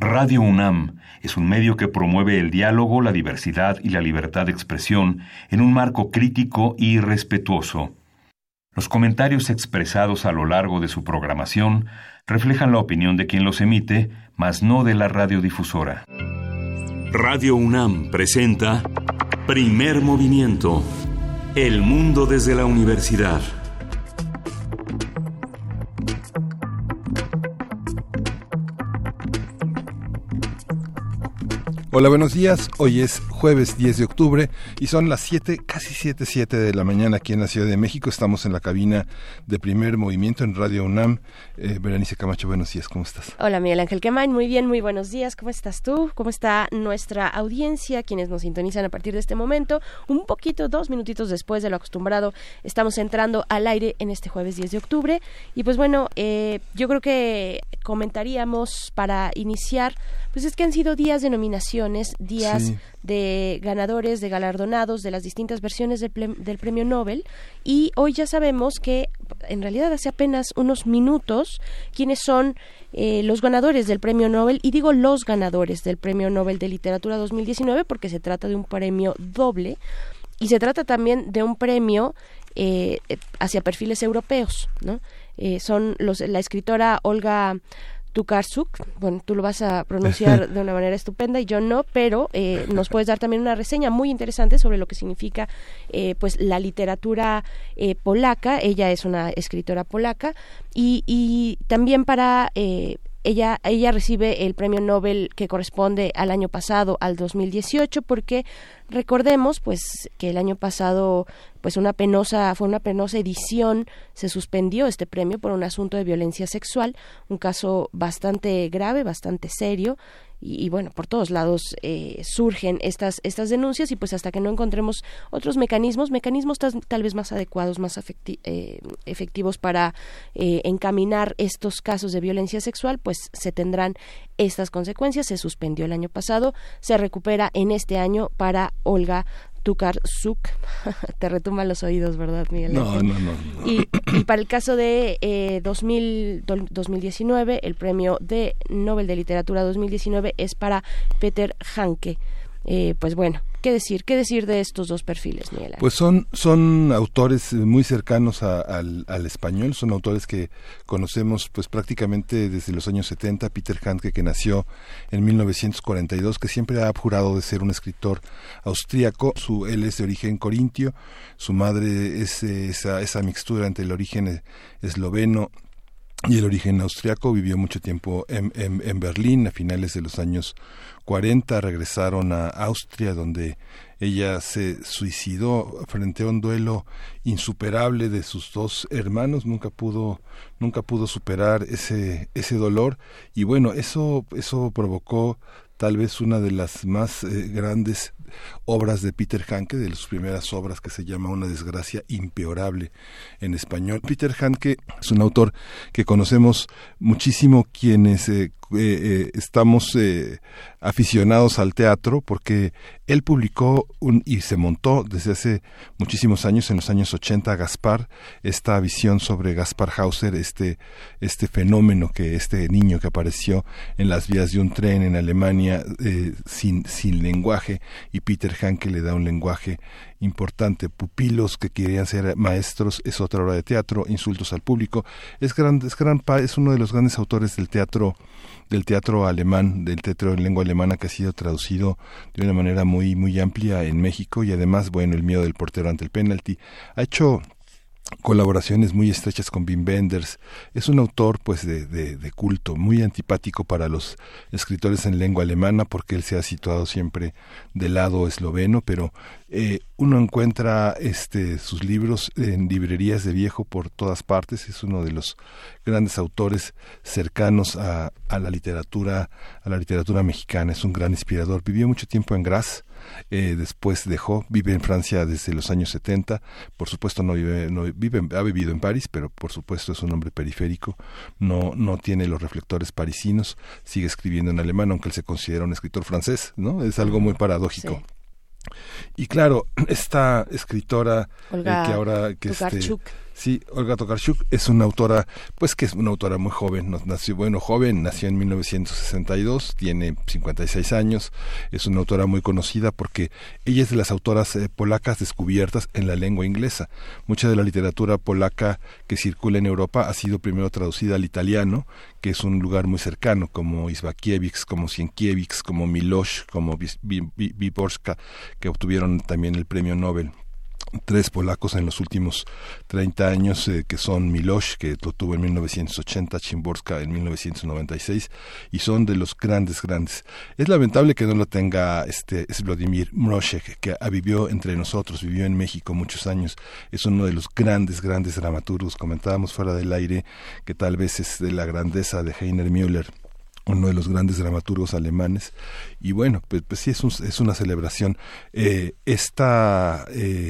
Radio UNAM es un medio que promueve el diálogo, la diversidad y la libertad de expresión en un marco crítico y respetuoso. Los comentarios expresados a lo largo de su programación reflejan la opinión de quien los emite, mas no de la radiodifusora. Radio UNAM presenta Primer Movimiento. El mundo desde la universidad. Hola, buenos días. Hoy es jueves 10 de octubre y son las 7, casi 7 de la mañana aquí en la Ciudad de México. Estamos en la cabina de Primer Movimiento en Radio UNAM. Berenice Camacho, buenos días, ¿cómo estás? Hola, Miguel Ángel Quemain, muy bien, muy buenos días. ¿Cómo estás tú? ¿Cómo está nuestra audiencia, quienes nos sintonizan a partir de este momento? Un poquito, 2 minutitos después de lo acostumbrado, estamos entrando al aire en este jueves 10 de octubre. Y pues bueno, yo creo que comentaríamos para iniciar, pues es que han sido días de nominaciones, días de ganadores, de galardonados de las distintas versiones del Premio Nobel, y hoy ya sabemos que en realidad hace apenas unos minutos quiénes son los ganadores del Premio Nobel, y digo los ganadores del Premio Nobel de Literatura 2019 porque se trata de un premio doble y se trata también de un premio hacia perfiles europeos, ¿no? Son la escritora Olga Tokarczuk, bueno, tú lo vas a pronunciar de una manera estupenda y yo no, pero nos puedes dar también una reseña muy interesante sobre lo que significa pues la literatura polaca. Ella es una escritora polaca y también para ella recibe el premio Nobel que corresponde al año pasado, al 2018, porque recordemos pues que el año pasado pues fue una penosa edición, se suspendió este premio por un asunto de violencia sexual, un caso bastante grave, bastante serio. Y bueno, por todos lados surgen estas denuncias, y pues hasta que no encontremos otros mecanismos tal vez más adecuados, más efectivos para encaminar estos casos de violencia sexual, pues se tendrán estas consecuencias. Se suspendió el año pasado, se recupera en este año para Olga Tokarczuk. Te retumban los oídos, ¿verdad, Miguel? No. Y para el caso de 2019, el premio de Nobel de Literatura 2019 es para Peter Handke. Pues bueno, ¿qué decir de estos dos perfiles, Miguel Ángel? Pues son autores muy cercanos al español, son autores que conocemos pues prácticamente desde los años 70. Peter Handke, que nació en 1942, que siempre ha jurado de ser un escritor austríaco. Él es de origen corintio, su madre es esa mixtura entre el origen esloveno y el origen austriaco. Vivió mucho tiempo en Berlín. A finales de los años 40 regresaron a Austria, donde ella se suicidó frente a un duelo insuperable de sus dos hermanos. Nunca pudo superar ese dolor, y bueno, eso provocó tal vez una de las más grandes obras de Peter Handke, de sus primeras obras, que se llama Una desgracia impeorable en español. Peter Handke es un autor que conocemos muchísimo quienes estamos aficionados al teatro, porque él publicó y se montó desde hace muchísimos años, en los años 80, Gaspar, esta visión sobre Gaspar Hauser, este fenómeno, este niño que apareció en las vías de un tren en Alemania sin lenguaje, y Peter Handke le da un lenguaje importante. Pupilos que querían ser maestros es otra obra de teatro. Insultos al público es uno de los grandes autores del teatro alemán, del teatro en lengua alemana, que ha sido traducido de una manera muy muy amplia en México. Y además, bueno, El miedo del portero ante el penalti. Ha hecho colaboraciones muy estrechas con Wim Wenders. Es un autor pues de culto, muy antipático para los escritores en lengua alemana, porque él se ha situado siempre del lado esloveno, pero uno encuentra sus libros en librerías de viejo por todas partes. Es uno de los grandes autores cercanos a la literatura mexicana. Es un gran inspirador. Vivió mucho tiempo en Graz, después vive en Francia desde los años 70. Por supuesto ha vivido en París, pero por supuesto es un hombre periférico, no tiene los reflectores parisinos, sigue escribiendo en alemán, aunque él se considera un escritor francés, ¿no? Es algo muy paradójico. Sí. Y claro, esta escritora Olga que ahora Sí, Olga Tokarczuk es una autora, pues que es una autora muy joven, nació en 1962, tiene 56 años, es una autora muy conocida porque ella es de las autoras polacas descubiertas en la lengua inglesa. Mucha de la literatura polaca que circula en Europa ha sido primero traducida al italiano, que es un lugar muy cercano, como Isbakiewicz, como Sienkiewicz, como Milosz, como Wyborska, que obtuvieron también el premio Nobel. 3 polacos en los últimos 30 años, que son Milosz, que lo tuvo en 1980, Szymborska en 1996, y son de los grandes. Es lamentable que no lo tenga es Vladimir Mrożek, que vivió entre nosotros, vivió en México muchos años, es uno de los grandes dramaturgos. Comentábamos fuera del aire que tal vez es de la grandeza de Heiner Müller, uno de los dramaturgos alemanes, y bueno, pues sí es una celebración. Esta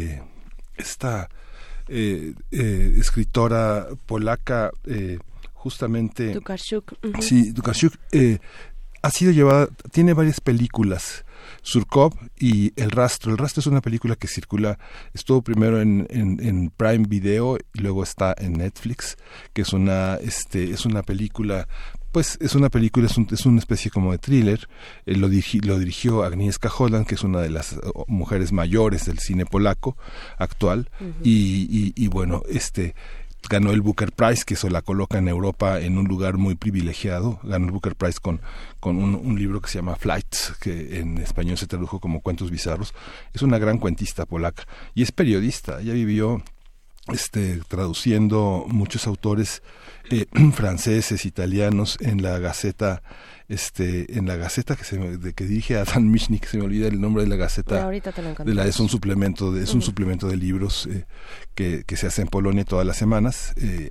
escritora polaca, justamente Tokarczuk. Uh-huh. Sí, Tokarczuk ha sido llevada, tiene varias películas, Surkov y El Rastro. El Rastro es una película que circula, estuvo primero en Prime Video y luego está en Netflix, que es una película. Pues es una especie como de thriller. Lo dirigió Agnieszka Holland, que es una de las mujeres mayores del cine polaco actual. Uh-huh. Y bueno, ganó el Booker Prize, que eso la coloca en Europa en un lugar muy privilegiado. Ganó el Booker Prize con un libro que se llama Flights, que en español se tradujo como Cuentos bizarros. Es una gran cuentista polaca y es periodista. Ella vivió traduciendo muchos autores franceses, italianos en la Gaceta, que dirige a Dan Michnik, se me olvida el nombre de la Gaceta. Es un suplemento de libros que se hace en Polonia todas las semanas,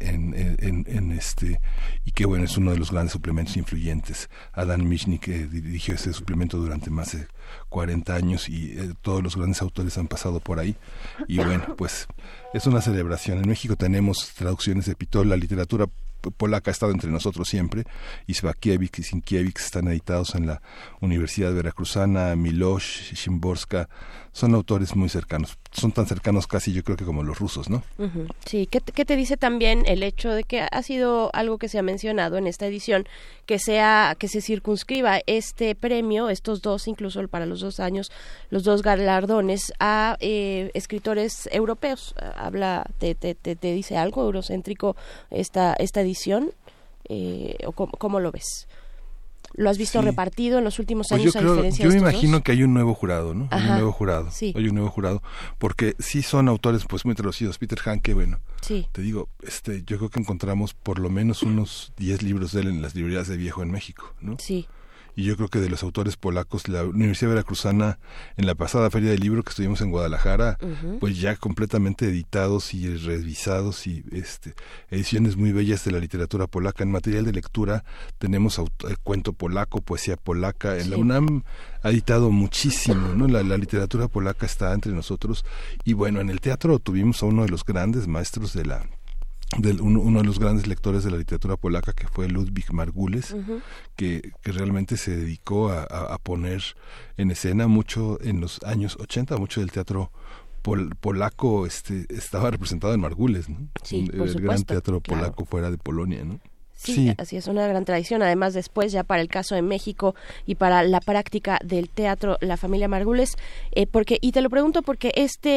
y que bueno, es uno de los grandes suplementos influyentes. Dan Michnik dirigió ese suplemento durante más de 40 años y todos los grandes autores han pasado por ahí, y bueno, pues es una celebración. En México tenemos traducciones de Pitol. La literatura polaca ha estado entre nosotros siempre. Isbakiewicz y Sienkiewicz están editados en la Universidad Veracruzana. Milosz, Szymborska, son autores muy cercanos, son tan cercanos casi, yo creo, que como los rusos, ¿no? Uh-huh. Sí, ¿qué te dice también el hecho de que ha sido algo que se ha mencionado en esta edición, que se circunscriba este premio, estos dos, incluso para los 2 años, los 2 galardones a escritores europeos? ¿Te dice algo eurocéntrico esta edición? ¿O cómo lo ves? ¿Lo has visto repartido en los últimos años a diferencia de estos dos? Yo me imagino que hay un nuevo jurado, ¿no? Ajá, hay un nuevo jurado, porque sí son autores pues muy traducidos. Peter Handke, bueno, sí. Te digo, yo creo que encontramos por lo menos unos 10 libros de él en las librerías de viejo en México, ¿no? Sí. Y yo creo que de los autores polacos, la Universidad Veracruzana, en la pasada Feria del Libro que estuvimos en Guadalajara, uh-huh, pues ya completamente editados y revisados, y ediciones muy bellas de la literatura polaca. En material de lectura tenemos cuento polaco, poesía polaca. En la UNAM ha editado muchísimo, ¿no? La literatura polaca está entre nosotros. Y bueno, en el teatro tuvimos a uno de los grandes maestros uno de los grandes lectores de la literatura polaca, que fue Ludwig Margules, uh-huh, que realmente se dedicó a poner en escena mucho en los años 80, mucho del teatro polaco estaba representado en Margules, ¿no? Sí, el gran teatro polaco fuera de Polonia, ¿no? Sí, así es, una gran tradición. Además, después, ya para el caso de México y para la práctica del teatro, la familia Margules, y te lo pregunto porque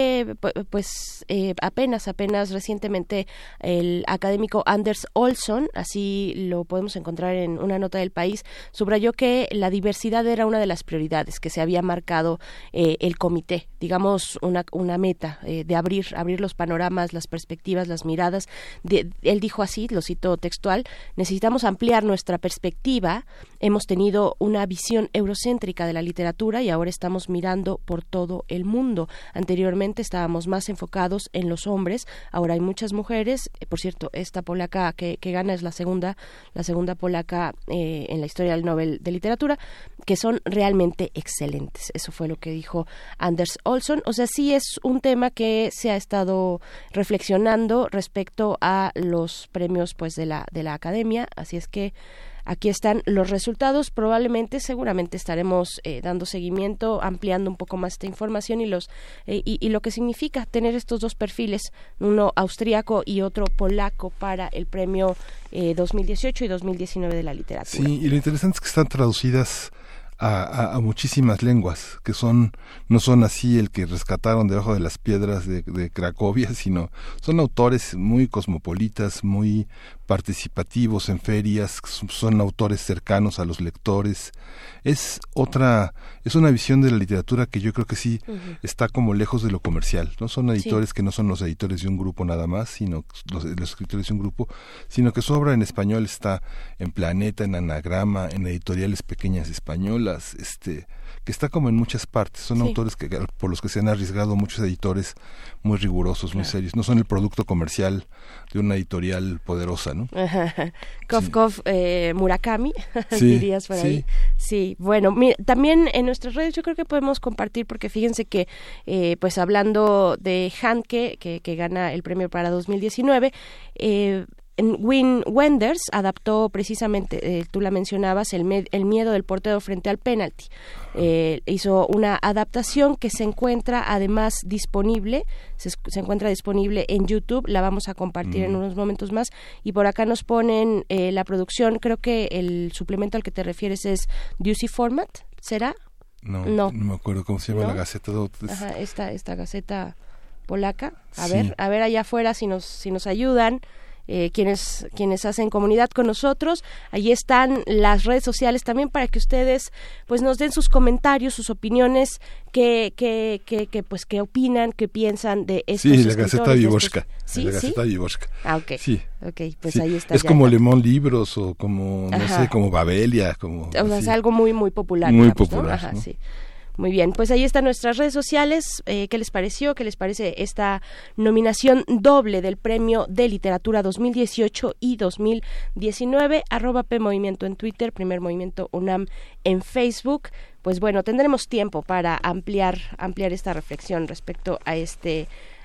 apenas recientemente el académico Anders Olsson, así lo podemos encontrar en una nota del País, subrayó que la diversidad era una de las prioridades que se había marcado el comité, digamos una meta de abrir los panoramas, las perspectivas, las miradas. Él dijo así, lo cito textual: necesitamos ampliar nuestra perspectiva, hemos tenido una visión eurocéntrica de la literatura y ahora estamos mirando por todo el mundo. Anteriormente estábamos más enfocados en los hombres, ahora hay muchas mujeres. Por cierto, esta polaca que gana es la segunda polaca en la historia del Nobel de Literatura, que son realmente excelentes. Eso fue lo que dijo Anders Olsson. O sea, sí es un tema que se ha estado reflexionando respecto a los premios pues de la academia, así es que aquí están los resultados. Seguramente estaremos dando seguimiento, ampliando un poco más esta información y lo que significa tener estos dos perfiles, uno austríaco y otro polaco para el premio 2018 y 2019 de la literatura. Sí, y lo interesante es que están traducidas a muchísimas lenguas, que no son así el que rescataron debajo de las piedras de Cracovia, sino son autores muy cosmopolitas, muy participativos en ferias, son autores cercanos a los lectores. Es una visión de la literatura que yo creo que sí está como lejos de lo comercial. No son editores que no son los editores de un grupo nada más, sino los escritores de un grupo, sino que su obra en español está en Planeta, en Anagrama, en editoriales pequeñas españolas, que está como en muchas partes. Son autores por los que se han arriesgado muchos editores muy rigurosos, muy serios. No son el producto comercial de una editorial poderosa, ¿no? Kof, Murakami, dirías por ahí. Sí, bueno, también en nuestras redes yo creo que podemos compartir, porque fíjense que, pues hablando de Handke, que gana el premio para 2019, Wim Wenders adaptó precisamente, tú la mencionabas, el miedo del portero frente al penalti. Hizo una adaptación que se encuentra además disponible, se encuentra disponible en YouTube, la vamos a compartir en unos momentos más, y por acá nos ponen la producción, creo que el suplemento al que te refieres es Ducey Format, ¿será? No me acuerdo cómo se llama la Gaceta. Ajá, esta Gaceta polaca, a ver allá afuera si nos ayudan. Quienes hacen comunidad con nosotros, ahí están las redes sociales también para que ustedes pues nos den sus comentarios, sus opiniones, qué opinan, qué piensan de estos escritores. La Gaceta Wyborska. La Gaceta Wyborska. Okay. Sí. Okay, pues ahí está. Es como Le Monde Libros o como no sé, como Babelia, como es algo muy muy popular. Muy digamos, popular, ¿no? Ajá, ¿no? Sí. Muy bien, pues ahí están nuestras redes sociales. ¿Qué les pareció? ¿Qué les parece esta nominación doble del Premio de Literatura 2018 y 2019? @PMovimiento en Twitter, Primer Movimiento UNAM en Facebook. Pues bueno, tendremos tiempo para ampliar esta reflexión respecto a este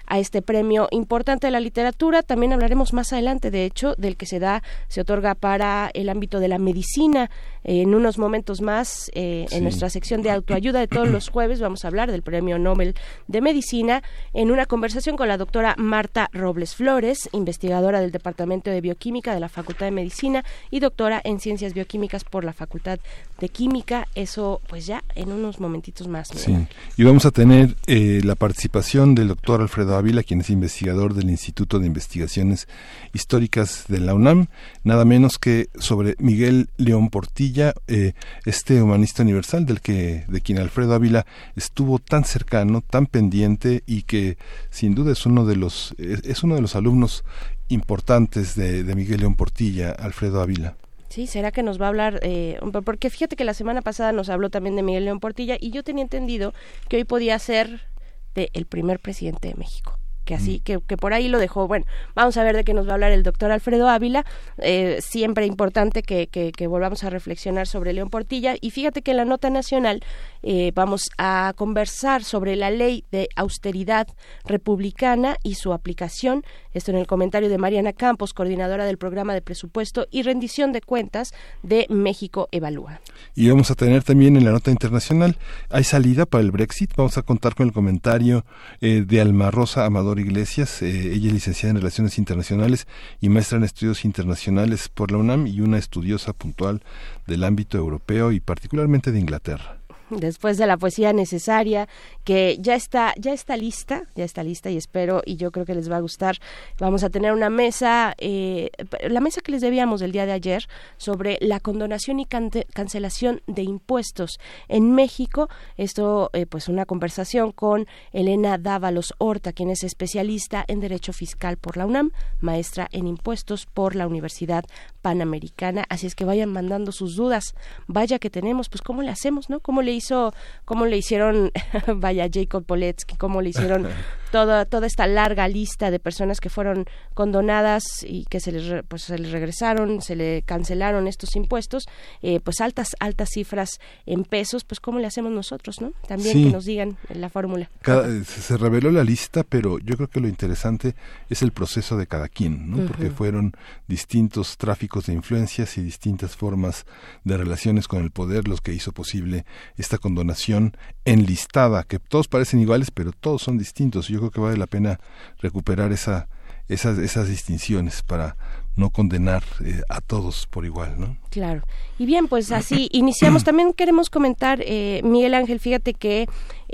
premio importante de la literatura. También hablaremos más adelante, de hecho, del que se otorga para el ámbito de la medicina. En unos momentos más, en nuestra sección de autoayuda de todos los jueves, vamos a hablar del Premio Nobel de Medicina en una conversación con la doctora Marta Robles Flores, investigadora del Departamento de Bioquímica de la Facultad de Medicina y doctora en Ciencias Bioquímicas por la Facultad de Química. Eso, pues ya en unos momentitos más. Sí, y vamos a tener la participación del doctor Alfredo Ávila, quien es investigador del Instituto de Investigaciones Históricas de la UNAM, nada menos que sobre Miguel León Portilla, este humanista universal de quien Alfredo Ávila estuvo tan cercano, tan pendiente, y que sin duda es uno de los alumnos importantes de Miguel León Portilla, Alfredo Ávila. Sí, ¿será que nos va a hablar? Porque fíjate que la semana pasada nos habló también de Miguel León Portilla y yo tenía entendido que hoy podía ser el primer presidente de México. Que así, que por ahí lo dejó. Bueno, vamos a ver de qué nos va a hablar el doctor Alfredo Ávila. Siempre importante que volvamos a reflexionar sobre León Portilla. Y fíjate que en la nota nacional vamos a conversar sobre la ley de austeridad republicana y su aplicación. Esto en el comentario de Mariana Campos, coordinadora del programa de presupuesto y rendición de cuentas de México Evalúa. Y vamos a tener también en la nota internacional, hay salida para el Brexit. Vamos a contar con el comentario de Alma Rosa Amador Iglesias. Ella es licenciada en Relaciones Internacionales y maestra en Estudios Internacionales por la UNAM y una estudiosa puntual del ámbito europeo y particularmente de Inglaterra. Después de la poesía necesaria, que ya está lista y espero, y yo creo que les va a gustar. Vamos a tener una mesa, la mesa que les debíamos del día de ayer, sobre la condonación y cancelación de impuestos en México. Esto, pues una conversación con Elena Dávalos Horta, quien es especialista en Derecho Fiscal por la UNAM, maestra en Impuestos por la Universidad Panamericana. Así es que vayan mandando sus dudas. Vaya que tenemos, pues ¿cómo le hacemos, no? ¿Cómo le hizo cómo le hicieron vaya Jacob Poletsky, cómo le hicieron toda esta larga lista de personas que fueron condonadas y que se les regresaron, se le cancelaron estos impuestos, pues altas cifras en pesos, pues cómo le hacemos nosotros, ¿no? También sí, que nos digan la fórmula. Se reveló la lista, pero yo creo que lo interesante es el proceso de cada quien, ¿no? Porque fueron distintos tráficos de influencias y distintas formas de relaciones con el poder los que hizo posible esta condonación enlistada, que todos parecen iguales, pero todos son distintos. Yo creo que vale la pena recuperar esas distinciones para no condenar a todos por igual, ¿no? Claro. Y bien, pues así iniciamos. También queremos comentar, Miguel Ángel, fíjate que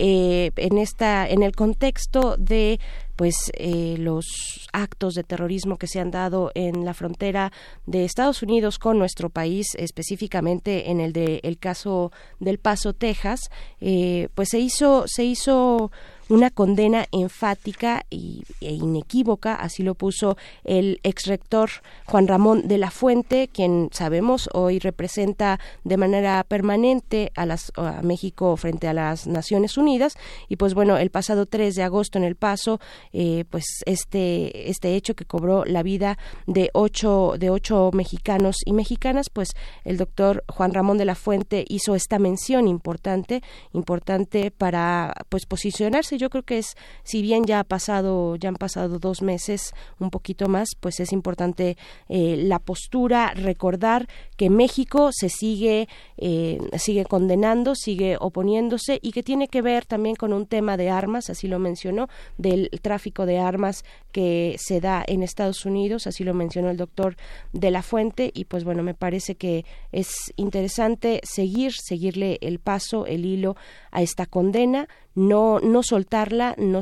en el contexto de los actos de terrorismo que se han dado en la frontera de Estados Unidos con nuestro país, específicamente en el caso del Paso, Texas, pues se hizo una condena enfática e inequívoca, así lo puso el exrector Juan Ramón de la Fuente, quien sabemos hoy representa de manera permanente a México frente a las Naciones Unidas. Y pues bueno, el pasado 3 de agosto en El Paso, pues este hecho que cobró la vida de ocho mexicanos y mexicanas, pues el doctor Juan Ramón de la Fuente hizo esta mención importante para pues posicionarse. Yo creo que si bien ya han pasado 2 meses, un poquito más, pues es importante la postura, recordar que México se sigue condenando, sigue oponiéndose, y que tiene que ver también con un tema de armas, así lo mencionó, del tráfico de armas que se da en Estados Unidos, así lo mencionó el doctor de la Fuente. Y pues bueno, me parece que es interesante seguirle el paso, el hilo a esta condena, no soltar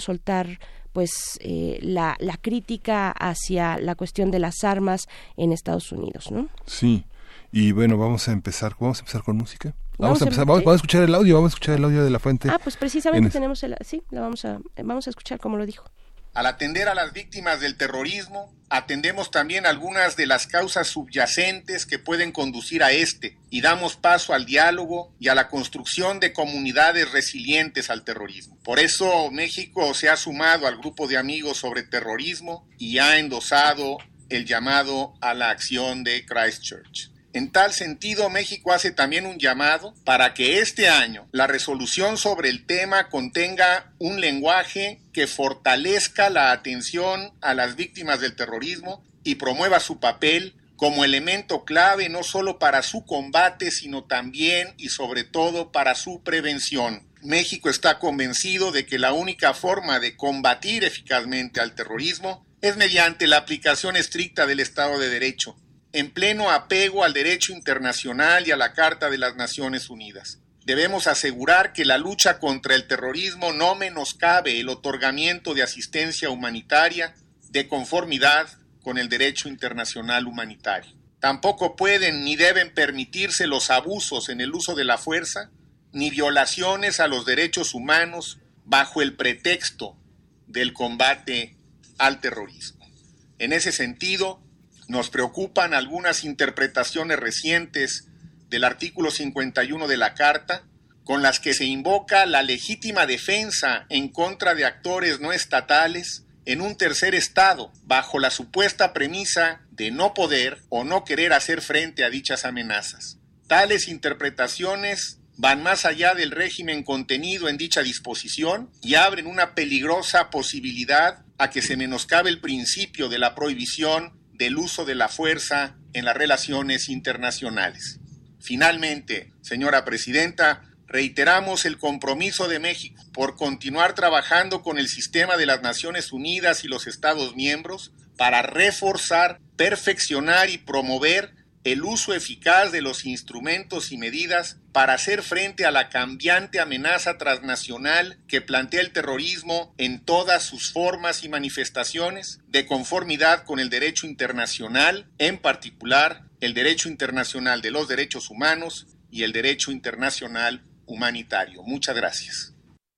pues la crítica hacia la cuestión de las armas en Estados Unidos, ¿no? Sí. Y bueno, vamos a empezar con música. Vamos a escuchar el audio, de la Fuente. Pues precisamente tenemos vamos a escuchar como lo dijo. Al atender a las víctimas del terrorismo, atendemos también algunas de las causas subyacentes que pueden conducir a y damos paso al diálogo y a la construcción de comunidades resilientes al terrorismo. Por eso México se ha sumado al grupo de amigos sobre terrorismo y ha endosado el llamado a la acción de Christchurch. En tal sentido, México hace también un llamado para que este año la resolución sobre el tema contenga un lenguaje que fortalezca la atención a las víctimas del terrorismo y promueva su papel como elemento clave no solo para su combate, sino también y sobre todo para su prevención. México está convencido de que la única forma de combatir eficazmente al terrorismo es mediante la aplicación estricta del Estado de Derecho, en pleno apego al derecho internacional y a la Carta de las Naciones Unidas. Debemos asegurar que la lucha contra el terrorismo no menoscabe el otorgamiento de asistencia humanitaria de conformidad con el derecho internacional humanitario. Tampoco pueden ni deben permitirse los abusos en el uso de la fuerza, ni violaciones a los derechos humanos bajo el pretexto del combate al terrorismo. En ese sentido, nos preocupan algunas interpretaciones recientes del artículo 51 de la Carta, con las que se invoca la legítima defensa en contra de actores no estatales en un tercer estado, bajo la supuesta premisa de no poder o no querer hacer frente a dichas amenazas. Tales interpretaciones van más allá del régimen contenido en dicha disposición y abren una peligrosa posibilidad a que se menoscabe el principio de la prohibición del uso de la fuerza en las relaciones internacionales. Finalmente, señora Presidenta, reiteramos el compromiso de México por continuar trabajando con el sistema de las Naciones Unidas y los Estados miembros para reforzar, perfeccionar y promover el uso eficaz de los instrumentos y medidas para hacer frente a la cambiante amenaza transnacional que plantea el terrorismo en todas sus formas y manifestaciones, de conformidad con el derecho internacional, en particular el derecho internacional de los derechos humanos y el derecho internacional humanitario. Muchas gracias.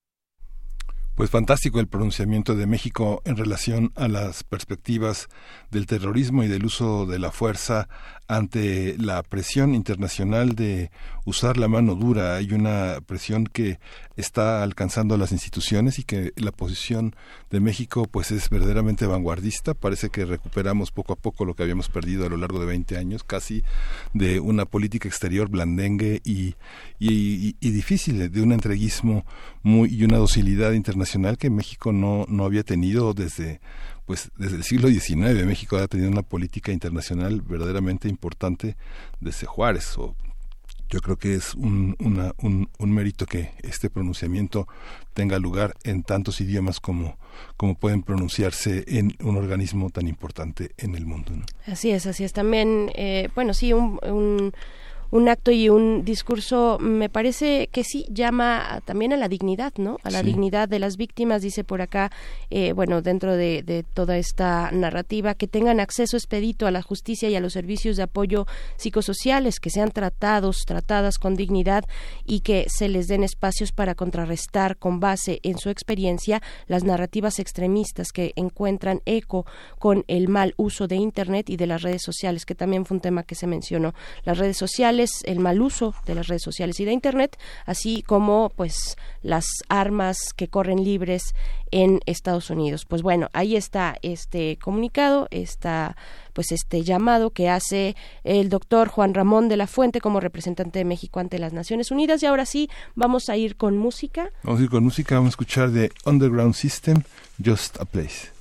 Pues fantástico el pronunciamiento de México en relación a las perspectivas del terrorismo y del uso de la fuerza ante la presión internacional de usar la mano dura. Hay una presión que está alcanzando a las instituciones y que la posición de México pues es verdaderamente vanguardista. Parece que recuperamos poco a poco lo que habíamos perdido a lo largo de 20 años, casi, de una política exterior blandengue y difícil, de un entreguismo y una docilidad internacional que México no había tenido desde el siglo XIX. México ha tenido una política internacional verdaderamente importante desde Juárez. Yo creo que es un mérito que este pronunciamiento tenga lugar en tantos idiomas como pueden pronunciarse en un organismo tan importante en el mundo, ¿no? Así es. También, sí, un acto y un discurso, me parece que sí llama también a la dignidad, ¿no? A la dignidad de las víctimas, dice por acá, dentro de toda esta narrativa, que tengan acceso expedito a la justicia y a los servicios de apoyo psicosociales, que sean tratadas con dignidad y que se les den espacios para contrarrestar con base en su experiencia las narrativas extremistas que encuentran eco con el mal uso de Internet y de las redes sociales, que también fue un tema que se mencionó. Las redes sociales, el mal uso de las redes sociales y de Internet, así como pues las armas que corren libres en Estados Unidos. Pues bueno, ahí está este comunicado, este llamado que hace el doctor Juan Ramón de la Fuente como representante de México ante las Naciones Unidas. Y ahora sí, vamos a ir con música. Vamos a escuchar de Underground System, Just a Place.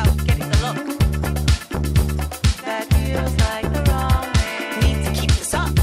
That feels like the wrong way. Need to keep this up.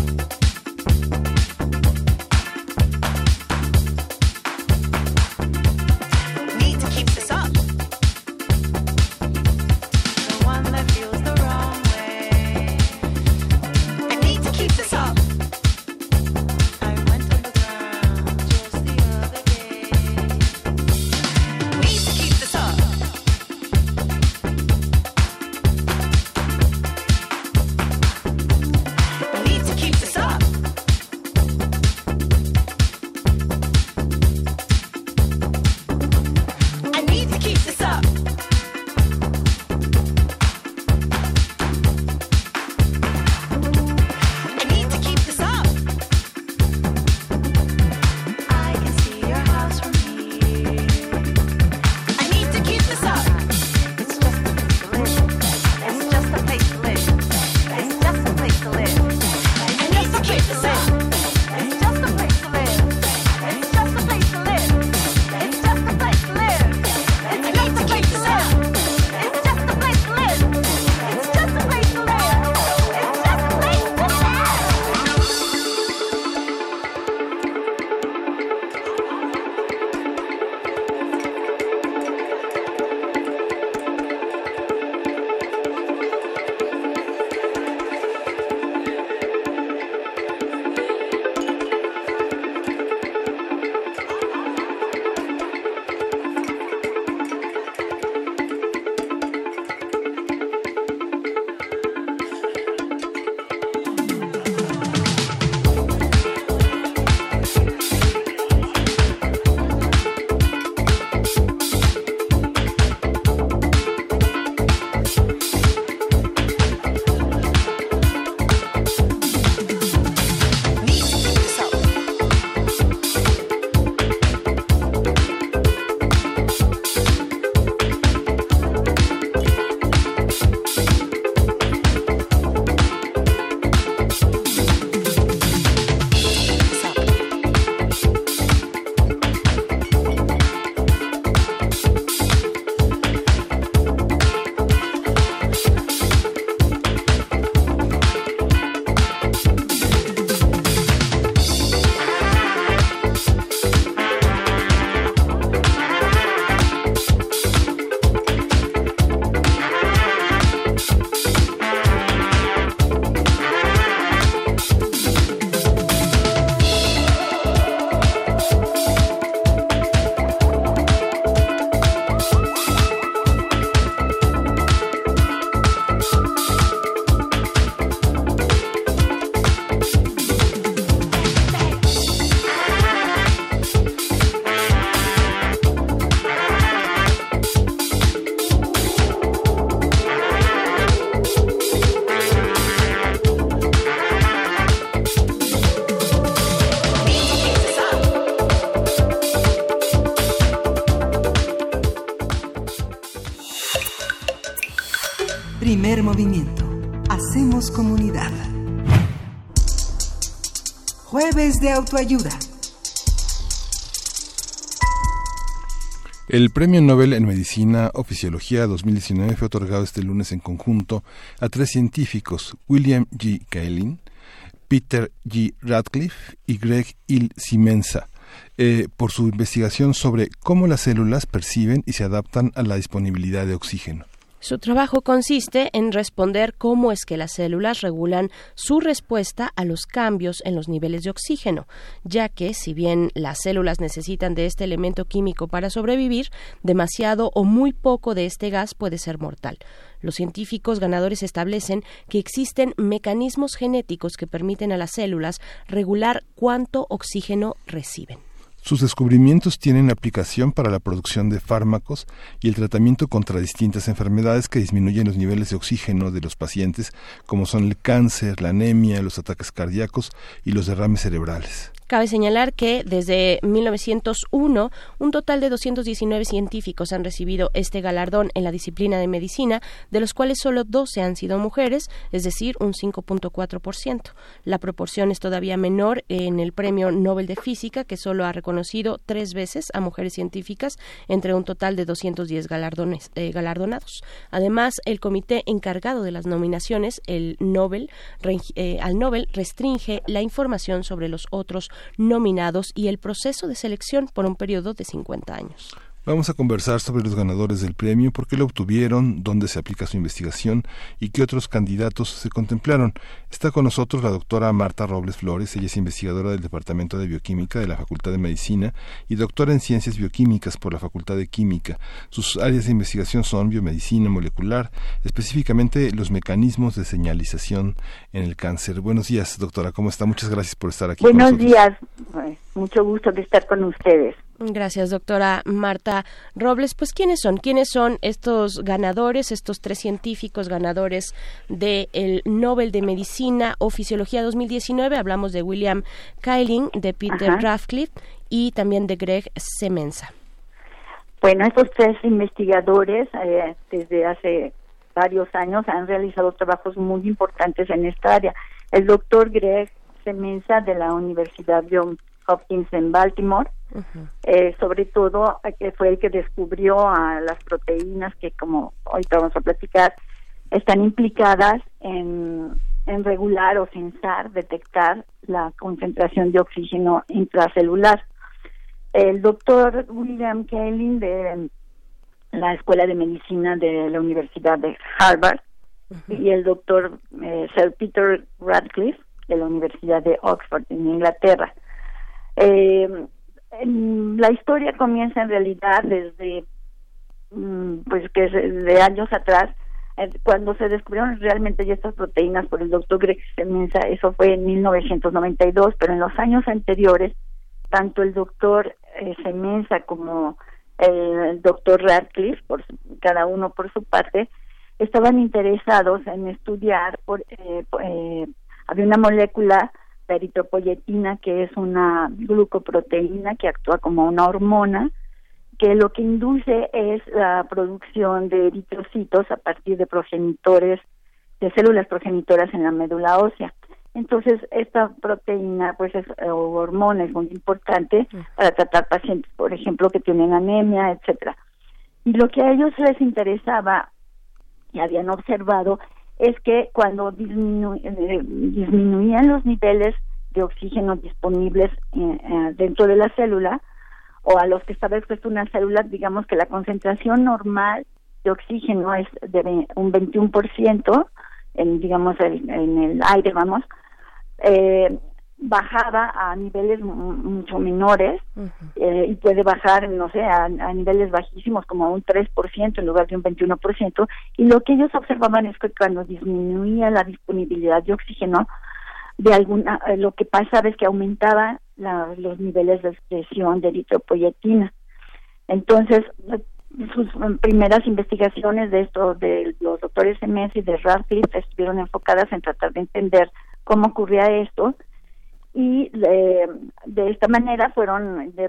movimiento. Hacemos comunidad. Jueves de autoayuda. El Premio Nobel en Medicina o Fisiología 2019 fue otorgado este lunes en conjunto a 3 científicos, William G. Kaelin, Peter G. Ratcliffe y Greg Simensa, por su investigación sobre cómo las células perciben y se adaptan a la disponibilidad de oxígeno. Su trabajo consiste en responder cómo es que las células regulan su respuesta a los cambios en los niveles de oxígeno, ya que, si bien las células necesitan de este elemento químico para sobrevivir, demasiado o muy poco de este gas puede ser mortal. Los científicos ganadores establecen que existen mecanismos genéticos que permiten a las células regular cuánto oxígeno reciben. Sus descubrimientos tienen aplicación para la producción de fármacos y el tratamiento contra distintas enfermedades que disminuyen los niveles de oxígeno de los pacientes, como son el cáncer, la anemia, los ataques cardíacos y los derrames cerebrales. Cabe señalar que desde 1901 un total de 219 científicos han recibido este galardón en la disciplina de medicina, de los cuales solo 12 han sido mujeres, es decir, un 5.4%. La proporción es todavía menor en el Premio Nobel de Física, que solo ha reconocido 3 veces a mujeres científicas entre un total de 210 galardonados. Además, el comité encargado de las nominaciones, al Nobel, restringe la información sobre los otros nominados y el proceso de selección por un periodo de 50 años. Vamos a conversar sobre los ganadores del premio, por qué lo obtuvieron, dónde se aplica su investigación y qué otros candidatos se contemplaron. Está con nosotros la doctora Marta Robles Flores. Ella es investigadora del Departamento de Bioquímica de la Facultad de Medicina y doctora en Ciencias Bioquímicas por la Facultad de Química. Sus áreas de investigación son biomedicina molecular, específicamente los mecanismos de señalización en el cáncer. Buenos días, doctora, ¿cómo está? Muchas gracias por estar aquí. Buenos días, mucho gusto de estar con ustedes. Gracias, doctora Marta Robles. Pues, ¿quiénes son? ¿Quiénes son estos ganadores, estos 3 científicos ganadores del Nobel de Medicina o Fisiología 2019? Hablamos de William Kaelin, de Peter Ratcliffe y también de Greg Simensa. Bueno, estos 3 investigadores desde hace varios años han realizado trabajos muy importantes en esta área. El doctor Greg Simensa de la Universidad Johns Hopkins en Baltimore, sobre todo que fue el que descubrió a las proteínas que, como ahorita vamos a platicar, están implicadas en regular o detectar la concentración de oxígeno intracelular. El doctor William Kaelin de la Escuela de Medicina de la Universidad de Harvard y el doctor Sir Peter Ratcliffe de la Universidad de Oxford en Inglaterra. La historia comienza en realidad desde que de años atrás, cuando se descubrieron realmente ya estas proteínas por el doctor Greg Simensa. Eso fue en 1992, pero en los años anteriores tanto el doctor Simensa como el doctor Ratcliffe, cada uno por su parte, estaban interesados en estudiar había una molécula, la eritropoyetina, que es una glucoproteína que actúa como una hormona, que lo que induce es la producción de eritrocitos a partir de progenitores, de células progenitoras en la médula ósea. Entonces, esta proteína, o hormona, es muy importante para tratar pacientes, por ejemplo, que tienen anemia, etcétera. Y lo que a ellos les interesaba y habían observado es que cuando disminuían los niveles de oxígeno disponibles dentro de la célula, o a los que estaba expuesta una célula, digamos que la concentración normal de oxígeno es de un 21%, en el aire, bajaba a niveles mucho menores, y puede bajar, a niveles bajísimos, como un 3% en lugar de un 21%, y lo que ellos observaban es que cuando disminuía la disponibilidad de oxígeno, lo que pasaba es que aumentaban los niveles de expresión de eritropoyetina. Entonces, sus primeras investigaciones de los doctores Simensa y de Ratcliffe estuvieron enfocadas en tratar de entender cómo ocurría esto, y de esta manera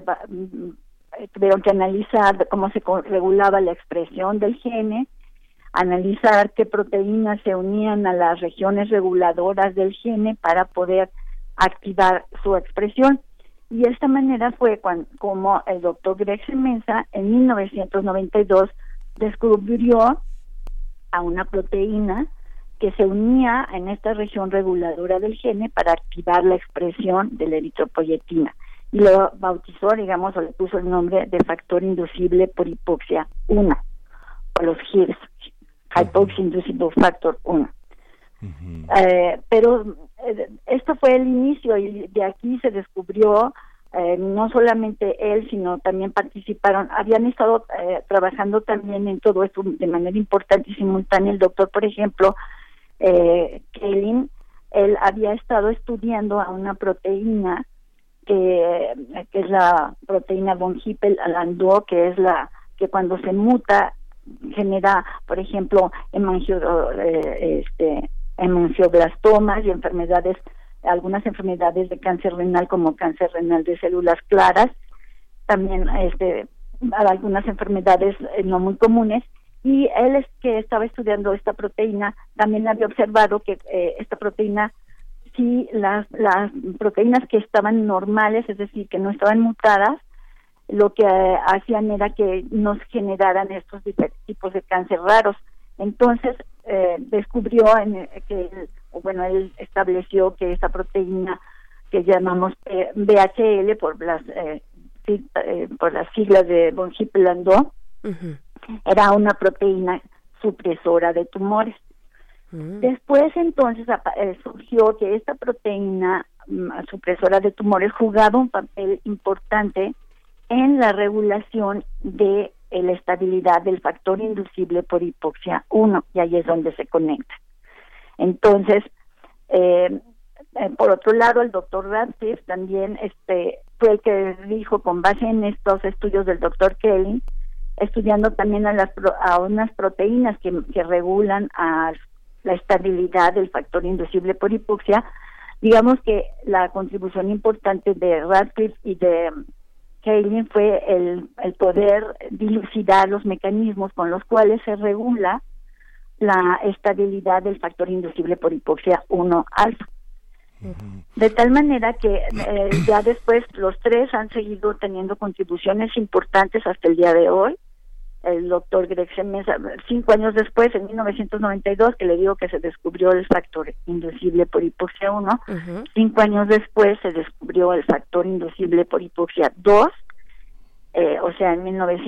tuvieron que analizar cómo se regulaba la expresión del gene analizar qué proteínas se unían a las regiones reguladoras del gene para poder activar su expresión. Y de esta manera fue como el doctor Greg Semenza en 1992 descubrió a una proteína que se unía en esta región reguladora del gene para activar la expresión de la eritropoyetina. Y lo bautizó, digamos, o le puso el nombre de factor inducible por hipoxia 1, o los HIFs, Hypoxia Inducible Factor 1. Pero esto fue el inicio y de aquí se descubrió, no solamente él, sino también habían estado trabajando también en todo esto de manera importante y simultánea. El doctor, por ejemplo, Kaelin, él había estado estudiando a una proteína que es la proteína von Hippel-Lindau, que es la que cuando se muta genera, por ejemplo, hemangioblastomas y algunas enfermedades de cáncer renal, como cáncer renal de células claras, también algunas enfermedades no muy comunes. Y él es que estaba estudiando esta proteína, también había observado que esta proteína, sí, las proteínas que estaban normales, es decir, que no estaban mutadas, lo que hacían era que nos generaran estos tipos de cáncer raros. Entonces descubrió él estableció que esta proteína que llamamos VHL por las siglas de von Hippel-Lindau, era una proteína supresora de tumores. Después entonces surgió que esta proteína supresora de tumores jugaba un papel importante en la regulación de la estabilidad del factor inducible por hipoxia 1, y ahí es donde se conecta. Entonces, por otro lado, el doctor Radcliffe también fue el que dijo, con base en estos estudios del doctor Kelly, estudiando también a unas proteínas que regulan a la estabilidad del factor inducible por hipoxia. Digamos que la contribución importante de Radcliffe y de Kaelin fue el poder dilucidar los mecanismos con los cuales se regula la estabilidad del factor inducible por hipoxia 1 alfa. De tal manera que ya después los tres han seguido teniendo contribuciones importantes hasta el día de hoy. El doctor Greg Semenza, 5 años después, en 1992, que le digo que se descubrió el factor inducible por hipoxia 1, 5 años después se descubrió el factor inducible por hipoxia 2, o sea, en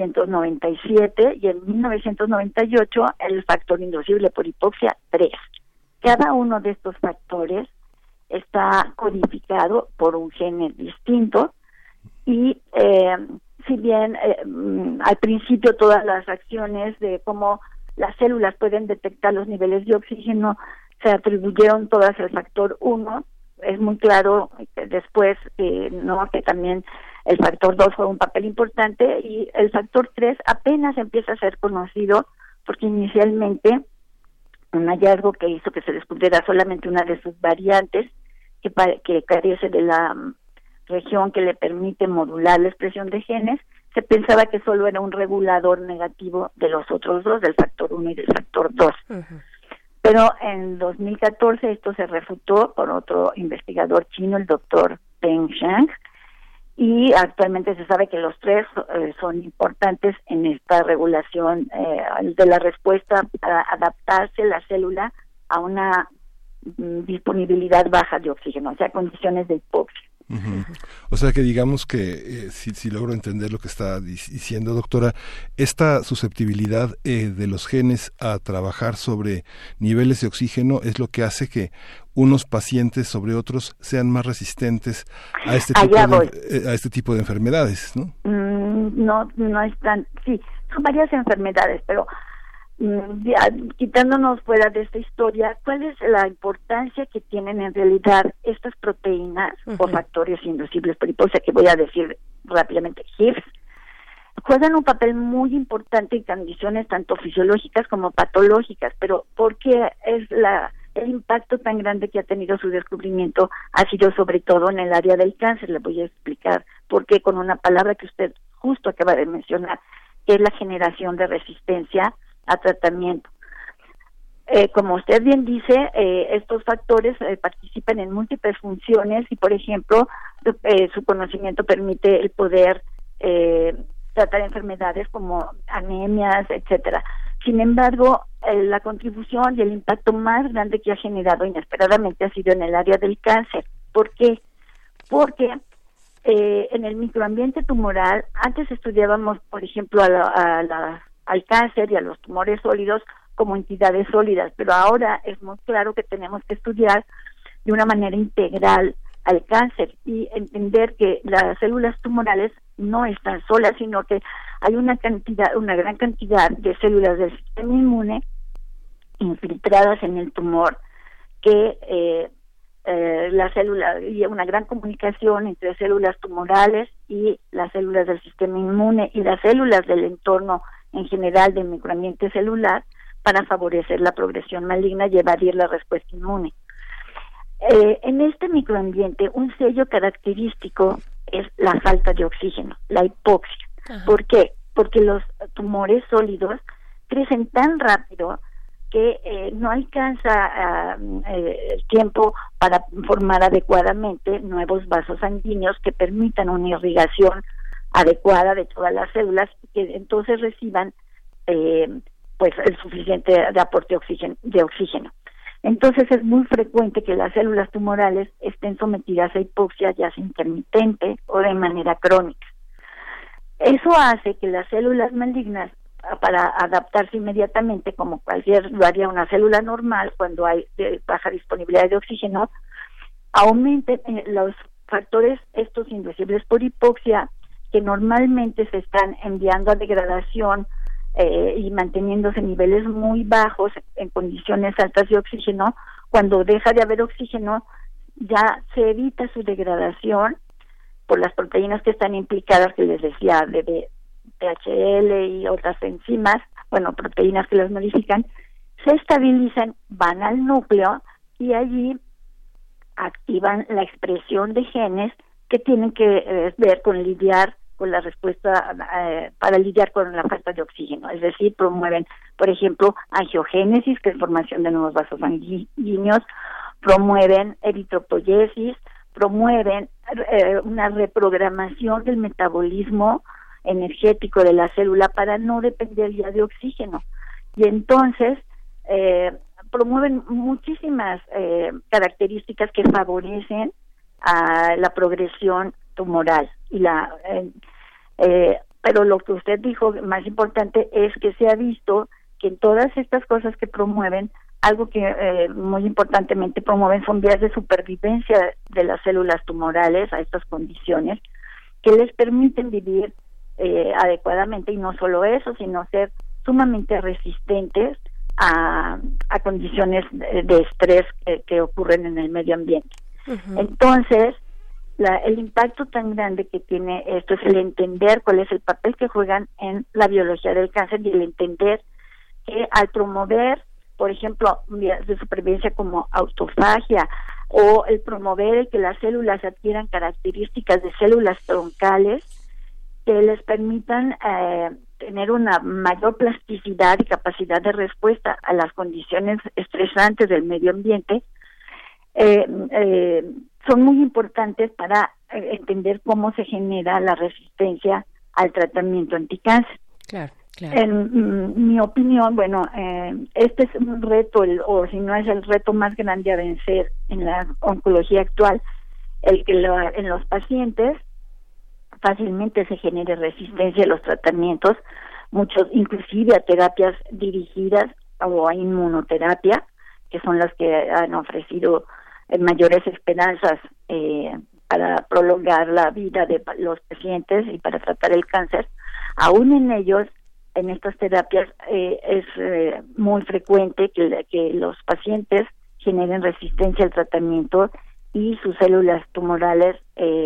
1997, y en 1998 el factor inducible por hipoxia 3. Cada uno de estos factores está codificado por un gene distinto y si bien al principio todas las acciones de cómo las células pueden detectar los niveles de oxígeno se atribuyeron todas al factor 1, es muy claro que después que también el factor 2 fue un papel importante, y el factor 3 apenas empieza a ser conocido porque inicialmente un hallazgo que hizo que se descubriera solamente una de sus variantes que carece de la región que le permite modular la expresión de genes, se pensaba que solo era un regulador negativo de los otros dos, del factor 1 y del factor 2. Pero en 2014 esto se refutó por otro investigador chino, el doctor Peng Shang, y actualmente se sabe que los tres son importantes en esta regulación de la respuesta para adaptarse la célula a una disponibilidad baja de oxígeno, o sea, condiciones de hipoxia. O sea que digamos que si logro entender lo que está diciendo, doctora, esta susceptibilidad de los genes a trabajar sobre niveles de oxígeno es lo que hace que unos pacientes sobre otros sean más resistentes a este tipo de enfermedades, ¿no? No es tan, sí, son varias enfermedades, pero quitándonos fuera de esta historia, ¿cuál es la importancia que tienen en realidad estas proteínas o factores inducibles por hipoxia, que voy a decir rápidamente, HIFs? Juegan un papel muy importante en condiciones tanto fisiológicas como patológicas, pero ¿por qué el impacto tan grande que ha tenido su descubrimiento ha sido sobre todo en el área del cáncer? Le voy a explicar por qué con una palabra que usted justo acaba de mencionar, que es la generación de resistencia a tratamiento. Como usted bien dice, estos factores participan en múltiples funciones y, por ejemplo, su conocimiento permite el poder tratar enfermedades como anemias, etcétera. Sin embargo, la contribución y el impacto más grande que ha generado inesperadamente ha sido en el área del cáncer. ¿Por qué? Porque en el microambiente tumoral, antes estudiábamos, por ejemplo, al cáncer y a los tumores sólidos como entidades sólidas, pero ahora es muy claro que tenemos que estudiar de una manera integral al cáncer y entender que las células tumorales no están solas, sino que hay una gran cantidad de células del sistema inmune infiltradas en el tumor, que la célula, y una gran comunicación entre células tumorales y las células del sistema inmune y las células del entorno en general del microambiente celular, para favorecer la progresión maligna y evadir la respuesta inmune. En este microambiente, un sello característico es la falta de oxígeno, la hipoxia. Ajá. ¿Por qué? Porque los tumores sólidos crecen tan rápido que no alcanza el tiempo para formar adecuadamente nuevos vasos sanguíneos que permitan una irrigación adecuada de todas las células, que entonces reciban pues el suficiente de aporte de oxígeno. Entonces es muy frecuente que las células tumorales estén sometidas a hipoxia, ya sea intermitente o de manera crónica. Eso hace que las células malignas, para adaptarse inmediatamente, como lo haría una célula normal cuando hay baja disponibilidad de oxígeno, aumenten los factores estos inducibles por hipoxia, que normalmente se están enviando a degradación y manteniéndose en niveles muy bajos en condiciones altas de oxígeno. Cuando deja de haber oxígeno, ya se evita su degradación por las proteínas que están implicadas, que les decía, de DHL y otras enzimas, proteínas que las modifican, se estabilizan, van al núcleo y allí activan la expresión de genes que tienen que ver con lidiar con la respuesta para lidiar con la falta de oxígeno, es decir, promueven, por ejemplo, angiogénesis, que es formación de nuevos vasos sanguíneos, promueven eritropoyesis, promueven una reprogramación del metabolismo energético de la célula para no depender ya de oxígeno, y entonces promueven muchísimas características que favorecen a la progresión tumoral. Pero lo que usted dijo más importante es que se ha visto que en todas estas cosas que promueven, algo que muy importantemente promueven son vías de supervivencia de las células tumorales a estas condiciones, que les permiten vivir adecuadamente, y no solo eso, sino ser sumamente resistentes a condiciones de estrés que ocurren en el medio ambiente. Uh-huh. Entonces, el impacto tan grande que tiene esto es el entender cuál es el papel que juegan en la biología del cáncer, y el entender que al promover, por ejemplo, vías de supervivencia como autofagia, o el promover el que las células adquieran características de células troncales que les permitan tener una mayor plasticidad y capacidad de respuesta a las condiciones estresantes del medio ambiente, son muy importantes para entender cómo se genera la resistencia al tratamiento anticáncer. Claro. En mi opinión, este es un reto, o si no es el reto más grande a vencer en la oncología actual, el que en los pacientes fácilmente se genere resistencia a los tratamientos, muchos inclusive a terapias dirigidas o a inmunoterapia, que son las que han ofrecido mayores esperanzas para prolongar la vida de los pacientes y para tratar el cáncer. Aún en ellos, en estas terapias, es muy frecuente que los pacientes generen resistencia al tratamiento y sus células tumorales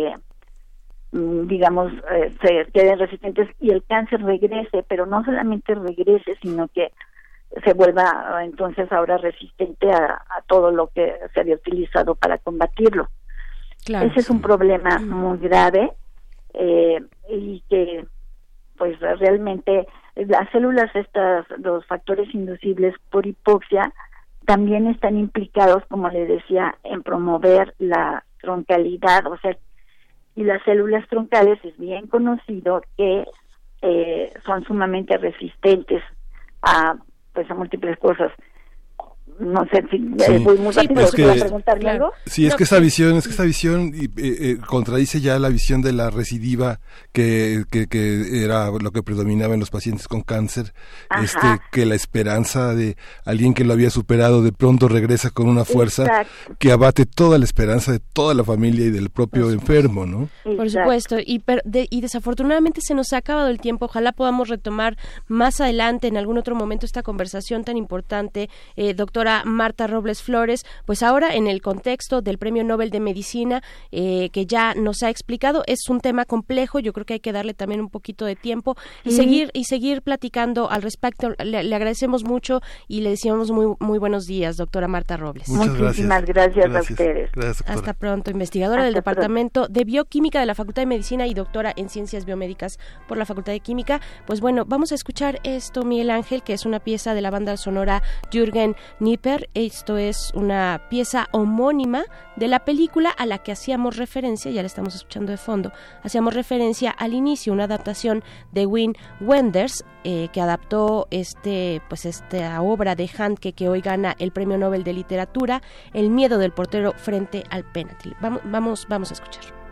se queden resistentes y el cáncer regrese, pero no solamente regrese, sino que se vuelva entonces ahora resistente a todo lo que se había utilizado para combatirlo. Claro, ese es un problema muy grave, y que pues realmente las células los factores inducibles por hipoxia también están implicados, como le decía, en promover la troncalidad, o sea, y las células troncales es bien conocido que son sumamente resistentes a múltiples cosas. No sé si voy muy rápido, es que, ¿puedo preguntarle algo? Sí, es que esta visión contradice ya la visión de la recidiva que era lo que predominaba en los pacientes con cáncer. Que la esperanza de alguien que lo había superado de pronto regresa con una fuerza que abate toda la esperanza de toda la familia y del propio enfermo, ¿no? Por supuesto, y desafortunadamente se nos ha acabado el tiempo. Ojalá podamos retomar más adelante en algún otro momento esta conversación tan importante, doctora Marta Robles Flores, pues ahora en el contexto del Premio Nobel de Medicina, que ya nos ha explicado, es un tema complejo. Yo creo que hay que darle también un poquito de tiempo y seguir platicando al respecto. Le agradecemos mucho y le decíamos muy buenos días, doctora Marta Robles. Muchísimas gracias a ustedes. Gracias, hasta pronto. Investigadora del Departamento de Bioquímica de la Facultad de Medicina y doctora en Ciencias Biomédicas por la Facultad de Química. Pues bueno, vamos a escuchar esto, Miguel Ángel, que es una pieza de la banda sonora Jürgen Knieper. Esto es una pieza homónima de la película a la que hacíamos referencia, ya la estamos escuchando de fondo, hacíamos referencia al inicio, una adaptación de Wim Wenders, que adaptó esta obra de Handke que hoy gana el Premio Nobel de Literatura, El miedo del portero frente al penalti. Vamos a escuchar.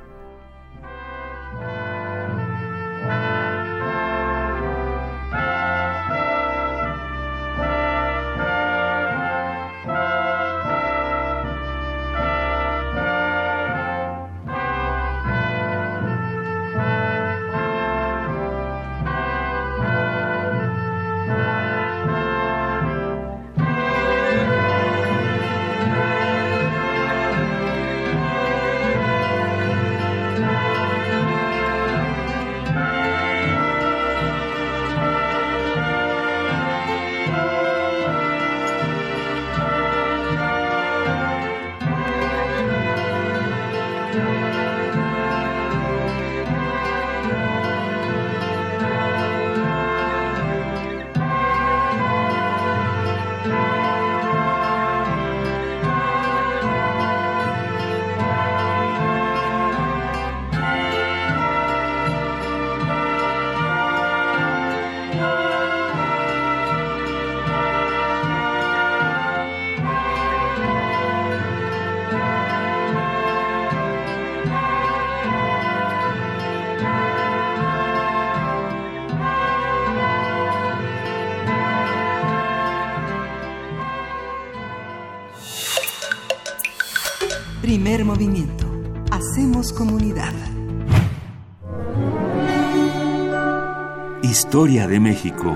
Primer movimiento. Hacemos comunidad. Historia de México.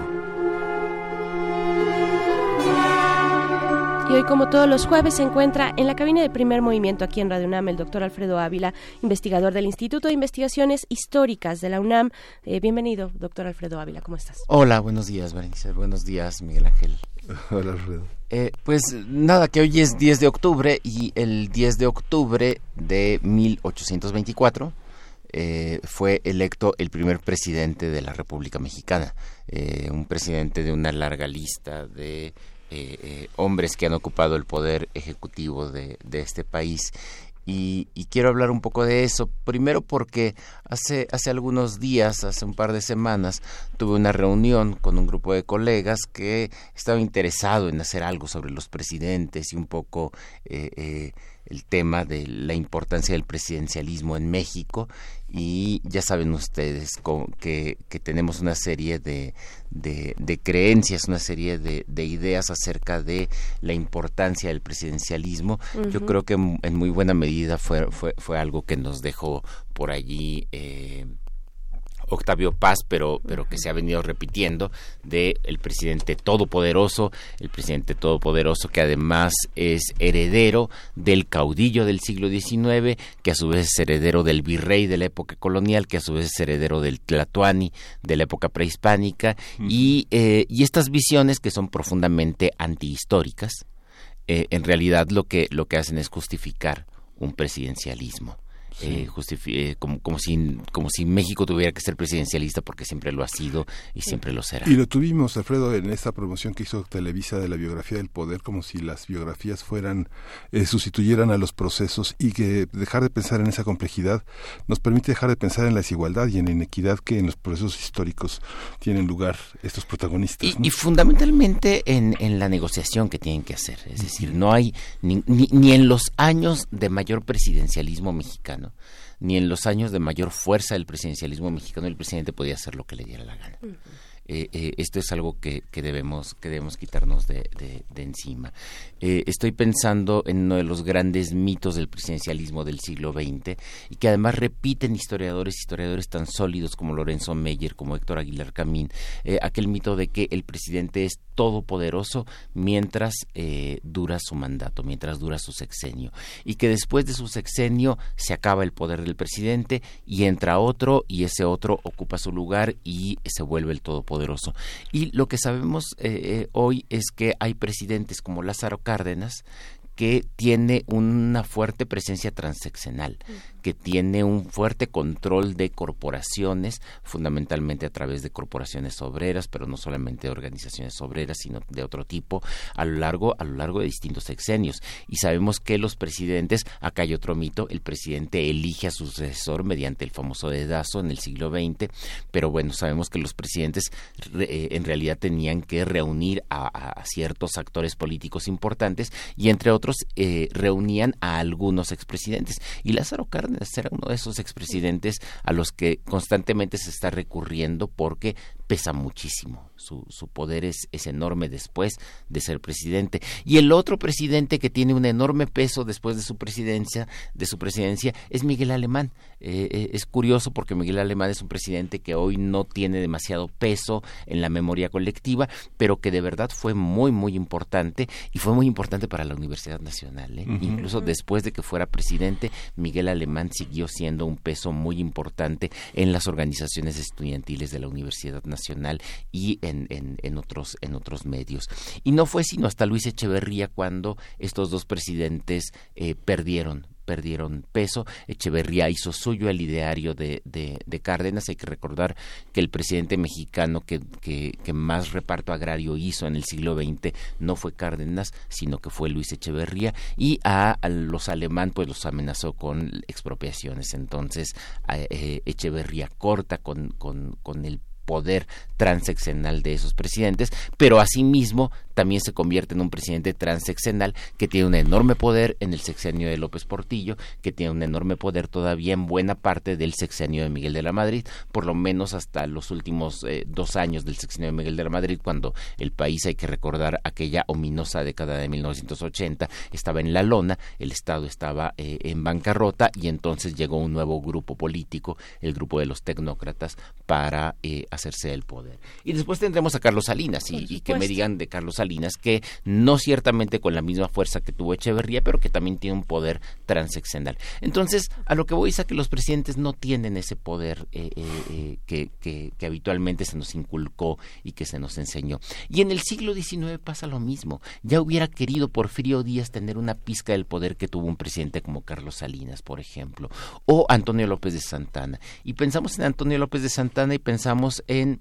Y hoy, como todos los jueves, se encuentra en la cabina de Primer Movimiento aquí en Radio UNAM el doctor Alfredo Ávila, investigador del Instituto de Investigaciones Históricas de la UNAM. Bienvenido, doctor Alfredo Ávila, ¿cómo estás? Hola, buenos días, Berenice. Buenos días, Miguel Ángel. Hola, Alfredo. Pues nada, que hoy es 10 de octubre y el 10 de octubre de 1824 fue electo el primer presidente de la República Mexicana, un presidente de una larga lista de hombres que han ocupado el poder ejecutivo de este país. Y quiero hablar un poco de eso, primero porque hace algunos días, hace un par de semanas, tuve una reunión con un grupo de colegas que estaba interesado en hacer algo sobre los presidentes y un poco el tema de la importancia del presidencialismo en México. Y ya saben ustedes que tenemos una serie de creencias, una serie de ideas acerca de la importancia del presidencialismo. Uh-huh. Yo creo que en muy buena medida fue algo que nos dejó por allí Octavio Paz, pero que se ha venido repitiendo, de el presidente todopoderoso que además es heredero del caudillo del siglo XIX, que a su vez es heredero del virrey de la época colonial, que a su vez es heredero del tlatoani de la época prehispánica, y estas visiones que son profundamente antihistóricas, en realidad lo que hacen es justificar un presidencialismo. como si México tuviera que ser presidencialista, porque siempre lo ha sido y siempre lo será. Y lo tuvimos, Alfredo, en esta promoción que hizo Televisa de la biografía del poder, como si las biografías sustituyeran a los procesos, y que dejar de pensar en esa complejidad nos permite dejar de pensar en la desigualdad y en la inequidad que en los procesos históricos tienen lugar estos protagonistas, ¿no? Y fundamentalmente en la negociación que tienen que hacer. Es decir, no hay ni en los años de mayor presidencialismo mexicano, ni en los años de mayor fuerza del presidencialismo mexicano, el presidente podía hacer lo que le diera la gana. Esto es algo que debemos quitarnos de encima. Estoy pensando en uno de los grandes mitos del presidencialismo del siglo XX, y que además repiten historiadores tan sólidos como Lorenzo Meyer, como Héctor Aguilar Camín, aquel mito de que el presidente es todopoderoso mientras dura su mandato, mientras dura su sexenio, y que después de su sexenio se acaba el poder del presidente y entra otro, y ese otro ocupa su lugar y se vuelve el todopoderoso. Y lo que sabemos hoy es que hay presidentes como Lázaro Cárdenas, que tiene una fuerte presencia transeccional, que tiene un fuerte control de corporaciones, fundamentalmente a través de corporaciones obreras, pero no solamente de organizaciones obreras, sino de otro tipo, a lo largo de distintos sexenios. Y sabemos que los presidentes, acá hay otro mito, el presidente elige a su sucesor mediante el famoso dedazo en el siglo XX, pero bueno, sabemos que los presidentes en realidad tenían que reunir a ciertos actores políticos importantes, y entre otros reunían a algunos expresidentes, y Lázaro Cárdenas era uno de esos expresidentes a los que constantemente se está recurriendo porque pesa muchísimo. Su poder es enorme después de ser presidente. Y el otro presidente que tiene un enorme peso después de su presidencia es Miguel Alemán. Es curioso porque Miguel Alemán es un presidente que hoy no tiene demasiado peso en la memoria colectiva, pero que de verdad fue muy, muy importante, y fue muy importante para la Universidad Nacional. Incluso después de que fuera presidente, Miguel Alemán siguió siendo un peso muy importante en las organizaciones estudiantiles de la Universidad Nacional y en otros medios. Y no fue sino hasta Luis Echeverría cuando estos dos presidentes perdieron peso. Echeverría hizo suyo el ideario de Cárdenas. Hay que recordar que el presidente mexicano que más reparto agrario hizo en el siglo XX no fue Cárdenas, sino que fue Luis Echeverría, y a los alemán pues los amenazó con expropiaciones. Entonces Echeverría corta con el poder transeccional de esos presidentes, pero asimismo también se convierte en un presidente transeccional que tiene un enorme poder en el sexenio de López Portillo, que tiene un enorme poder todavía en buena parte del sexenio de Miguel de la Madrid, por lo menos hasta los últimos 2 años del sexenio de Miguel de la Madrid, cuando el país, hay que recordar aquella ominosa década de 1980, estaba en la lona, el Estado estaba en bancarrota, y entonces llegó un nuevo grupo político, el grupo de los tecnócratas, para hacerse del poder. Y después tendremos a Carlos Salinas, y que me digan de Carlos Salinas que no ciertamente con la misma fuerza que tuvo Echeverría, pero que también tiene un poder transeccional. Entonces, a lo que voy es a que los presidentes no tienen ese poder que habitualmente se nos inculcó y que se nos enseñó. Y en el siglo XIX pasa lo mismo. Ya hubiera querido Porfirio Díaz tener una pizca del poder que tuvo un presidente como Carlos Salinas, por ejemplo, o Antonio López de Santana. Y pensamos en Antonio López de Santana y pensamos en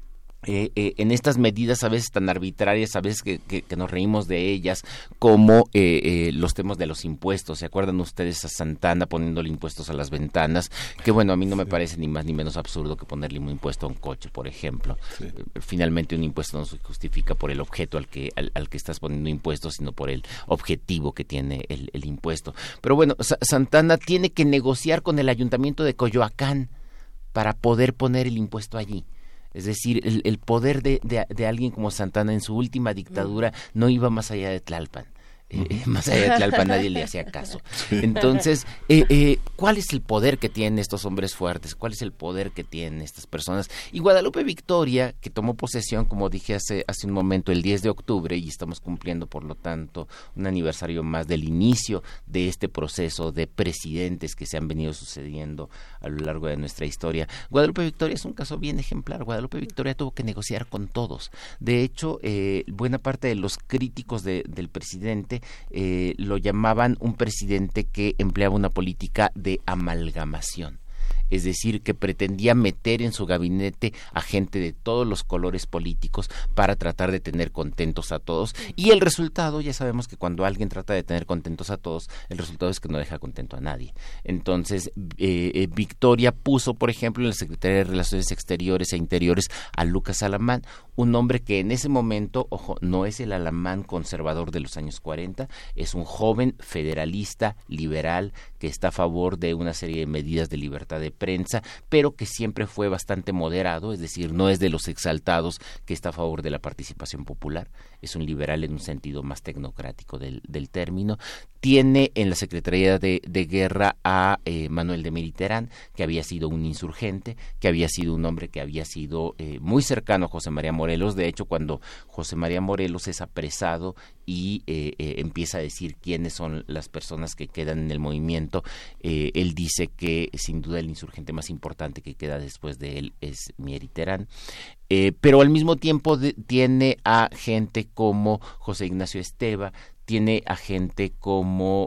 estas medidas a veces tan arbitrarias, a veces que nos reímos de ellas, como los temas de los impuestos. ¿Se acuerdan ustedes a Santana poniéndole impuestos a las ventanas? Que bueno, a mí no me parece ni más ni menos absurdo que ponerle un impuesto a un coche, por ejemplo. Sí. Finalmente un impuesto no se justifica por el objeto al que estás poniendo impuestos, sino por el objetivo que tiene el impuesto. Pero bueno, Santana tiene que negociar con el ayuntamiento de Coyoacán para poder poner el impuesto allí. Es decir, el poder de alguien como Santana en su última dictadura no iba más allá de Tlalpan. Más allá de Tlalpan nadie le hacía caso. Entonces, ¿cuál es el poder que tienen estos hombres fuertes? ¿Cuál es el poder que tienen estas personas? Y Guadalupe Victoria, que tomó posesión, como dije hace un momento, el 10 de octubre, y estamos cumpliendo, por lo tanto, un aniversario más del inicio de este proceso de presidentes que se han venido sucediendo a lo largo de nuestra historia. Guadalupe Victoria es un caso bien ejemplar. Guadalupe Victoria tuvo que negociar con todos. De hecho, buena parte de los críticos del presidente lo llamaban un presidente que empleaba una política de amalgamación. Es decir, que pretendía meter en su gabinete a gente de todos los colores políticos para tratar de tener contentos a todos. Y el resultado, ya sabemos que cuando alguien trata de tener contentos a todos, el resultado es que no deja contento a nadie. Entonces, Victoria puso, por ejemplo, en la Secretaría de Relaciones Exteriores e Interiores a Lucas Alamán, un hombre que en ese momento, ojo, no es el Alamán conservador de los años 40, es un joven federalista, liberal, que está a favor de una serie de medidas de libertad de prensa, pero que siempre fue bastante moderado, es decir, no es de los exaltados que está a favor de la participación popular, es un liberal en un sentido más tecnocrático del término. Tiene en la Secretaría de Guerra a Manuel de Mediterán, que había sido un insurgente, que había sido un hombre que había sido muy cercano a José María Morelos. De hecho, cuando José María Morelos es apresado y empieza a decir quiénes son las personas que quedan en el movimiento, él dice que sin duda el insurgente más importante que queda después de él es Mier y Terán. Pero al mismo tiempo tiene a gente como José Ignacio Esteva, tiene a gente como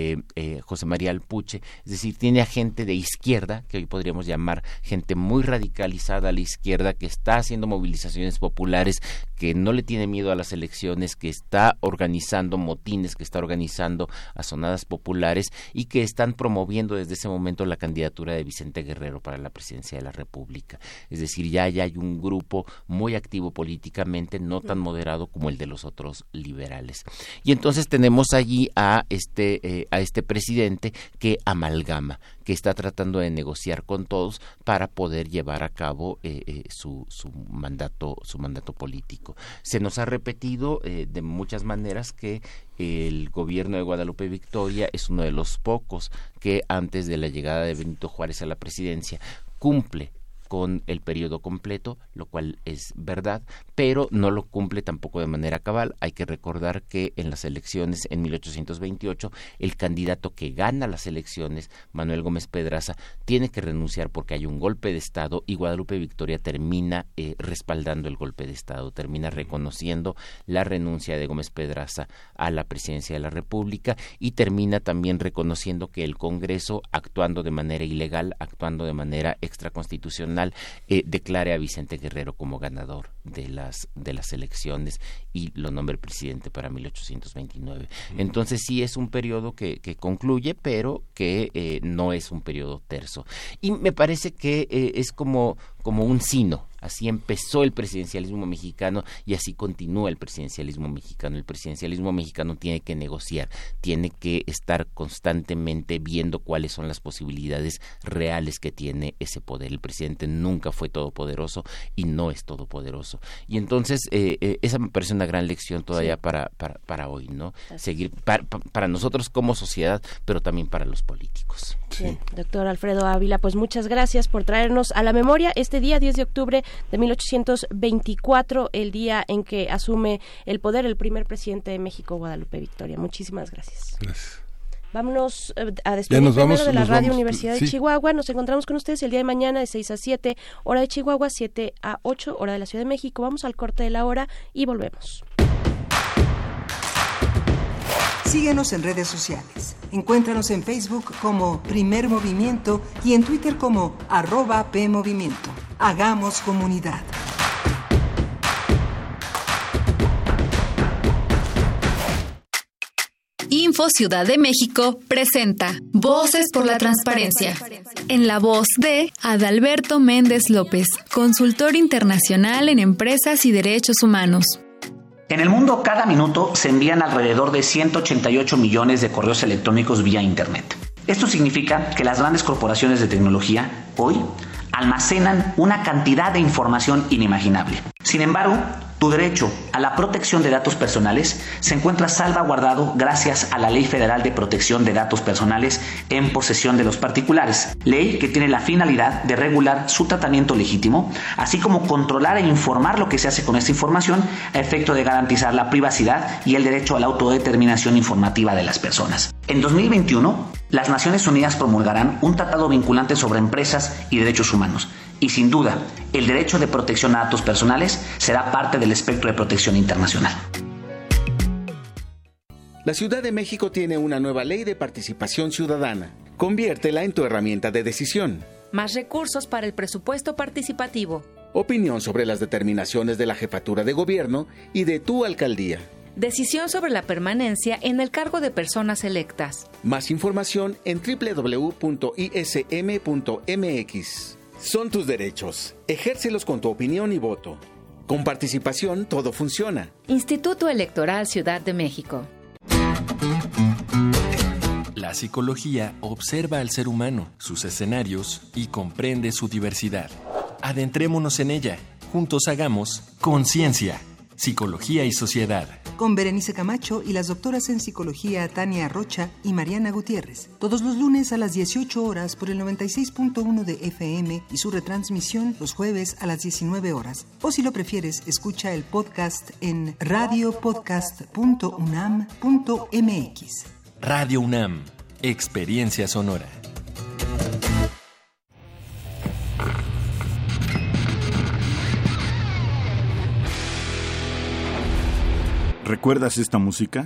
José María Alpuche, es decir, tiene a gente de izquierda, que hoy podríamos llamar gente muy radicalizada a la izquierda, que está haciendo movilizaciones populares, que no le tiene miedo a las elecciones, que está organizando motines, que está organizando asonadas populares y que están promoviendo desde ese momento la candidatura de Vicente Guerrero para la presidencia de la República. Es decir, ya hay un grupo muy activo políticamente, no tan moderado como el de los otros liberales. Y entonces tenemos allí a este presidente que amalgama, que está tratando de negociar con todos para poder llevar a cabo su mandato político. Se nos ha repetido de muchas maneras que el gobierno de Guadalupe Victoria es uno de los pocos que antes de la llegada de Benito Juárez a la presidencia cumple con el periodo completo, lo cual es verdad, pero no lo cumple tampoco de manera cabal. Hay que recordar que en las elecciones en 1828, el candidato que gana las elecciones, Manuel Gómez Pedraza, tiene que renunciar porque hay un golpe de Estado y Guadalupe Victoria termina respaldando el golpe de Estado, termina reconociendo la renuncia de Gómez Pedraza a la presidencia de la República y termina también reconociendo que el Congreso, actuando de manera ilegal, actuando de manera extraconstitucional, declare a Vicente Guerrero como ganador de las elecciones y lo nombre presidente para 1829. Entonces sí es un periodo que concluye, pero que no es un periodo terso. Y me parece que es como un sino. Así empezó el presidencialismo mexicano y así continúa el presidencialismo mexicano. El presidencialismo mexicano tiene que negociar, tiene que estar constantemente viendo cuáles son las posibilidades reales que tiene ese poder. El presidente nunca fue todopoderoso y no es todopoderoso. Y entonces esa me parece una gran lección todavía para hoy, ¿no? Seguir para nosotros como sociedad, pero también para los políticos. Bien, doctor Alfredo Ávila, pues muchas gracias por traernos a la memoria este día 10 de octubre de 1824, el día en que asume el poder el primer presidente de México, Guadalupe Victoria. Muchísimas gracias. Gracias. Vámonos a despedir primero de la Radio Universidad de Chihuahua. Nos encontramos con ustedes el día de mañana de 6 a 7, hora de Chihuahua, 7 a 8, hora de la Ciudad de México. Vamos al corte de la hora y volvemos. Síguenos en redes sociales. Encuéntranos en Facebook como Primer Movimiento y en Twitter como @PMovimiento. Hagamos comunidad. Info Ciudad de México presenta Voces por la Transparencia. En la voz de Adalberto Méndez López, consultor internacional en empresas y derechos humanos. En el mundo, cada minuto se envían alrededor de 188 millones de correos electrónicos vía Internet. Esto significa que las grandes corporaciones de tecnología, hoy, almacenan una cantidad de información inimaginable. Sin embargo, tu derecho a la protección de datos personales se encuentra salvaguardado gracias a la Ley Federal de Protección de Datos Personales en posesión de los particulares, ley que tiene la finalidad de regular su tratamiento legítimo, así como controlar e informar lo que se hace con esta información a efecto de garantizar la privacidad y el derecho a la autodeterminación informativa de las personas. En 2021, las Naciones Unidas promulgarán un tratado vinculante sobre empresas y derechos humanos. Y sin duda, el derecho de protección a datos personales será parte del espectro de protección internacional. La Ciudad de México tiene una nueva ley de participación ciudadana. Conviértela en tu herramienta de decisión. Más recursos para el presupuesto participativo. Opinión sobre las determinaciones de la jefatura de gobierno y de tu alcaldía. Decisión sobre la permanencia en el cargo de personas electas. Más información en www.ism.mx. Son tus derechos. Ejércelos con tu opinión y voto. Con participación todo funciona. Instituto Electoral Ciudad de México. La psicología observa al ser humano, sus escenarios y comprende su diversidad. Adentrémonos en ella. Juntos hagamos Conciencia, Psicología y Sociedad. Con Berenice Camacho y las doctoras en psicología Tania Rocha y Mariana Gutiérrez. Todos los lunes a las 18 horas por el 96.1 de FM y su retransmisión los jueves a las 19 horas. O si lo prefieres, escucha el podcast en radiopodcast.unam.mx. Radio UNAM, Experiencia Sonora. ¿Recuerdas esta música?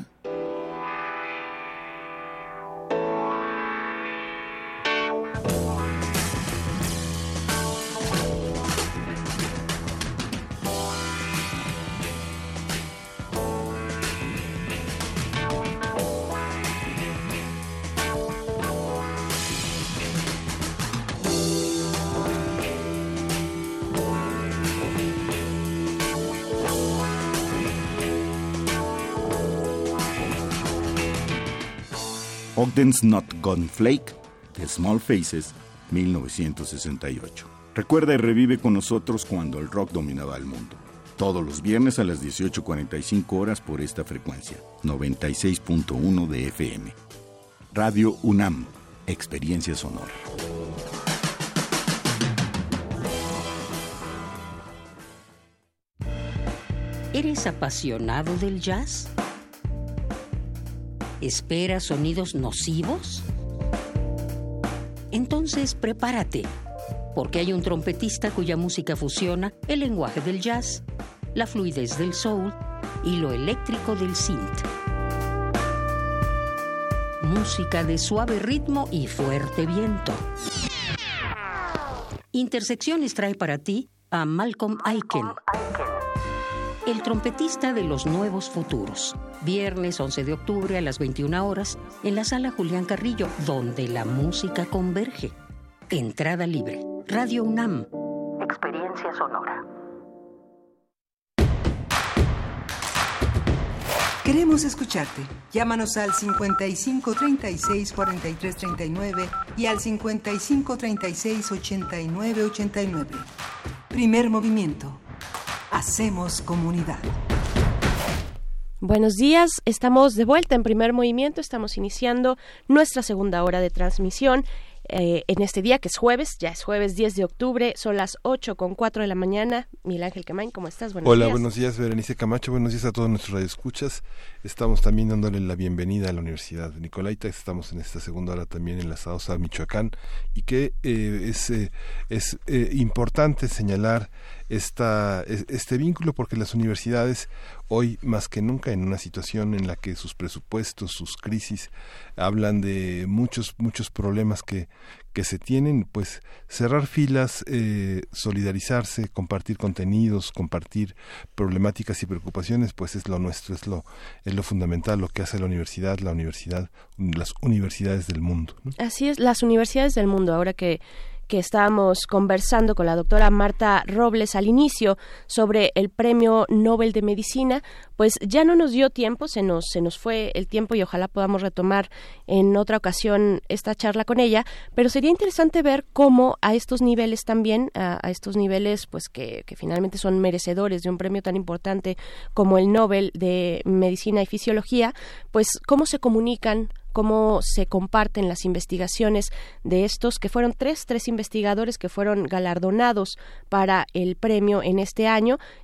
Ogden's Not Gone Flake, de Small Faces, 1968. Recuerda y revive con nosotros cuando el rock dominaba el mundo. Todos los viernes a las 18:45 horas por esta frecuencia, 96.1 de FM. Radio UNAM, Experiencia Sonora. ¿Eres apasionado del jazz? ¿Esperas sonidos nocivos? Entonces prepárate, porque hay un trompetista cuya música fusiona el lenguaje del jazz, la fluidez del soul y lo eléctrico del synth. Música de suave ritmo y fuerte viento. Intersecciones trae para ti a Malcolm Aiken, el trompetista de los nuevos futuros. Viernes 11 de octubre a las 21 horas en la Sala Julián Carrillo, donde la música converge. Entrada libre. Radio UNAM. Experiencia sonora. Queremos escucharte. Llámanos al 5536-4339 y al 5536-8989. Primer movimiento. Hacemos comunidad. Buenos días, estamos de vuelta en Primer Movimiento, estamos iniciando nuestra segunda hora de transmisión en este día que es jueves, ya es jueves 10 de octubre, son las 8:04 de la mañana. Miguel Ángel Quemain, ¿cómo estás? Buenos días. Hola, buenos días, Berenice Camacho, buenos días a todos nuestros radioescuchas. Estamos también dándole la bienvenida a la Universidad de Nicolaita, estamos en esta segunda hora también enlazados a Michoacán y que es importante señalar este vínculo porque las universidades hoy más que nunca en una situación en la que sus presupuestos, sus crisis hablan de muchos problemas que se tienen, pues cerrar filas, solidarizarse, compartir contenidos, compartir problemáticas y preocupaciones, pues es lo nuestro, es lo fundamental, lo que hace la universidad, las universidades del mundo, ¿no? Así es, las universidades del mundo, ahora que estábamos conversando con la doctora Marta Robles al inicio sobre el Premio Nobel de Medicina, pues ya no nos dio tiempo, se nos fue el tiempo y ojalá podamos retomar en otra ocasión esta charla con ella, pero sería interesante ver cómo a estos niveles también, a estos niveles pues que finalmente son merecedores de un premio tan importante como el Nobel de Medicina y Fisiología, pues cómo se comunican, cómo se comparten las investigaciones de estos, que fueron tres investigadores que fueron galardonados para el premio en este año,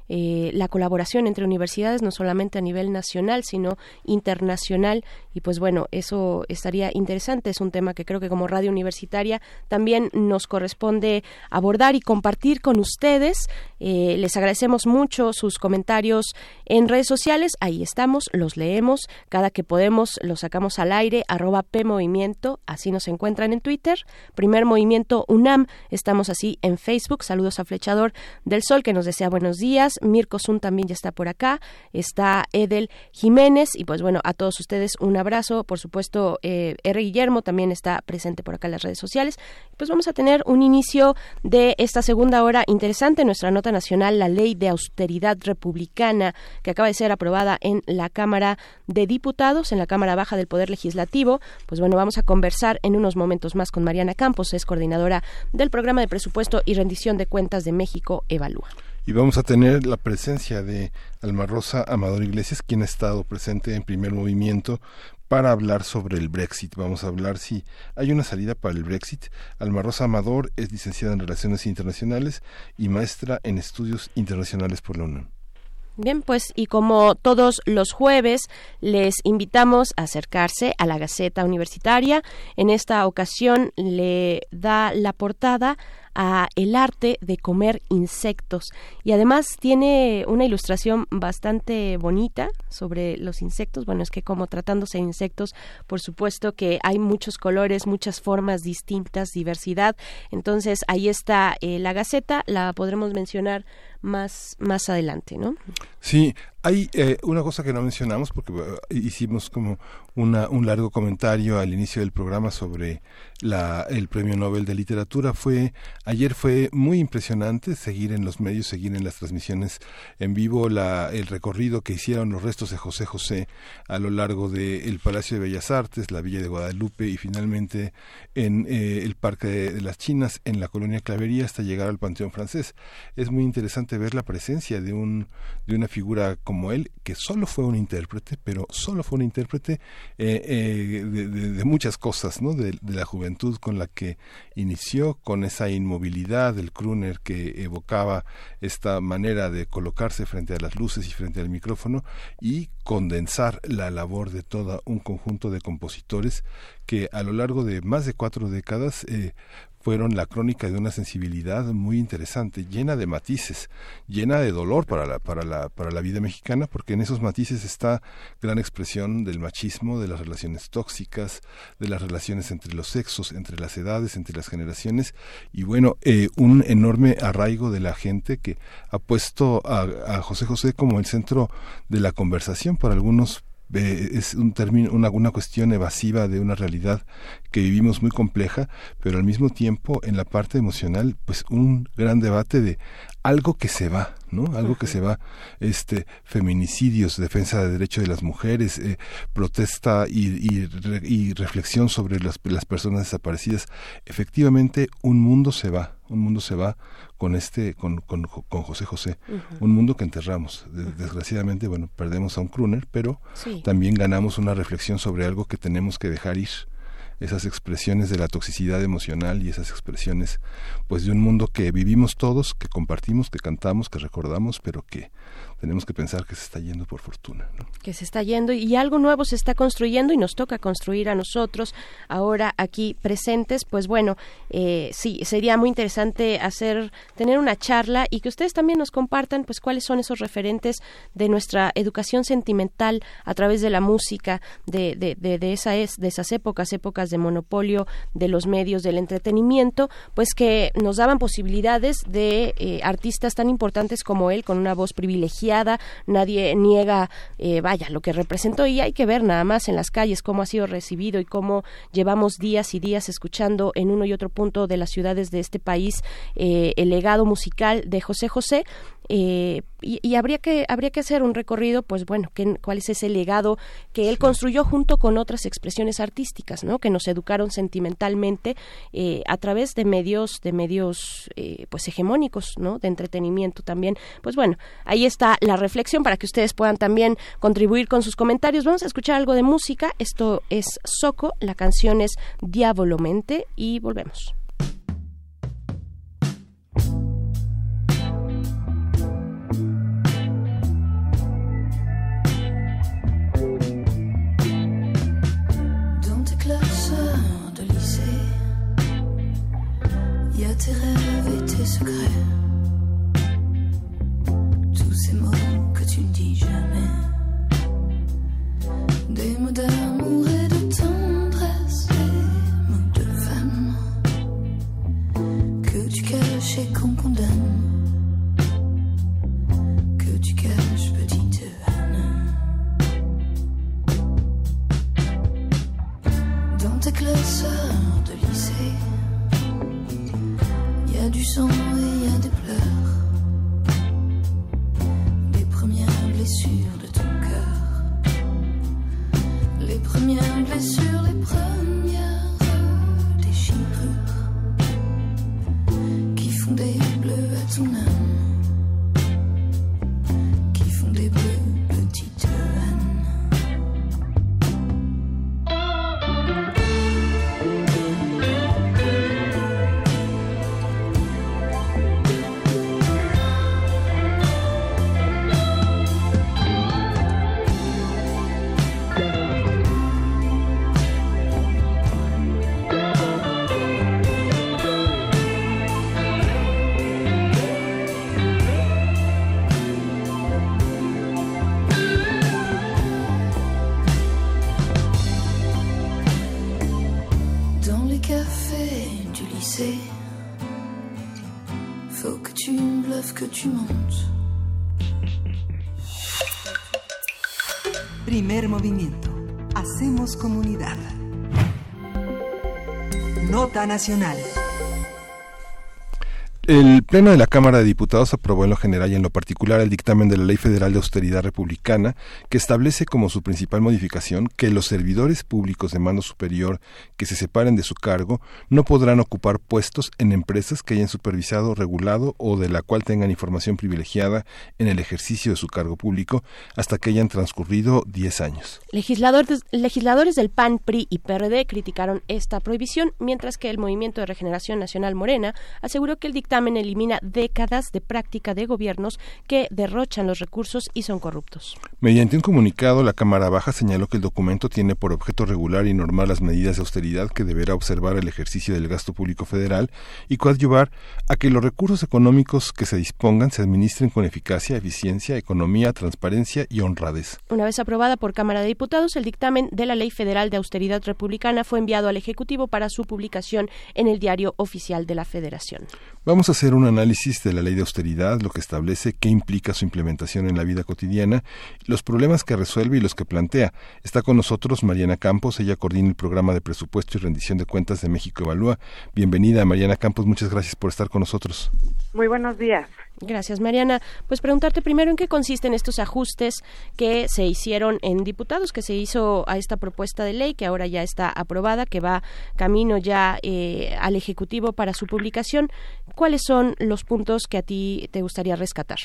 la colaboración entre universidades, no solamente a nivel nacional, sino internacional. Y pues bueno, eso estaría interesante. Es un tema que creo que como radio universitaria también nos corresponde abordar y compartir con ustedes. Les agradecemos mucho sus comentarios en redes sociales. Ahí estamos, los leemos. Cada que podemos los sacamos al aire, @PMovimiento. Así nos encuentran en Twitter. Primer Movimiento UNAM. Estamos así en Facebook. Saludos a Flechador del Sol, que nos desea buenos días. Mirko Zun también ya está por acá. Está Edel Jiménez. Y pues bueno, a todos ustedes un abrazo. Por supuesto, R. Guillermo también está presente por acá en las redes sociales. Pues vamos a tener un inicio de esta segunda hora interesante. Nuestra nota nacional, la Ley de Austeridad Republicana, que acaba de ser aprobada en la Cámara de Diputados, en la Cámara Baja del Poder Legislativo. Pues bueno, vamos a conversar en unos momentos más con Mariana Campos, es coordinadora del Programa de Presupuesto y Rendición de Cuentas de México Evalúa. Y vamos a tener la presencia de Alma Rosa Amador Iglesias, quien ha estado presente en Primer Movimiento para hablar sobre el Brexit. Vamos a hablar si hay una salida para el Brexit. Alma Rosa Amador es licenciada en Relaciones Internacionales y maestra en Estudios Internacionales por la UNAM. Bien, pues y como todos los jueves, les invitamos a acercarse a la Gaceta Universitaria. En esta ocasión le da la portada a El arte de comer insectos, y además tiene una ilustración bastante bonita sobre los insectos. Bueno, es que como tratándose de insectos, por supuesto que hay muchos colores, muchas formas distintas, diversidad. Entonces ahí está la Gaceta, la podremos mencionar más adelante, ¿no? Sí, hay una cosa que no mencionamos porque hicimos como un largo comentario al inicio del programa sobre el Premio Nobel de Literatura. Ayer fue muy impresionante seguir en los medios, seguir en las transmisiones en vivo el recorrido que hicieron los restos de José José a lo largo del Palacio de Bellas Artes, la Villa de Guadalupe y finalmente en el Parque de las Chinas, en la Colonia Clavería, hasta llegar al Panteón Francés. Es muy interesante ver la presencia de una figura como él, que solo fue un intérprete, pero solo fue un intérprete de muchas cosas, ¿no? De la juventud con la que inició, con esa inmovilidad del crooner que evocaba esta manera de colocarse frente a las luces y frente al micrófono y condensar la labor de todo un conjunto de compositores que a lo largo de más de 4 décadas fueron la crónica de una sensibilidad muy interesante, llena de matices, llena de dolor para la vida mexicana, porque en esos matices está gran expresión del machismo, de las relaciones tóxicas, de las relaciones entre los sexos, entre las edades, entre las generaciones, y bueno, un enorme arraigo de la gente que ha puesto a José José como el centro de la conversación. Para algunos es un término, una cuestión evasiva de una realidad que vivimos muy compleja, pero al mismo tiempo en la parte emocional, pues un gran debate de algo que se va, ¿no? Algo que se va, feminicidios, defensa de derechos de las mujeres, protesta y reflexión sobre las personas desaparecidas. Efectivamente, un mundo se va con José José, un mundo que enterramos. Desgraciadamente, bueno, perdemos a un crooner, pero sí, también ganamos una reflexión sobre algo que tenemos que dejar ir. Esas expresiones de la toxicidad emocional y esas expresiones pues de un mundo que vivimos todos, que compartimos, que cantamos, que recordamos, pero que tenemos que pensar que se está yendo por fortuna, ¿no? Que se está yendo y algo nuevo se está construyendo y nos toca construir a nosotros ahora aquí presentes. Pues bueno, sí, sería muy interesante tener una charla y que ustedes también nos compartan pues cuáles son esos referentes de nuestra educación sentimental a través de la música, de esas épocas de monopolio de los medios del entretenimiento, pues que nos daban posibilidades de artistas tan importantes como él, con una voz privilegiada. Nadie niega lo que representó, y hay que ver nada más en las calles cómo ha sido recibido y cómo llevamos días y días escuchando en uno y otro punto de las ciudades de este país el legado musical de José José. Y habría que hacer un recorrido, pues bueno, cuál es ese legado que él construyó junto con otras expresiones artísticas, ¿no? Que nos educaron sentimentalmente a través de medios pues hegemónicos, ¿no? De entretenimiento también. Pues bueno, ahí está la reflexión para que ustedes puedan también contribuir con sus comentarios. Vamos a escuchar algo de música. Esto es Soco, la canción es Diabolamente y volvemos. a tes rêves et tes secrets, tous ces mots que tu ne dis jamais, des mots d'amour et de tendresse, des mots de femme que tu caches et qu'on condamne, que tu caches, petite Anne. Dans tes classeurs de lycée, y a du sang et y a des pleurs, les premières blessures de ton cœur, les premières blessures, les premières déchirures qui font des bleus à ton âme, qui font des bleus, petite Anne. Dans les cafés du lycée, faut que tu bluffes, que tu montes. Primer movimiento. Hacemos comunidad. Nota nacional. El Pleno de la Cámara de Diputados aprobó en lo general y en lo particular el dictamen de la Ley Federal de Austeridad Republicana, que establece como su principal modificación que los servidores públicos de mando superior que se separen de su cargo no podrán ocupar puestos en empresas que hayan supervisado, regulado o de la cual tengan información privilegiada en el ejercicio de su cargo público hasta que hayan transcurrido 10 años. Legisladores del PAN, PRI y PRD criticaron esta prohibición, mientras que el Movimiento de Regeneración Nacional Morena aseguró que el dictamen elimina décadas de práctica de gobiernos que derrochan los recursos y son corruptos. Mediante un comunicado, la Cámara Baja señaló que el documento tiene por objeto regular y normar las medidas de austeridad que deberá observar el ejercicio del gasto público federal y coadyuvar a que los recursos económicos que se dispongan se administren con eficacia, eficiencia, economía, transparencia y honradez. Una vez aprobada por Cámara de Diputados, el dictamen de la Ley Federal de Austeridad Republicana fue enviado al Ejecutivo para su publicación en el Diario Oficial de la Federación. Vamos a hacer un análisis de la ley de austeridad, lo que establece, qué implica su implementación en la vida cotidiana, los problemas que resuelve y los que plantea. Está con nosotros Mariana Campos, ella coordina el programa de presupuesto y rendición de cuentas de México Evalúa. Bienvenida, Mariana Campos, muchas gracias por estar con nosotros. Muy buenos días. Gracias, Mariana. Pues preguntarte primero en qué consisten estos ajustes que se hicieron en diputados, que se hizo a esta propuesta de ley que ahora ya está aprobada, que va camino ya al Ejecutivo para su publicación. ¿Cuáles son los puntos que a ti te gustaría rescatar?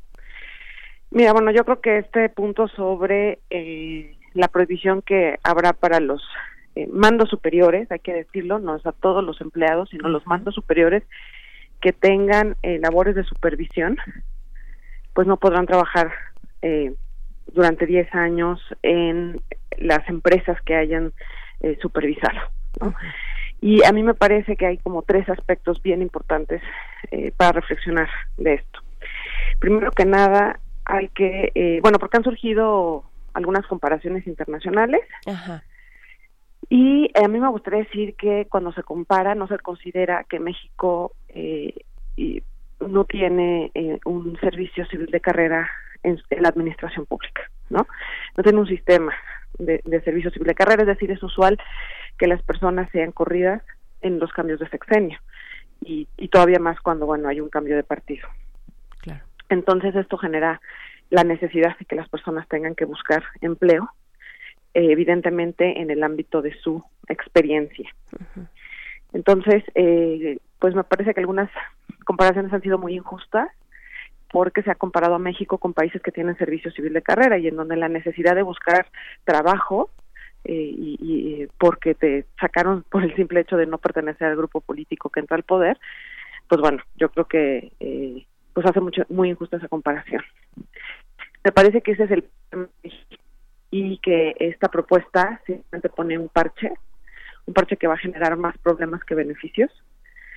Mira, bueno, yo creo que este punto sobre la prohibición que habrá para los mandos superiores, hay que decirlo, no es a todos los empleados, sino los mandos superiores que tengan labores de supervisión, pues no podrán trabajar durante 10 años en las empresas que hayan supervisado, ¿no? Y a mí me parece que hay como 3 aspectos bien importantes para reflexionar de esto. Primero que nada, hay que, porque han surgido algunas comparaciones internacionales. Ajá. Y a mí me gustaría decir que cuando se compara, no se considera que México no tiene un servicio civil de carrera en la administración pública, ¿no? No tiene un sistema de servicio civil de carrera, es decir, es usual que las personas sean corridas en los cambios de sexenio y todavía más cuando, hay un cambio de partido. Claro. Entonces esto genera la necesidad de que las personas tengan que buscar empleo, evidentemente en el ámbito de su experiencia. Uh-huh. Entonces, pues me parece que algunas comparaciones han sido muy injustas porque se ha comparado a México con países que tienen servicio civil de carrera y en donde la necesidad de buscar trabajo y porque te sacaron por el simple hecho de no pertenecer al grupo político que entra al poder, pues yo creo que pues hace muy injusta esa comparación. Me parece que ese es el y que esta propuesta simplemente pone un parche que va a generar más problemas que beneficios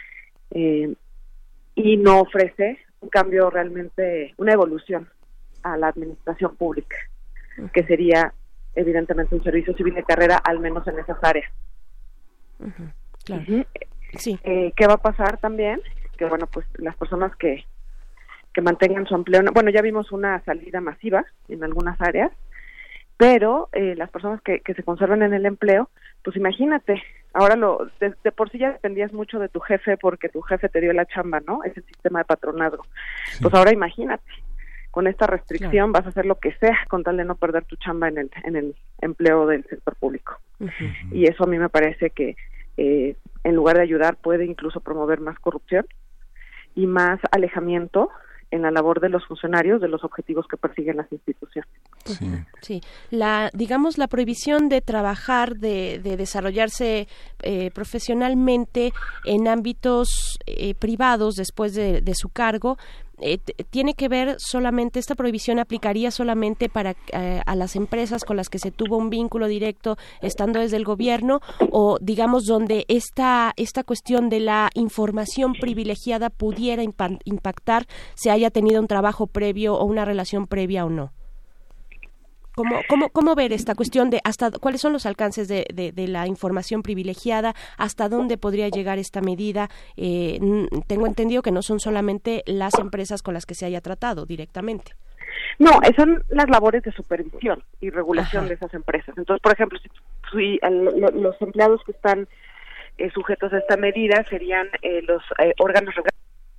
y no ofrece un cambio realmente, una evolución a la administración pública, que sería evidentemente un servicio civil de carrera, al menos en esas áreas. Claro. Sí. ¿Qué va a pasar también? Que bueno, pues las personas que mantengan su empleo, bueno, ya vimos una salida masiva en algunas áreas, pero las personas que se conservan en el empleo, pues imagínate, ahora de por sí ya dependías mucho de tu jefe porque tu jefe te dio la chamba, ¿no? Es el sistema de patronazgo. Sí. Pues ahora imagínate, con esta restricción vas a hacer lo que sea con tal de no perder tu chamba en el empleo del sector público. Y eso a mí me parece que en lugar de ayudar puede incluso promover más corrupción y más alejamiento en la labor de los funcionarios de los objetivos que persiguen las instituciones. Sí, la prohibición de trabajar, de desarrollarse profesionalmente en ámbitos privados después de su cargo, tiene que ver solamente, esta prohibición aplicaría solamente para a las empresas con las que se tuvo un vínculo directo estando desde el gobierno, o digamos donde esta cuestión de la información privilegiada pudiera impactar si haya tenido un trabajo previo o una relación previa o no. ¿Cómo ver esta cuestión de cuáles son los alcances de la información privilegiada, hasta dónde podría llegar esta medida? Tengo entendido que no son solamente las empresas con las que se haya tratado directamente. No, son las labores de supervisión y regulación de esas empresas. Entonces, por ejemplo, si los empleados que están sujetos a esta medida serían los órganos regulatorios.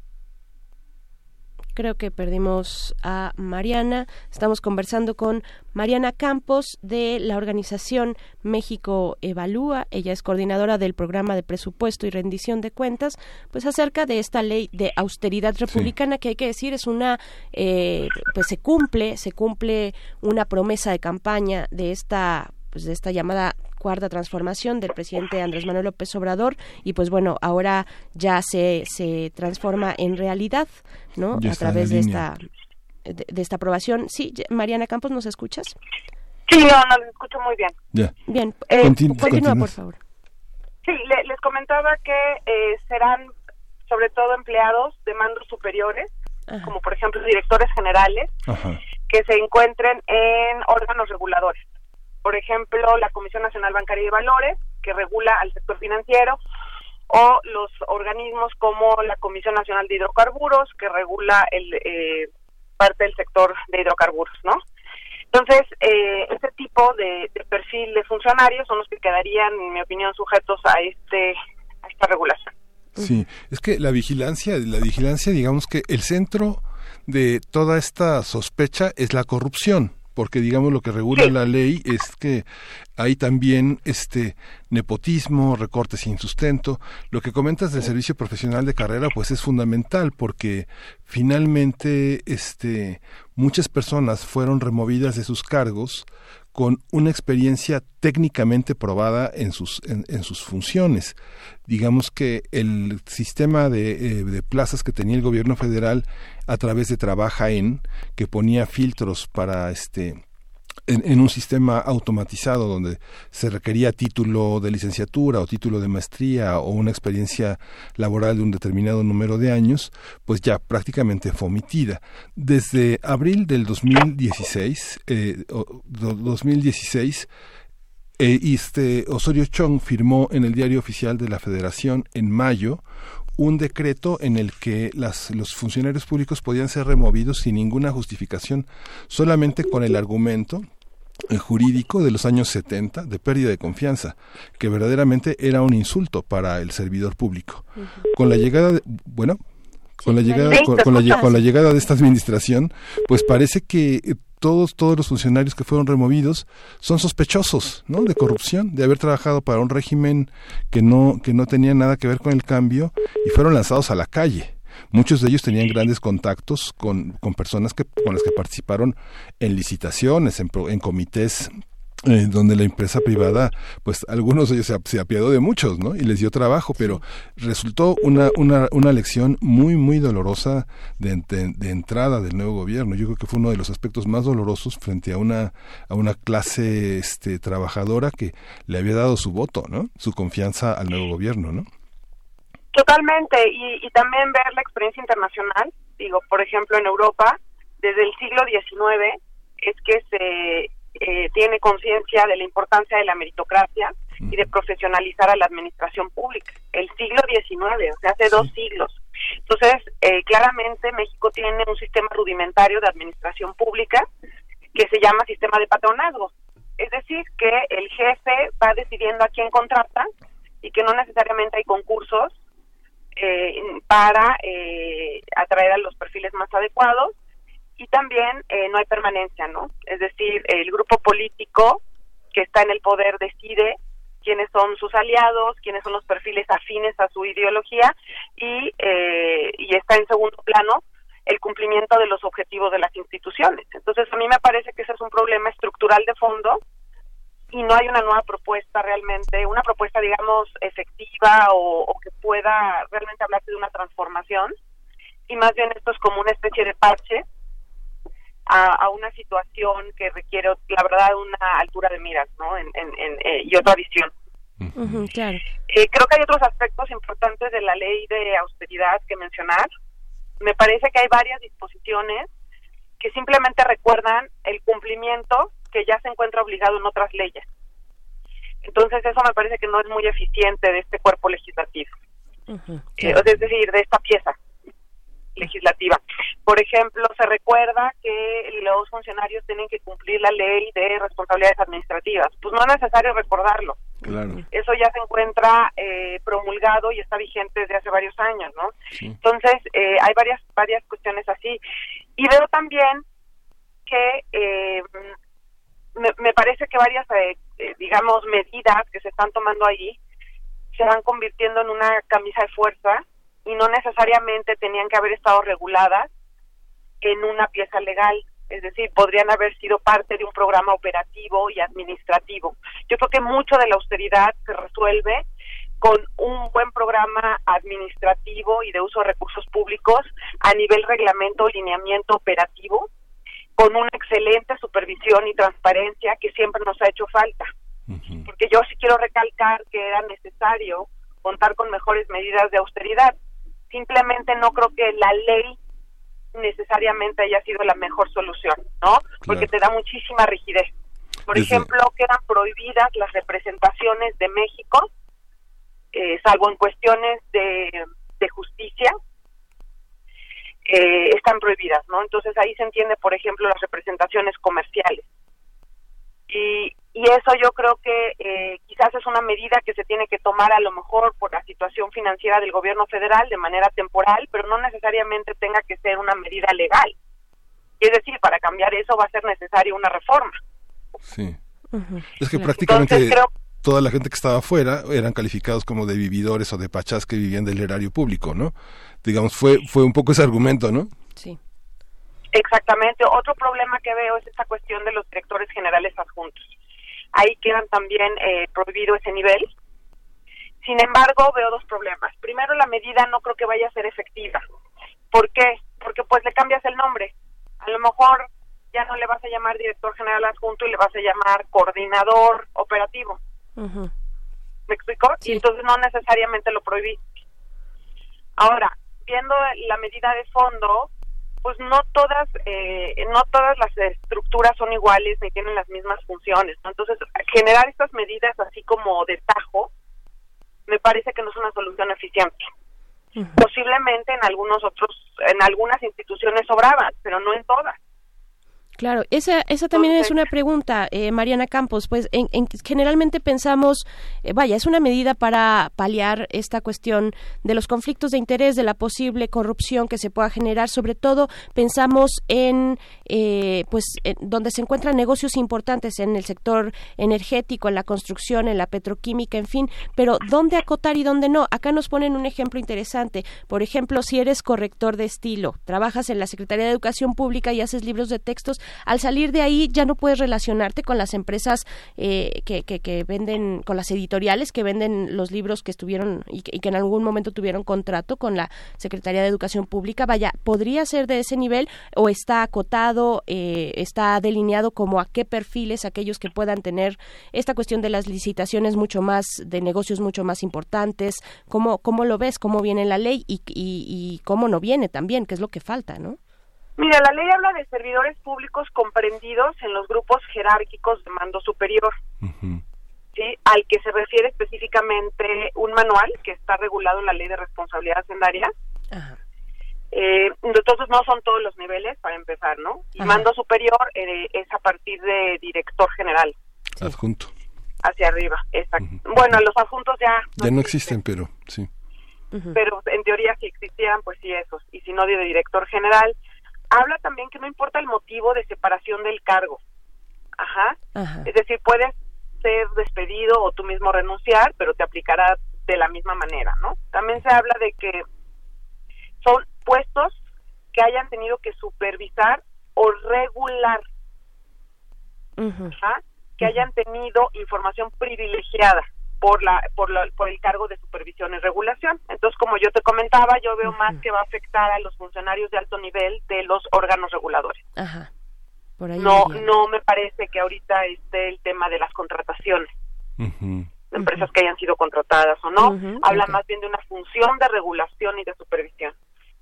Creo que perdimos a Mariana. Estamos conversando con Mariana Campos de la organización México Evalúa. Ella es coordinadora del programa de presupuesto y rendición de cuentas, pues acerca de esta ley de austeridad republicana, que hay que decir es una, pues se cumple una promesa de campaña de esta llamada cuarta transformación del presidente Andrés Manuel López Obrador, y pues bueno, ahora ya se transforma en realidad, ¿no? A través de esta aprobación. Sí, Mariana Campos, ¿nos escuchas? Sí, no, les escucho muy bien. Yeah. Bien, continúa, por favor. Sí, les comentaba que serán sobre todo empleados de mandos superiores, como por ejemplo directores generales, que se encuentren en órganos reguladores. Por ejemplo, la Comisión Nacional Bancaria y de Valores, que regula al sector financiero, o los organismos como la Comisión Nacional de Hidrocarburos, que regula parte del sector de hidrocarburos, ¿no? Entonces, este tipo de perfil de funcionarios son los que quedarían, en mi opinión, sujetos a esta regulación. Sí, es que la vigilancia, digamos que el centro de toda esta sospecha es la corrupción, porque digamos lo que regula la ley es que hay también nepotismo, recortes sin sustento. Lo que comentas del servicio profesional de carrera pues es fundamental, porque finalmente muchas personas fueron removidas de sus cargos con una experiencia técnicamente probada en sus funciones. Digamos que el sistema de plazas que tenía el gobierno federal a través de Trabaja-en, que ponía filtros para en un sistema automatizado donde se requería título de licenciatura o título de maestría o una experiencia laboral de un determinado número de años, pues ya prácticamente fue omitida. Desde abril del 2016, Osorio Chong firmó en el Diario Oficial de la Federación en mayo un decreto en el que los funcionarios públicos podían ser removidos sin ninguna justificación, solamente con el argumento jurídico de los años 70 de pérdida de confianza, que verdaderamente era un insulto para el servidor público. Con la llegada la llegada de esta administración, pues parece que todos los funcionarios que fueron removidos son sospechosos, ¿no?, de corrupción, de haber trabajado para un régimen que no tenía nada que ver con el cambio, y fueron lanzados a la calle. Muchos de ellos tenían grandes contactos con personas con las que participaron en licitaciones, en comités donde la empresa privada, pues algunos de ellos se apiadó de muchos, ¿no?, y les dio trabajo, pero resultó una lección muy, muy dolorosa de entrada del nuevo gobierno. Yo creo que fue uno de los aspectos más dolorosos frente a una clase trabajadora que le había dado su voto, ¿no?, su confianza al nuevo gobierno, ¿no? Totalmente, y también ver la experiencia internacional. Digo, por ejemplo, en Europa, desde el siglo XIX es que se tiene conciencia de la importancia de la meritocracia y de profesionalizar a la administración pública. El siglo XIX, o sea, hace 2 siglos. Entonces, claramente México tiene un sistema rudimentario de administración pública que se llama sistema de patronazgo. Es decir, que el jefe va decidiendo a quién contrata y que no necesariamente hay concursos para atraer a los perfiles más adecuados, y también no hay permanencia, ¿no? Es decir, el grupo político que está en el poder decide quiénes son sus aliados, quiénes son los perfiles afines a su ideología, y está en segundo plano el cumplimiento de los objetivos de las instituciones. Entonces, a mí me parece que ese es un problema estructural de fondo, y no hay una nueva propuesta realmente, una propuesta, digamos, efectiva o que pueda realmente hablarse de una transformación, y más bien esto es como una especie de parche a una situación que requiere, la verdad, una altura de miras, ¿no? Y otra visión. Claro. Creo que hay otros aspectos importantes de la ley de austeridad que mencionar. Me parece que hay varias disposiciones que simplemente recuerdan el cumplimiento que ya se encuentra obligado en otras leyes. Entonces eso me parece que no es muy eficiente de este cuerpo legislativo. Es decir, de esta pieza legislativa. Por ejemplo, se recuerda que los funcionarios tienen que cumplir la ley de responsabilidades administrativas. Pues no es necesario recordarlo. Claro. Eso ya se encuentra promulgado y está vigente desde hace varios años, ¿no? Sí. Entonces, hay varias cuestiones así. Y veo también que me parece que varias, digamos, medidas que se están tomando ahí se van convirtiendo en una camisa de fuerza y no necesariamente tenían que haber estado reguladas en una pieza legal. Es decir, podrían haber sido parte de un programa operativo y administrativo. Yo creo que mucho de la austeridad se resuelve con un buen programa administrativo y de uso de recursos públicos a nivel reglamento, lineamiento operativo, con una excelente supervisión y transparencia que siempre nos ha hecho falta. Porque yo sí quiero recalcar que era necesario contar con mejores medidas de austeridad. Simplemente no creo que la ley necesariamente haya sido la mejor solución, ¿no? Porque te da muchísima rigidez. Por ejemplo, quedan prohibidas las representaciones de México, salvo en cuestiones de justicia, están prohibidas, ¿no? Entonces ahí se entiende, por ejemplo, las representaciones comerciales. Y eso yo creo que quizás es una medida que se tiene que tomar a lo mejor por la situación financiera del gobierno federal de manera temporal, pero no necesariamente tenga que ser una medida legal. Es decir, para cambiar eso va a ser necesaria una reforma. Sí. Es que prácticamente toda la gente que estaba afuera eran calificados como de vividores o de pachás que vivían del erario público, ¿no? Digamos, fue un poco ese argumento, ¿no? Sí. Exactamente. Otro problema que veo es esta cuestión de los directores generales adjuntos. Ahí quedan también prohibido ese nivel. Sin embargo, veo 2 problemas. Primero, la medida no creo que vaya a ser efectiva. ¿Por qué? Porque pues le cambias el nombre. A lo mejor ya no le vas a llamar director general adjunto y le vas a llamar coordinador operativo. ¿Me explico? Sí. Y entonces no necesariamente lo prohibiste. Ahora, viendo la medida de fondo, pues no todas las estructuras son iguales ni tienen las mismas funciones, ¿no? Entonces, generar estas medidas así como de tajo me parece que no es una solución eficiente. Posiblemente en algunas instituciones sobraban, pero no en todas. Claro, esa también es una pregunta, Mariana Campos. Pues generalmente pensamos, es una medida para paliar esta cuestión de los conflictos de interés, de la posible corrupción que se pueda generar. Sobre todo pensamos en donde se encuentran negocios importantes en el sector energético, en la construcción, en la petroquímica, en fin. Pero ¿dónde acotar y dónde no? Acá nos ponen un ejemplo interesante. Por ejemplo, si eres corrector de estilo, trabajas en la Secretaría de Educación Pública y haces libros de textos, al salir de ahí ya no puedes relacionarte con las empresas que venden, con las editoriales que venden los libros que estuvieron y que en algún momento tuvieron contrato con la Secretaría de Educación Pública. Vaya, ¿podría ser de ese nivel o está acotado, está delineado como a qué perfiles aquellos que puedan tener esta cuestión de las licitaciones mucho más, de negocios mucho más importantes? ¿Cómo lo ves? ¿Cómo viene la ley y cómo no viene también? ¿Qué es lo que falta, no? Mira, la ley habla de servidores públicos comprendidos en los grupos jerárquicos de mando superior, ¿sí? Al que se refiere específicamente un manual que está regulado en la Ley de Responsabilidad Hacendaria. Entonces no son todos los niveles, para empezar, ¿no? Y mando superior es a partir de director general. Adjunto. Hacia arriba, exacto. Bueno, los adjuntos ya no existen, pero sí. Pero en teoría si existieran, pues sí, esos. Y si no, de director general. Habla también que no importa el motivo de separación del cargo. Es decir, puedes ser despedido o tú mismo renunciar, pero te aplicará de la misma manera, ¿no? También se habla de que son puestos que hayan tenido que supervisar o regular, que hayan tenido información privilegiada por el cargo de supervisión y regulación. Entonces, como yo te comentaba, yo veo más que va a afectar a los funcionarios de alto nivel de los órganos reguladores. Por ahí no me parece que ahorita esté el tema de las contrataciones, de empresas que hayan sido contratadas o no. Habla más bien de una función de regulación y de supervisión.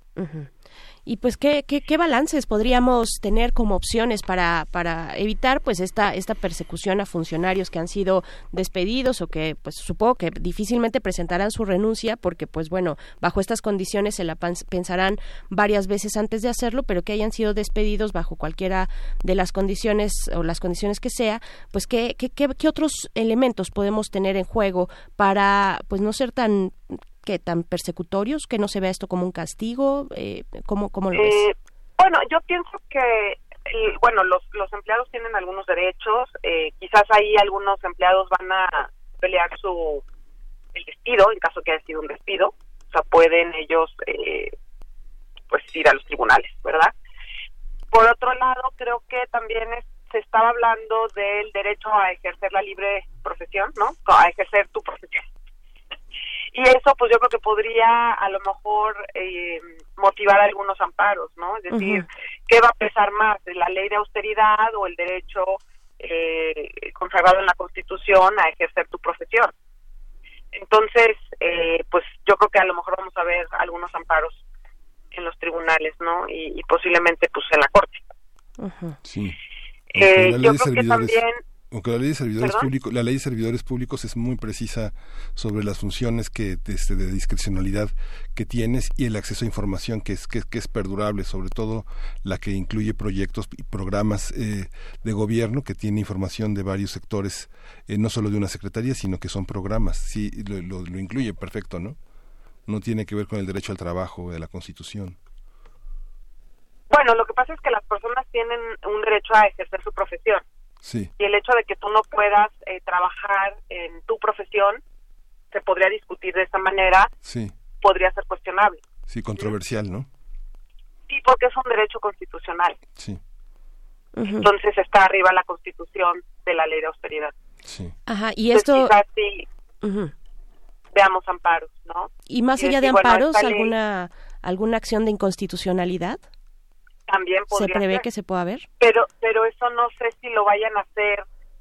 Y pues ¿qué balances podríamos tener como opciones para evitar pues esta persecución a funcionarios que han sido despedidos o que pues supongo que difícilmente presentarán su renuncia porque pues bueno, bajo estas condiciones se la pensarán varias veces antes de hacerlo, pero que hayan sido despedidos bajo cualquiera de las condiciones o las condiciones que sea, pues ¿qué otros elementos podemos tener en juego para pues no ser tan persecutorios, que no se vea esto como un castigo? ¿Cómo lo ves? Bueno, yo pienso que los empleados tienen algunos derechos, quizás ahí algunos empleados van a pelear el despido, en caso que haya sido un despido, o sea, pueden ellos pues ir a los tribunales, ¿verdad? Por otro lado, creo que también se estaba hablando del derecho a ejercer la libre profesión, ¿no? A ejercer tu profesión. Y eso, pues yo creo que podría a lo mejor motivar algunos amparos, ¿no? Es decir, ¿qué va a pesar más, la ley de austeridad o el derecho consagrado en la Constitución a ejercer tu profesión? Entonces, pues yo creo que a lo mejor vamos a ver algunos amparos en los tribunales, ¿no? Y posiblemente, pues, en la Corte. Sí. Yo creo que también... Aunque la ley de servidores públicos es muy precisa sobre las funciones de discrecionalidad que tienes y el acceso a información que es perdurable, sobre todo la que incluye proyectos y programas de gobierno que tiene información de varios sectores, no solo de una secretaría, sino que son programas. Sí, lo incluye perfecto, ¿no? No tiene que ver con el derecho al trabajo de la Constitución. Bueno, lo que pasa es que las personas tienen un derecho a ejercer su profesión. Sí. Y el hecho de que tú no puedas trabajar en tu profesión se podría discutir de esa manera, podría ser cuestionable. Sí, controversial, ¿no? Sí, porque es un derecho constitucional. Sí. Entonces está arriba la Constitución de la ley de austeridad. Sí. Ajá, y esto... Entonces, quizás sí veamos amparos, ¿no? Y más allá de amparos, ¿alguna acción de inconstitucionalidad? También podría ¿Se prevé ser que se pueda ver? Pero eso no sé si lo vayan a hacer.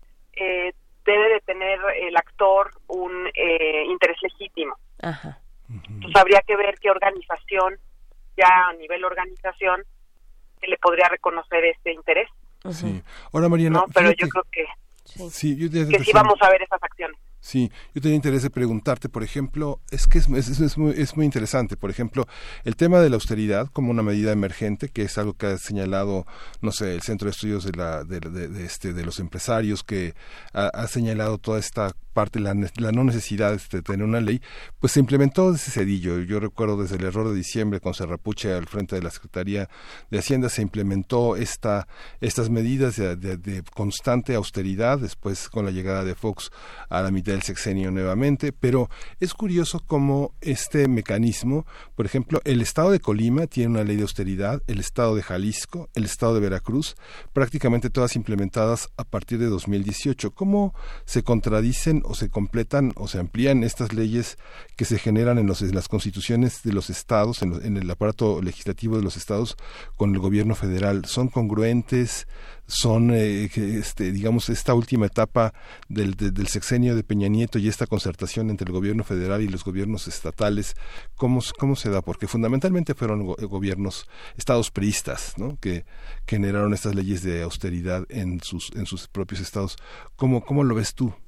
Debe de tener el actor un interés legítimo. Ajá. Entonces habría que ver qué organización, ya a nivel organización, se le podría reconocer ese interés. Sí. Ahora, Mariana, ¿no? Pero yo creo que sí vamos a ver esas acciones. Sí, yo tenía interés de preguntarte, por ejemplo, es muy interesante, por ejemplo, el tema de la austeridad como una medida emergente, que es algo que ha señalado, no sé, el Centro de Estudios de los Empresarios, que ha señalado toda esta parte, la no necesidad de tener una ley, pues se implementó desde cedillo. Yo recuerdo desde el error de diciembre con Serrapuche al frente de la Secretaría de Hacienda, se implementó estas medidas de constante austeridad, después con la llegada de Fox a la mitad del sexenio nuevamente, pero es curioso cómo este mecanismo, por ejemplo, el estado de Colima tiene una ley de austeridad, el estado de Jalisco, el estado de Veracruz, prácticamente todas implementadas a partir de 2018. ¿Cómo se contradicen o se completan o se amplían estas leyes que se generan en las constituciones de los estados, en el aparato legislativo de los estados con el gobierno federal? ¿Son congruentes? ¿Son, digamos, esta última etapa del sexenio de Peña Nieto y esta concertación entre el gobierno federal y los gobiernos estatales, cómo se da? Porque fundamentalmente fueron estados priistas, ¿no?, que generaron estas leyes de austeridad en sus propios estados. ¿Cómo lo ves tú?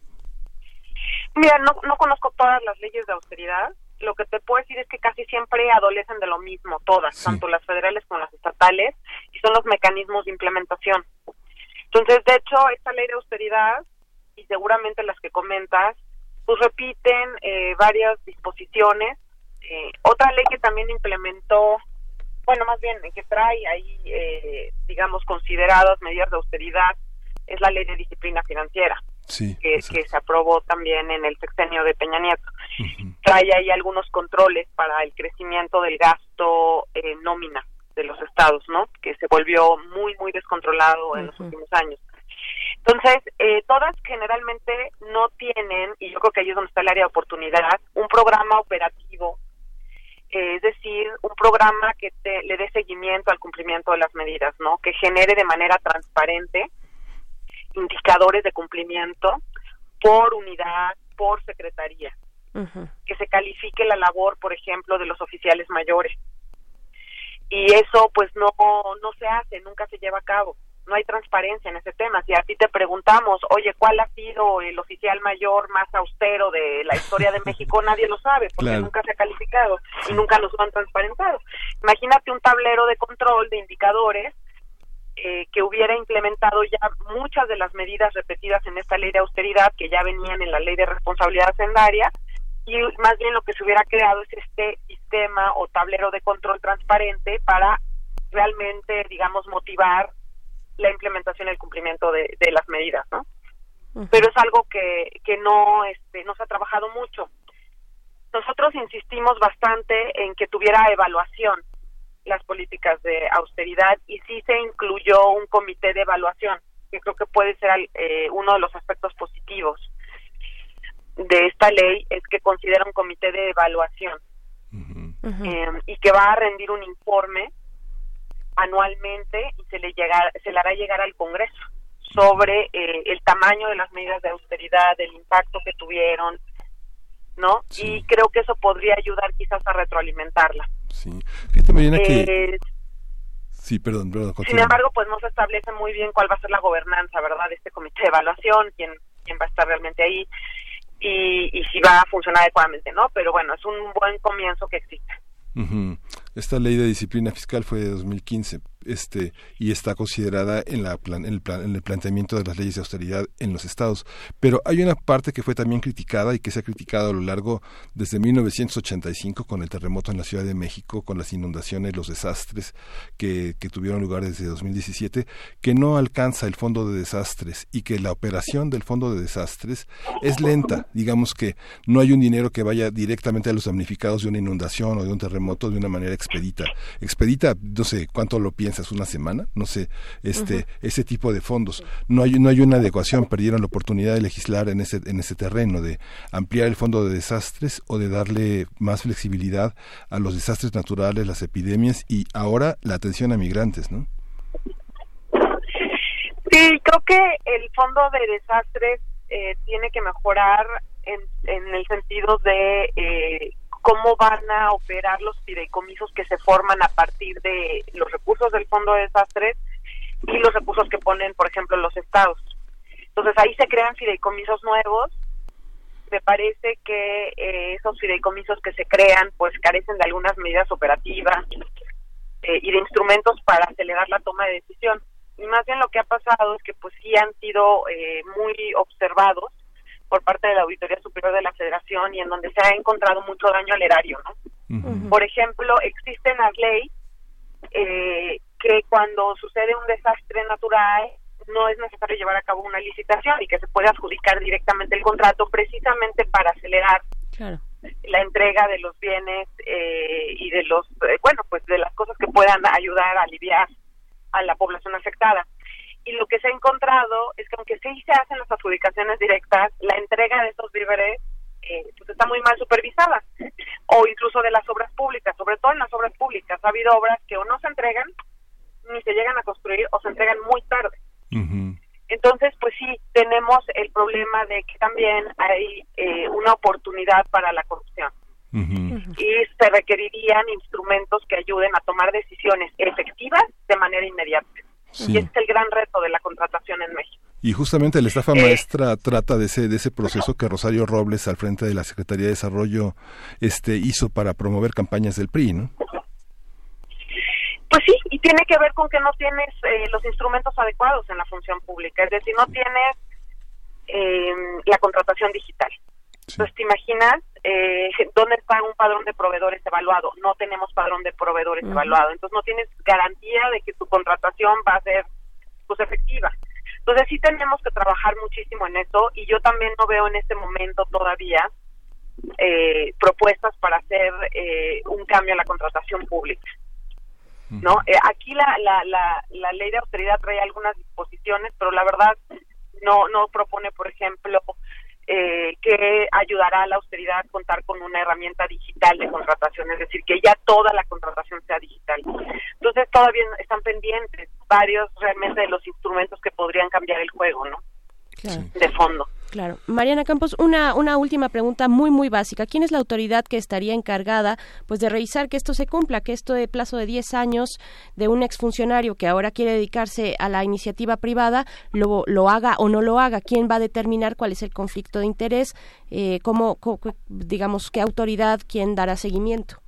Mira, no conozco todas las leyes de austeridad. Lo que te puedo decir es que casi siempre adolecen de lo mismo, todas, sí, tanto las federales como las estatales, y son los mecanismos de implementación. Entonces, de hecho, esta ley de austeridad, y seguramente las que comentas, pues repiten varias disposiciones. Otra ley que también implementó, bueno, más bien, que trae ahí, digamos, consideradas medidas de austeridad, es la ley de disciplina financiera. Sí, que se aprobó también en el sexenio de Peña Nieto. Uh-huh. Trae ahí algunos controles para el crecimiento del gasto nómina de los estados, ¿no?, que se volvió muy, muy descontrolado en los últimos años. Entonces, todas generalmente no tienen, y yo creo que ahí es donde está el área de oportunidad, un programa operativo, es decir, un programa que le dé seguimiento al cumplimiento de las medidas, ¿no?, que genere de manera transparente indicadores de cumplimiento por unidad, por secretaría, que se califique la labor, por ejemplo, de los oficiales mayores. Y eso pues no se hace, nunca se lleva a cabo. No hay transparencia en ese tema. Si a ti te preguntamos, oye, ¿cuál ha sido el oficial mayor más austero de la historia de México? Nadie lo sabe, porque claro, nunca se ha calificado y nunca los han transparentado. Imagínate un tablero de control de indicadores que hubiera implementado ya muchas de las medidas repetidas en esta ley de austeridad, que ya venían en la ley de responsabilidad hacendaria, y más bien lo que se hubiera creado es este sistema o tablero de control transparente para realmente, digamos, motivar la implementación y el cumplimiento de las medidas, ¿no? Pero es algo que no se ha trabajado mucho. Nosotros insistimos bastante en que tuviera evaluación las políticas de austeridad, y sí se incluyó un comité de evaluación, que creo que puede ser uno de los aspectos positivos de esta ley, es que considera un comité de evaluación y que va a rendir un informe anualmente y se le hará llegar al Congreso sobre el tamaño de las medidas de austeridad, el impacto que tuvieron, ¿no? Sí. Y creo que eso podría ayudar quizás a retroalimentarla. Sí, fíjate, Mariana, que... Sí, perdón. Sin embargo, pues no se establece muy bien cuál va a ser la gobernanza, ¿verdad?, de este comité de evaluación, quién va a estar realmente ahí y si va a funcionar adecuadamente, ¿no? Pero bueno, es un buen comienzo que existe. Esta ley de disciplina fiscal fue de 2015, y está considerada en el planteamiento de las leyes de austeridad en los estados. Pero hay una parte que fue también criticada y que se ha criticado a lo largo desde 1985 con el terremoto en la Ciudad de México, con las inundaciones, los desastres que tuvieron lugar desde 2017, que no alcanza el fondo de desastres y que la operación del fondo de desastres es lenta. Digamos que no hay un dinero que vaya directamente a los damnificados de una inundación o de un terremoto de una manera expedita, no sé cuánto lo piensas, una semana, no sé, ese tipo de fondos. No hay una adecuación. Perdieron la oportunidad de legislar en ese terreno, de ampliar el fondo de desastres o de darle más flexibilidad a los desastres naturales, las epidemias y ahora la atención a migrantes, ¿no? Sí, creo que el fondo de desastres tiene que mejorar en el sentido de cómo van a operar los fideicomisos que se forman a partir de los recursos del fondo de desastres y los recursos que ponen, por ejemplo, los estados. Entonces ahí se crean fideicomisos nuevos. Me parece que esos fideicomisos que se crean pues carecen de algunas medidas operativas y de instrumentos para acelerar la toma de decisión. Y más bien lo que ha pasado es que pues sí han sido muy observados por parte de la Auditoría Superior de la Federación y en donde se ha encontrado mucho daño al erario, ¿no? Por ejemplo, existen las leyes que cuando sucede un desastre natural no es necesario llevar a cabo una licitación y que se puede adjudicar directamente el contrato precisamente para acelerar la entrega de los bienes y de los, pues de las cosas que puedan ayudar a aliviar a la población afectada. Y lo que se ha encontrado es que aunque sí se hacen las adjudicaciones directas, la entrega de estos víveres pues está muy mal supervisada, o incluso de las obras públicas, sobre todo en las obras públicas. Ha habido obras que o no se entregan, ni se llegan a construir, o se entregan muy tarde. Entonces, pues sí, tenemos el problema de que también hay una oportunidad para la corrupción. Y se requerirían instrumentos que ayuden a tomar decisiones efectivas de manera inmediata. Sí. Y ese es el gran reto de la contratación en México. Y justamente la estafa maestra trata de ese proceso que Rosario Robles, al frente de la Secretaría de Desarrollo, hizo para promover campañas del PRI, ¿no? Pues sí, y tiene que ver con que no tienes los instrumentos adecuados en la función pública, es decir, no tienes la contratación digital. Entonces, ¿te imaginas dónde está un padrón de proveedores evaluado? No tenemos padrón de proveedores evaluado, entonces no tienes garantía de que tu contratación va a ser pues efectiva. Entonces sí tenemos que trabajar muchísimo en eso, y yo también no veo en este momento todavía propuestas para hacer un cambio en la contratación pública, ¿no? Aquí la ley de austeridad trae algunas disposiciones, pero la verdad no propone, por ejemplo, que ayudará a la austeridad a contar con una herramienta digital de contratación, es decir, que ya toda la contratación sea digital. Entonces todavía están pendientes varios realmente de los instrumentos que podrían cambiar el juego, ¿no? Claro. De fondo. Claro. Mariana Campos, una última pregunta muy, muy básica. ¿Quién es la autoridad que estaría encargada pues de revisar que esto se cumpla, que esto de plazo de 10 años de un exfuncionario que ahora quiere dedicarse a la iniciativa privada lo haga o no lo haga? ¿Quién va a determinar cuál es el conflicto de interés? Digamos, ¿qué autoridad, quién dará seguimiento?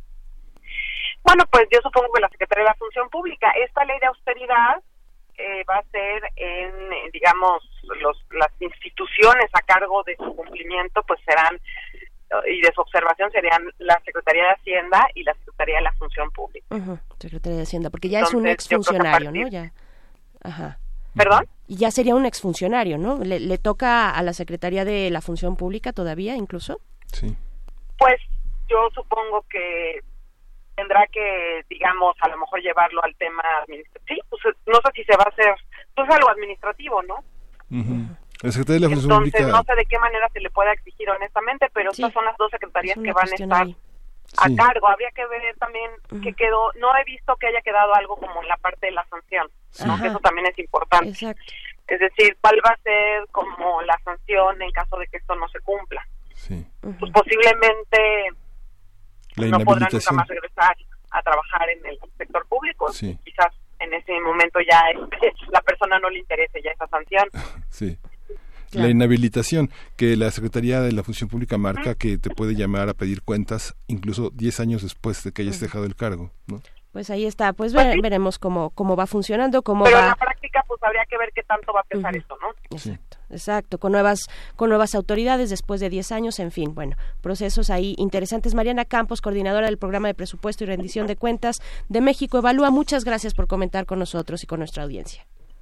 Bueno, pues yo supongo que la Secretaría de la Función Pública. Esta ley de austeridad va a ser digamos, las instituciones a cargo de su cumplimiento, pues serán, y de su observación serían la Secretaría de Hacienda y la Secretaría de la Función Pública. Secretaría de Hacienda, porque ya entonces, es un exfuncionario, ¿no? Ya. Ajá. ¿Perdón? Y ya sería un exfuncionario, ¿no? ¿Le toca a la Secretaría de la Función Pública todavía, incluso? Sí. Pues yo supongo que tendrá que, digamos, a lo mejor llevarlo al tema administrativo. Sí, pues no sé si se va a hacer, pues algo administrativo, ¿no? La Secretaría de la Función Entonces, Pública... no sé de qué manera se le pueda exigir honestamente, pero estas son las dos secretarías que van a estar a cargo. Habría que ver también qué quedó. No he visto que haya quedado algo como en la parte de la sanción, ¿no? Que eso también es importante. Exacto. Es decir, ¿cuál va a ser como la sanción en caso de que esto no se cumpla? Sí. Pues posiblemente no podrán nunca más regresar a trabajar en el sector público. Sí. Quizás en ese momento ya la persona no le interese ya esa sanción. Sí. Claro. La inhabilitación, que la Secretaría de la Función Pública marca que te puede llamar a pedir cuentas incluso 10 años después de que hayas dejado el cargo, ¿no? Pues ahí está, pues veremos cómo va funcionando, Pero en la práctica pues habría que ver qué tanto va a pesar eso, ¿no? Exacto, con nuevas autoridades después de 10 años, en fin, bueno, procesos ahí interesantes. Mariana Campos, coordinadora del Programa de Presupuesto y Rendición de Cuentas de México Evalúa, muchas gracias por comentar con nosotros y con nuestra audiencia.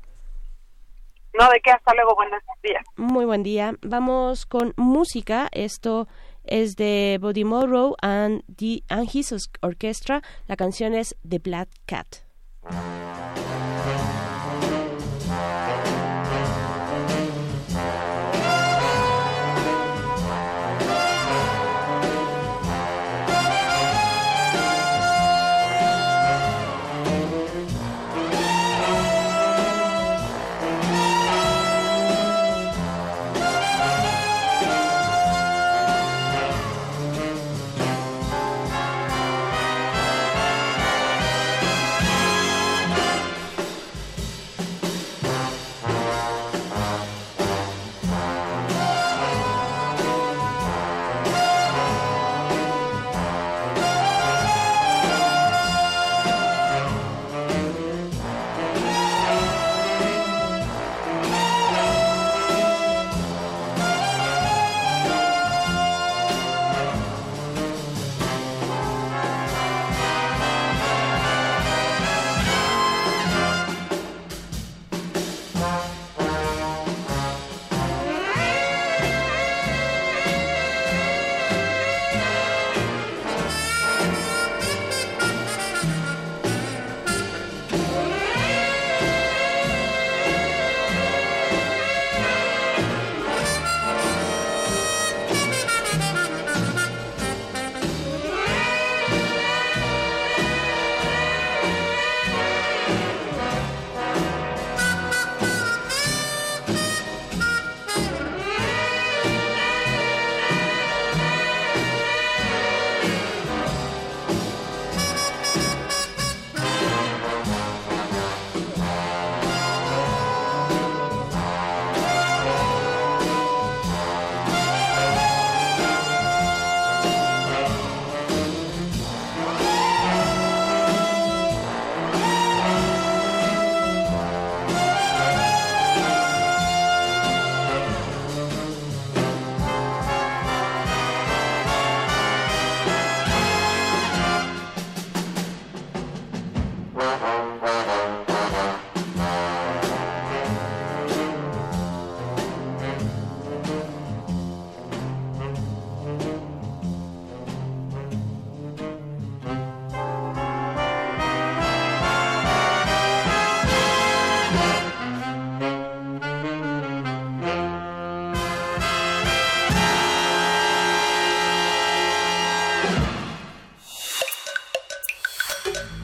No, de qué, hasta luego, buenos días. Muy buen día. Vamos con música, esto es de Buddy Morrow and his orchestra, la canción es The Black Cat.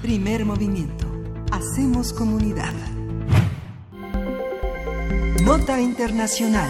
Primer movimiento. Hacemos comunidad. Nota internacional.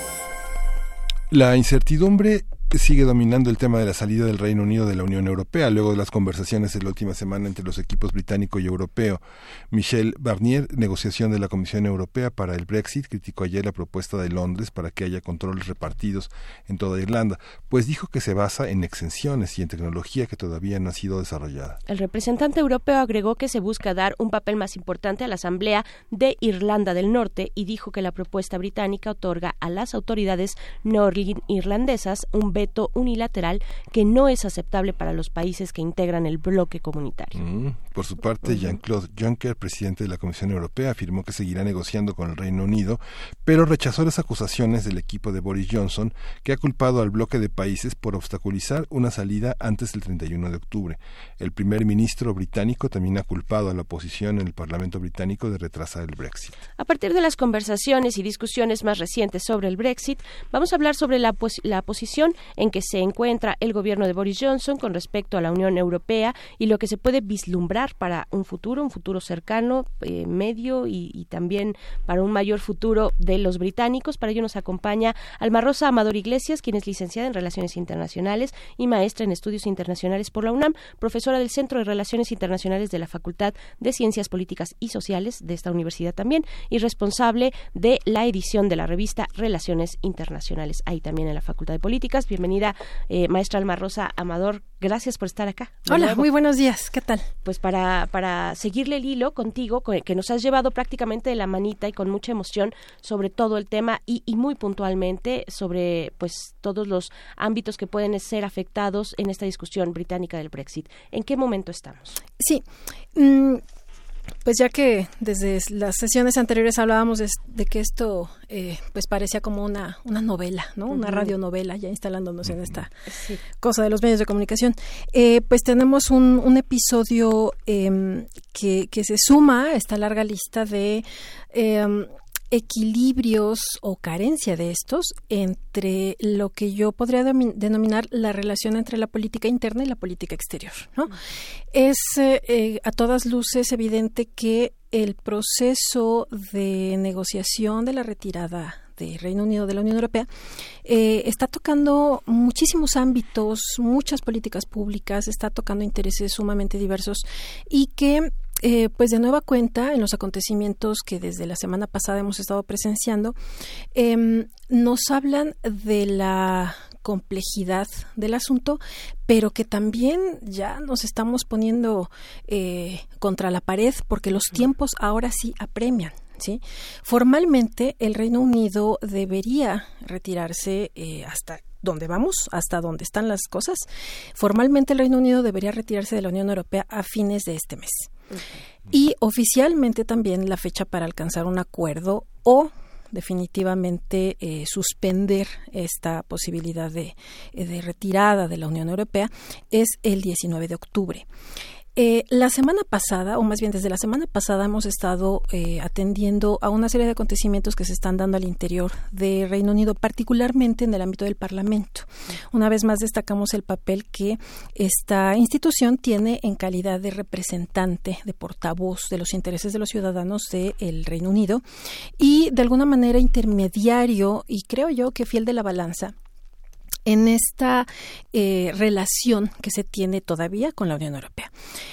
La incertidumbre sigue dominando el tema de la salida del Reino Unido de la Unión Europea, luego de las conversaciones de la última semana entre los equipos británico y europeo. Michel Barnier, negociación de la Comisión Europea para el Brexit, criticó ayer la propuesta de Londres para que haya controles repartidos en toda Irlanda, pues dijo que se basa en exenciones y en tecnología que todavía no ha sido desarrollada. El representante europeo agregó que se busca dar un papel más importante a la Asamblea de Irlanda del Norte y dijo que la propuesta británica otorga a las autoridades norirlandesas un veto unilateral que no es aceptable para los países que integran el bloque comunitario. Por su parte, Jean-Claude Juncker, presidente de la Comisión Europea, afirmó que seguirá negociando con el Reino Unido, pero rechazó las acusaciones del equipo de Boris Johnson, que ha culpado al bloque de países por obstaculizar una salida antes del 31 de octubre. El primer ministro británico también ha culpado a la oposición en el Parlamento británico de retrasar el Brexit. A partir de las conversaciones y discusiones más recientes sobre el Brexit, vamos a hablar sobre la posición en que se encuentra el gobierno de Boris Johnson con respecto a la Unión Europea y lo que se puede vislumbrar para un futuro cercano, medio y también para un mayor futuro de los británicos. Para ello nos acompaña Alma Rosa Amador Iglesias, quien es licenciada en Relaciones Internacionales y maestra en Estudios Internacionales por la UNAM, profesora del Centro de Relaciones Internacionales de la Facultad de Ciencias Políticas y Sociales de esta universidad también, y responsable de la edición de la revista Relaciones Internacionales, ahí también en la Facultad de Políticas. Bienvenida, maestra Alma Rosa Amador, gracias por estar acá. Hola, nuevo. Muy buenos días, ¿qué tal? Pues para seguirle el hilo contigo, que nos has llevado prácticamente de la manita y con mucha emoción sobre todo el tema y muy puntualmente sobre pues todos los ámbitos que pueden ser afectados en esta discusión británica del Brexit. ¿En qué momento estamos? Sí, pues ya que desde las sesiones anteriores hablábamos de que esto pues parecía como una novela, ¿no? Una radionovela, ya instalándonos en esta cosa de los medios de comunicación, pues tenemos un episodio que se suma a esta larga lista de equilibrios o carencia de estos entre lo que yo podría denominar la relación entre la política interna y la política exterior, ¿no? Es a todas luces evidente que el proceso de negociación de la retirada de Reino Unido de la Unión Europea está tocando muchísimos ámbitos, muchas políticas públicas, está tocando intereses sumamente diversos y que pues de nueva cuenta, en los acontecimientos que desde la semana pasada hemos estado presenciando, nos hablan de la complejidad del asunto, pero que también ya nos estamos poniendo contra la pared porque los tiempos ahora sí apremian. ¿Sí? Formalmente, el Reino Unido debería retirarse hasta donde vamos, hasta donde están las cosas. Formalmente, el Reino Unido debería retirarse de la Unión Europea a fines de este mes. Y oficialmente también la fecha para alcanzar un acuerdo o definitivamente suspender esta posibilidad de retirada de la Unión Europea es el 19 de octubre. La semana pasada, o más bien desde la semana pasada, hemos estado atendiendo a una serie de acontecimientos que se están dando al interior de Reino Unido, particularmente en el ámbito del Parlamento. Una vez más destacamos el papel que esta institución tiene en calidad de representante, de portavoz de los intereses de los ciudadanos del Reino Unido y de alguna manera intermediario y creo yo que fiel de la balanza en esta relación que se tiene todavía con la Unión Europea.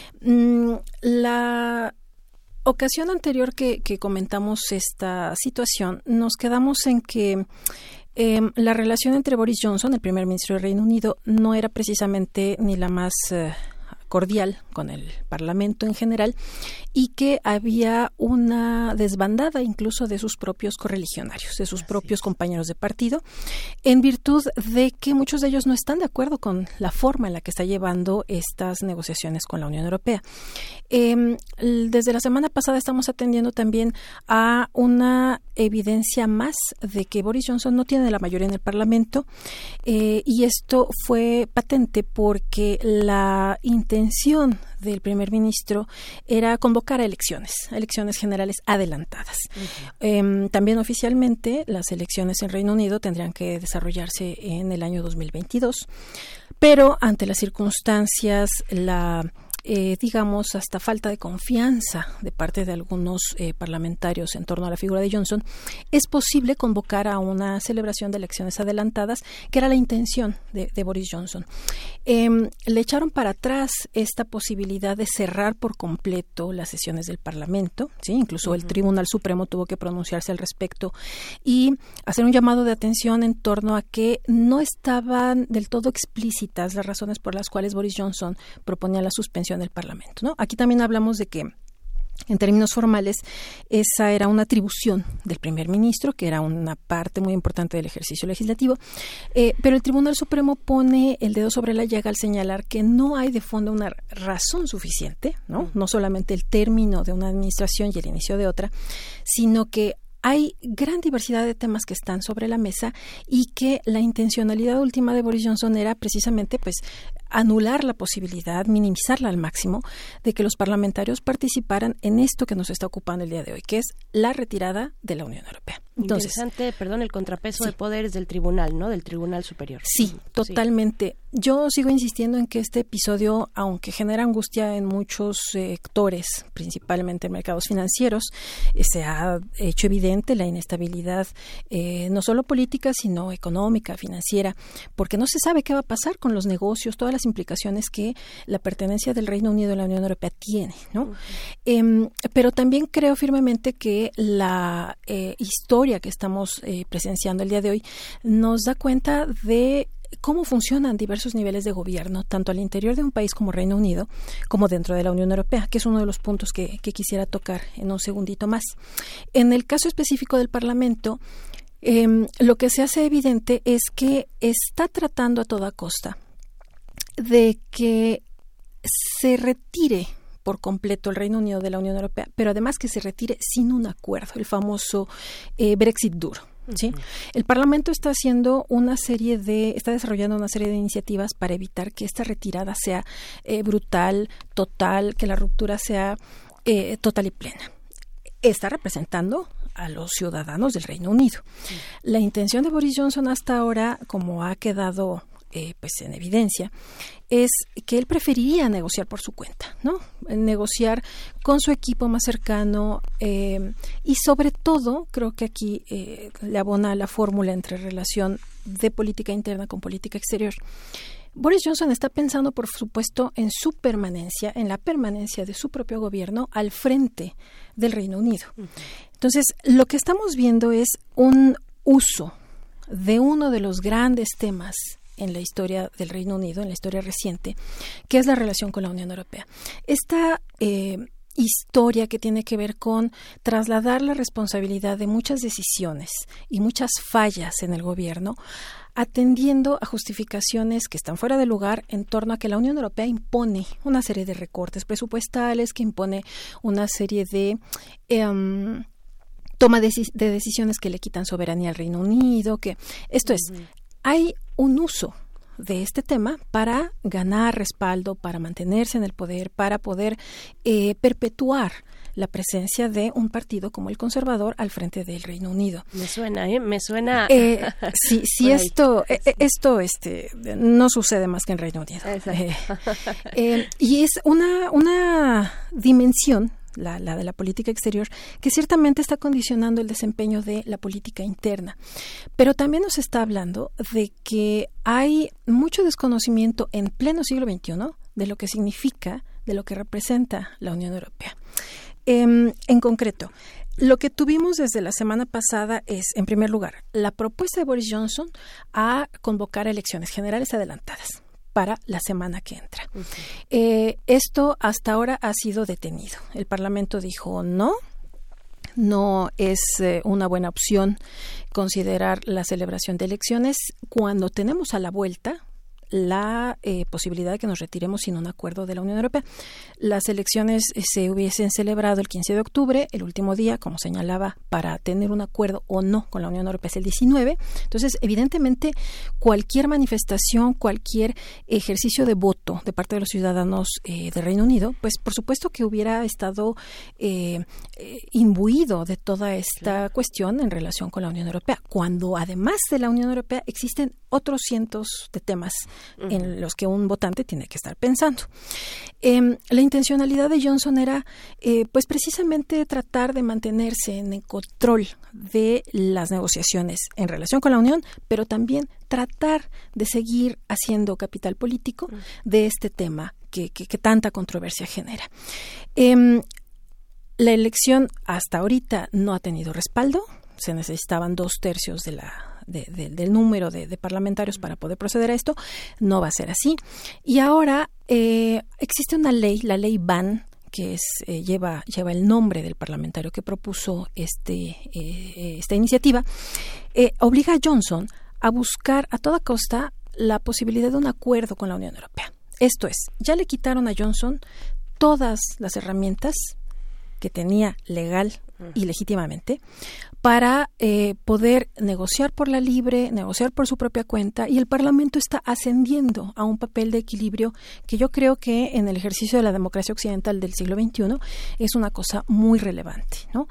La ocasión anterior que comentamos esta situación, nos quedamos en que la relación entre Boris Johnson, el primer ministro del Reino Unido, no era precisamente ni la más cordial con el Parlamento en general y que había una desbandada incluso de sus propios correligionarios, de sus propios compañeros de partido, en virtud de que muchos de ellos no están de acuerdo con la forma en la que está llevando estas negociaciones con la Unión Europea. Desde la semana pasada estamos atendiendo también a una evidencia más de que Boris Johnson no tiene la mayoría en el Parlamento y esto fue patente porque la intención del primer ministro era convocar a elecciones generales adelantadas. También oficialmente las elecciones en Reino Unido tendrían que desarrollarse en el año 2022, pero ante las circunstancias, la digamos, hasta falta de confianza de parte de algunos parlamentarios en torno a la figura de Johnson, es posible convocar a una celebración de elecciones adelantadas, que era la intención de Boris Johnson. Le echaron para atrás esta posibilidad de cerrar por completo las sesiones del Parlamento, ¿sí? Incluso el Tribunal Supremo tuvo que pronunciarse al respecto y hacer un llamado de atención en torno a que no estaban del todo explícitas las razones por las cuales Boris Johnson proponía la suspensión del Parlamento, ¿no? Aquí también hablamos de que, en términos formales, esa era una atribución del primer ministro, que era una parte muy importante del ejercicio legislativo, pero el Tribunal Supremo pone el dedo sobre la llaga al señalar que no hay de fondo una razón suficiente, no solamente el término de una administración y el inicio de otra, sino que hay gran diversidad de temas que están sobre la mesa y que la intencionalidad última de Boris Johnson era precisamente pues anular la posibilidad, minimizarla al máximo, de que los parlamentarios participaran en esto que nos está ocupando el día de hoy, que es la retirada de la Unión Europea. Entonces, interesante, el contrapeso de poderes del tribunal, ¿no? Del Tribunal Superior. Sí, totalmente. Yo sigo insistiendo en que este episodio, aunque genera angustia en muchos sectores, principalmente en mercados financieros, se ha hecho evidente la inestabilidad no solo política, sino económica, financiera, porque no se sabe qué va a pasar con los negocios, todas las implicaciones que la pertenencia del Reino Unido a la Unión Europea tiene, ¿no? Pero también creo firmemente que la historia que estamos presenciando el día de hoy nos da cuenta de cómo funcionan diversos niveles de gobierno, tanto al interior de un país como Reino Unido, como dentro de la Unión Europea, que es uno de los puntos que quisiera tocar en un segundito más. En el caso específico del Parlamento, lo que se hace evidente es que está tratando a toda costa de que se retire por completo el Reino Unido de la Unión Europea, pero además que se retire sin un acuerdo, el famoso Brexit duro. ¿Sí? El Parlamento está desarrollando una serie de iniciativas para evitar que esta retirada sea brutal, total, que la ruptura sea total y plena. Está representando a los ciudadanos del Reino Unido. La intención de Boris Johnson hasta ahora, como ha quedado pues en evidencia, es que él preferiría negociar por su cuenta, ¿no? Negociar con su equipo más cercano y sobre todo, creo que aquí le abona la fórmula entre relación de política interna con política exterior. Boris Johnson está pensando, por supuesto, en su permanencia, en la permanencia de su propio gobierno al frente del Reino Unido. Entonces, lo que estamos viendo es un uso de uno de los grandes temas en la historia del Reino Unido, en la historia reciente, que es la relación con la Unión Europea. Esta historia que tiene que ver con trasladar la responsabilidad de muchas decisiones y muchas fallas en el gobierno, atendiendo a justificaciones que están fuera de lugar en torno a que la Unión Europea impone una serie de recortes presupuestales, que impone una serie de toma de decisiones que le quitan soberanía al Reino Unido, que esto es, hay un uso de este tema para ganar respaldo, para mantenerse en el poder, para poder perpetuar la presencia de un partido como el conservador al frente del Reino Unido. Me suena. Sí, esto no sucede más que en Reino Unido. Y es una dimensión, la de la política exterior, que ciertamente está condicionando el desempeño de la política interna. Pero también nos está hablando de que hay mucho desconocimiento en pleno siglo XXI de lo que significa, de lo que representa la Unión Europea. En concreto, lo que tuvimos desde la semana pasada es, en primer lugar, la propuesta de Boris Johnson a convocar elecciones generales adelantadas para la semana que entra. Esto hasta ahora ha sido detenido. El Parlamento dijo no es una buena opción considerar la celebración de elecciones cuando tenemos a la vuelta la posibilidad de que nos retiremos sin un acuerdo de la Unión Europea. Las elecciones se hubiesen celebrado el 15 de octubre, el último día, como señalaba, para tener un acuerdo o no con la Unión Europea es el 19. Entonces, evidentemente, cualquier manifestación, cualquier ejercicio de voto de parte de los ciudadanos de Reino Unido, pues por supuesto que hubiera estado imbuido de toda esta cuestión en relación con la Unión Europea, cuando además de la Unión Europea existen otros cientos de temas en los que un votante tiene que estar pensando. La intencionalidad de Johnson era pues precisamente tratar de mantenerse en el control de las negociaciones en relación con la Unión, pero también tratar de seguir haciendo capital político de este tema que tanta controversia genera. La elección hasta ahorita no ha tenido respaldo. Se necesitaban 2/3 del número de parlamentarios para poder proceder a esto. No va a ser así. Y ahora existe una ley, la ley Ban, que lleva el nombre del parlamentario que propuso esta iniciativa, obliga a Johnson a buscar a toda costa la posibilidad de un acuerdo con la Unión Europea. Esto es, ya le quitaron a Johnson todas las herramientas que tenía legal y legítimamente para poder negociar por la libre, negociar por su propia cuenta, y el Parlamento está ascendiendo a un papel de equilibrio que yo creo que en el ejercicio de la democracia occidental del siglo XXI es una cosa muy relevante, ¿no?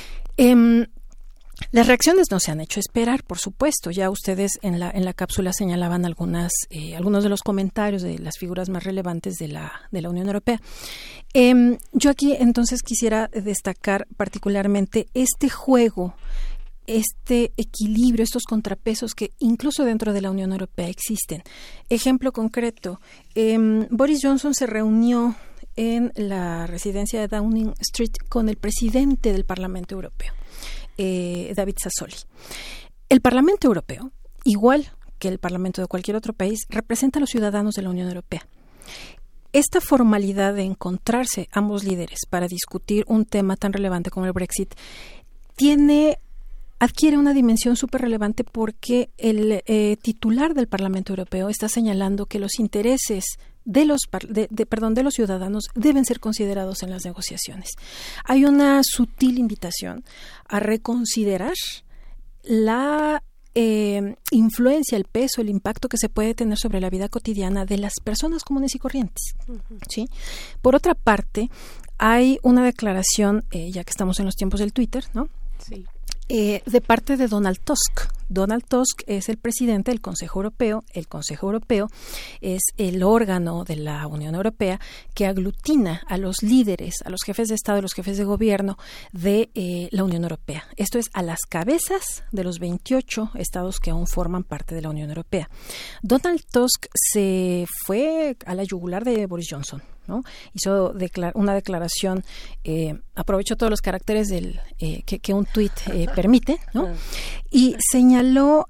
Las reacciones no se han hecho esperar, por supuesto. Ya ustedes en la cápsula señalaban algunos de los comentarios de las figuras más relevantes de la Unión Europea. Yo aquí entonces quisiera destacar particularmente este juego, este equilibrio, estos contrapesos que incluso dentro de la Unión Europea existen. Ejemplo concreto, Boris Johnson se reunió en la residencia de Downing Street con el presidente del Parlamento Europeo, David Sassoli. El Parlamento Europeo, igual que el Parlamento de cualquier otro país, representa a los ciudadanos de la Unión Europea. Esta formalidad de encontrarse ambos líderes para discutir un tema tan relevante como el Brexit adquiere una dimensión súper relevante porque el titular del Parlamento Europeo está señalando que los intereses de los ciudadanos deben ser considerados en las negociaciones. Hay una sutil invitación a reconsiderar la influencia, el peso, el impacto que se puede tener sobre la vida cotidiana de las personas comunes y corrientes, ¿sí? Por otra parte, hay una declaración, ya que estamos en los tiempos del Twitter, ¿no? Sí. De parte de Donald Tusk. Donald Tusk es el presidente del Consejo Europeo. El Consejo Europeo es el órgano de la Unión Europea que aglutina a los líderes, a los jefes de Estado y los jefes de gobierno de la Unión Europea. Esto es a las cabezas de los 28 estados que aún forman parte de la Unión Europea. Donald Tusk se fue a la yugular de Boris Johnson, ¿no? Hizo una declaración, aprovechó todos los caracteres que un tuit permite, ¿no? Y señaló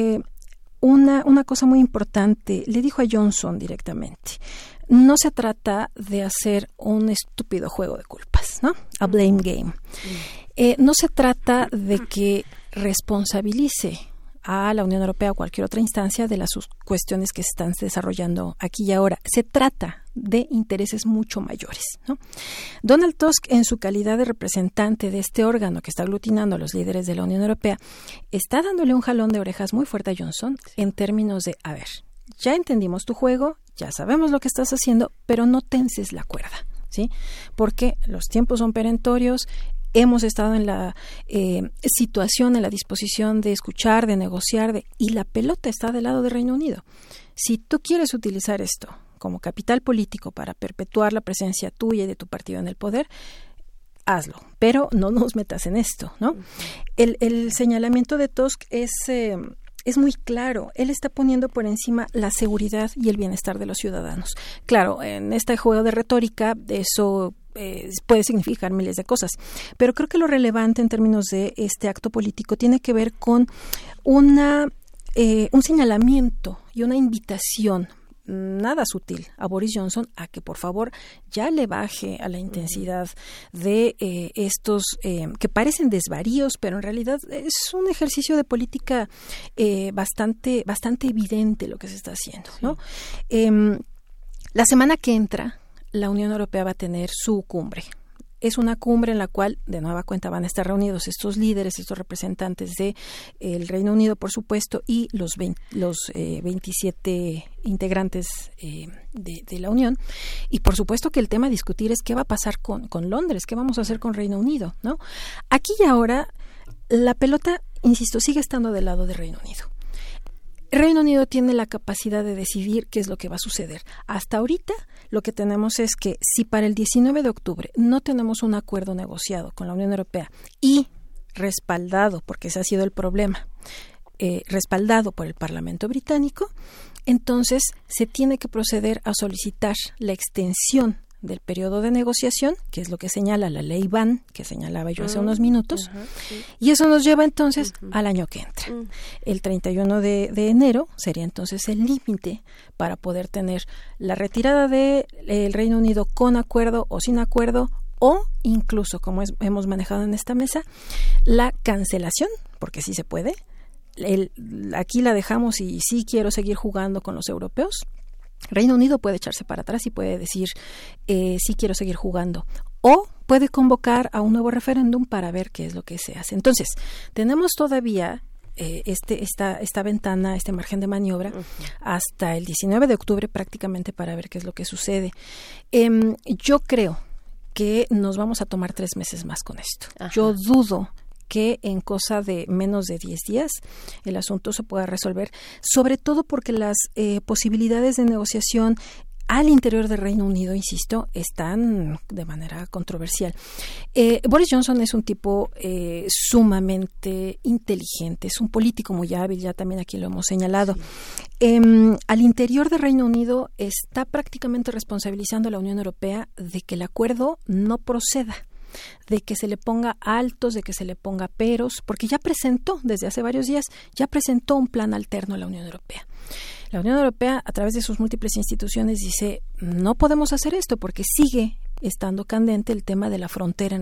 una cosa muy importante. Le dijo a Johnson directamente: no se trata de hacer un estúpido juego de culpas, ¿no? A blame game. No se trata de que responsabilice a la Unión Europea o cualquier otra instancia de las cuestiones que se están desarrollando aquí y ahora. Se trata de intereses mucho mayores, ¿no? Donald Tusk, en su calidad de representante de este órgano que está aglutinando a los líderes de la Unión Europea, está dándole un jalón de orejas muy fuerte a Johnson en términos de, a ver, ya entendimos tu juego, ya sabemos lo que estás haciendo, pero no tenses la cuerda, ¿sí? Porque los tiempos son perentorios. Hemos estado en la situación, en la disposición de escuchar, de negociar, y la pelota está del lado del Reino Unido. Si tú quieres utilizar esto como capital político para perpetuar la presencia tuya y de tu partido en el poder, hazlo, pero no nos metas en esto, ¿no? El señalamiento de Tusk es muy claro. Él está poniendo por encima la seguridad y el bienestar de los ciudadanos. Claro, en este juego de retórica, eso puede significar miles de cosas, pero creo que lo relevante en términos de este acto político tiene que ver con un señalamiento y una invitación nada sutil a Boris Johnson a que por favor ya le baje a la intensidad de estos que parecen desvaríos, pero en realidad es un ejercicio de política bastante evidente lo que se está haciendo, ¿no? La semana que entra la Unión Europea va a tener su cumbre. Es una cumbre en la cual, de nueva cuenta, van a estar reunidos estos líderes, estos representantes del Reino Unido, por supuesto, y los 27 integrantes de la Unión. Y, por supuesto, que el tema a discutir es qué va a pasar con Londres, qué vamos a hacer con Reino Unido, ¿no? Aquí y ahora, la pelota, insisto, sigue estando del lado del Reino Unido. Reino Unido tiene la capacidad de decidir qué es lo que va a suceder. Hasta ahorita lo que tenemos es que si para el 19 de octubre no tenemos un acuerdo negociado con la Unión Europea y respaldado, porque ese ha sido el problema, respaldado por el Parlamento británico, entonces se tiene que proceder a solicitar la extensión del periodo de negociación, que es lo que señala la ley Ban, que señalaba yo hace unos minutos, y eso nos lleva entonces al año que entra. El 31 de enero sería entonces el límite para poder tener la retirada del Reino Unido con acuerdo o sin acuerdo, o incluso, como hemos manejado en esta mesa, la cancelación, porque sí se puede. Aquí la dejamos y sí quiero seguir jugando con los europeos. Reino Unido puede echarse para atrás y puede decir sí quiero seguir jugando, o puede convocar a un nuevo referéndum para ver qué es lo que se hace. Entonces, tenemos todavía esta ventana, este margen de maniobra hasta el 19 de octubre prácticamente para ver qué es lo que sucede. Yo creo que nos vamos a tomar 3 meses más con esto. Yo dudo que en cosa de menos de 10 días el asunto se pueda resolver, sobre todo porque las posibilidades de negociación al interior del Reino Unido, insisto, están de manera controversial. Boris Johnson es un tipo sumamente inteligente, es un político muy hábil, ya también aquí lo hemos señalado. Al interior del Reino Unido está prácticamente responsabilizando a la Unión Europea de que el acuerdo no proceda, de que se le ponga altos, de que se le ponga peros, porque ya presentó, desde hace varios días, ya presentó un plan alterno a la Unión Europea. La Unión Europea, a través de sus múltiples instituciones, dice, no podemos hacer esto porque sigue estando candente el tema de la frontera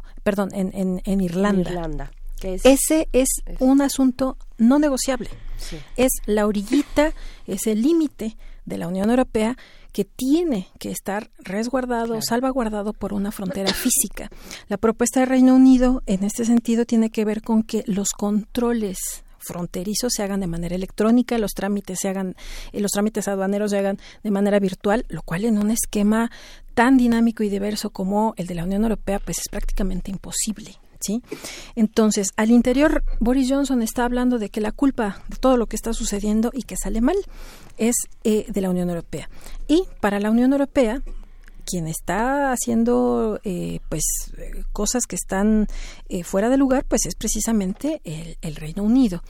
en Irlanda. Ese es un asunto no negociable. Sí. Es la orillita, es el límite de la Unión Europea que tiene que estar resguardado, salvaguardado por una frontera física. La propuesta del Reino Unido, en este sentido, tiene que ver con que los controles fronterizos se hagan de manera electrónica, los trámites aduaneros se hagan de manera virtual, lo cual en un esquema tan dinámico y diverso como el de la Unión Europea, pues es prácticamente imposible. ¿Sí? Entonces, al interior, Boris Johnson está hablando de que la culpa de todo lo que está sucediendo y que sale mal es de la Unión Europea. Y para la Unión Europea, quien está haciendo cosas que están fuera de lugar, pues es precisamente el Reino Unido.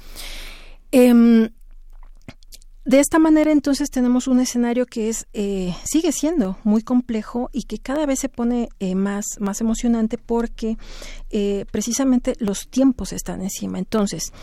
De esta manera, entonces, tenemos un escenario que sigue siendo muy complejo y que cada vez se pone más emocionante porque precisamente los tiempos están encima. Entonces,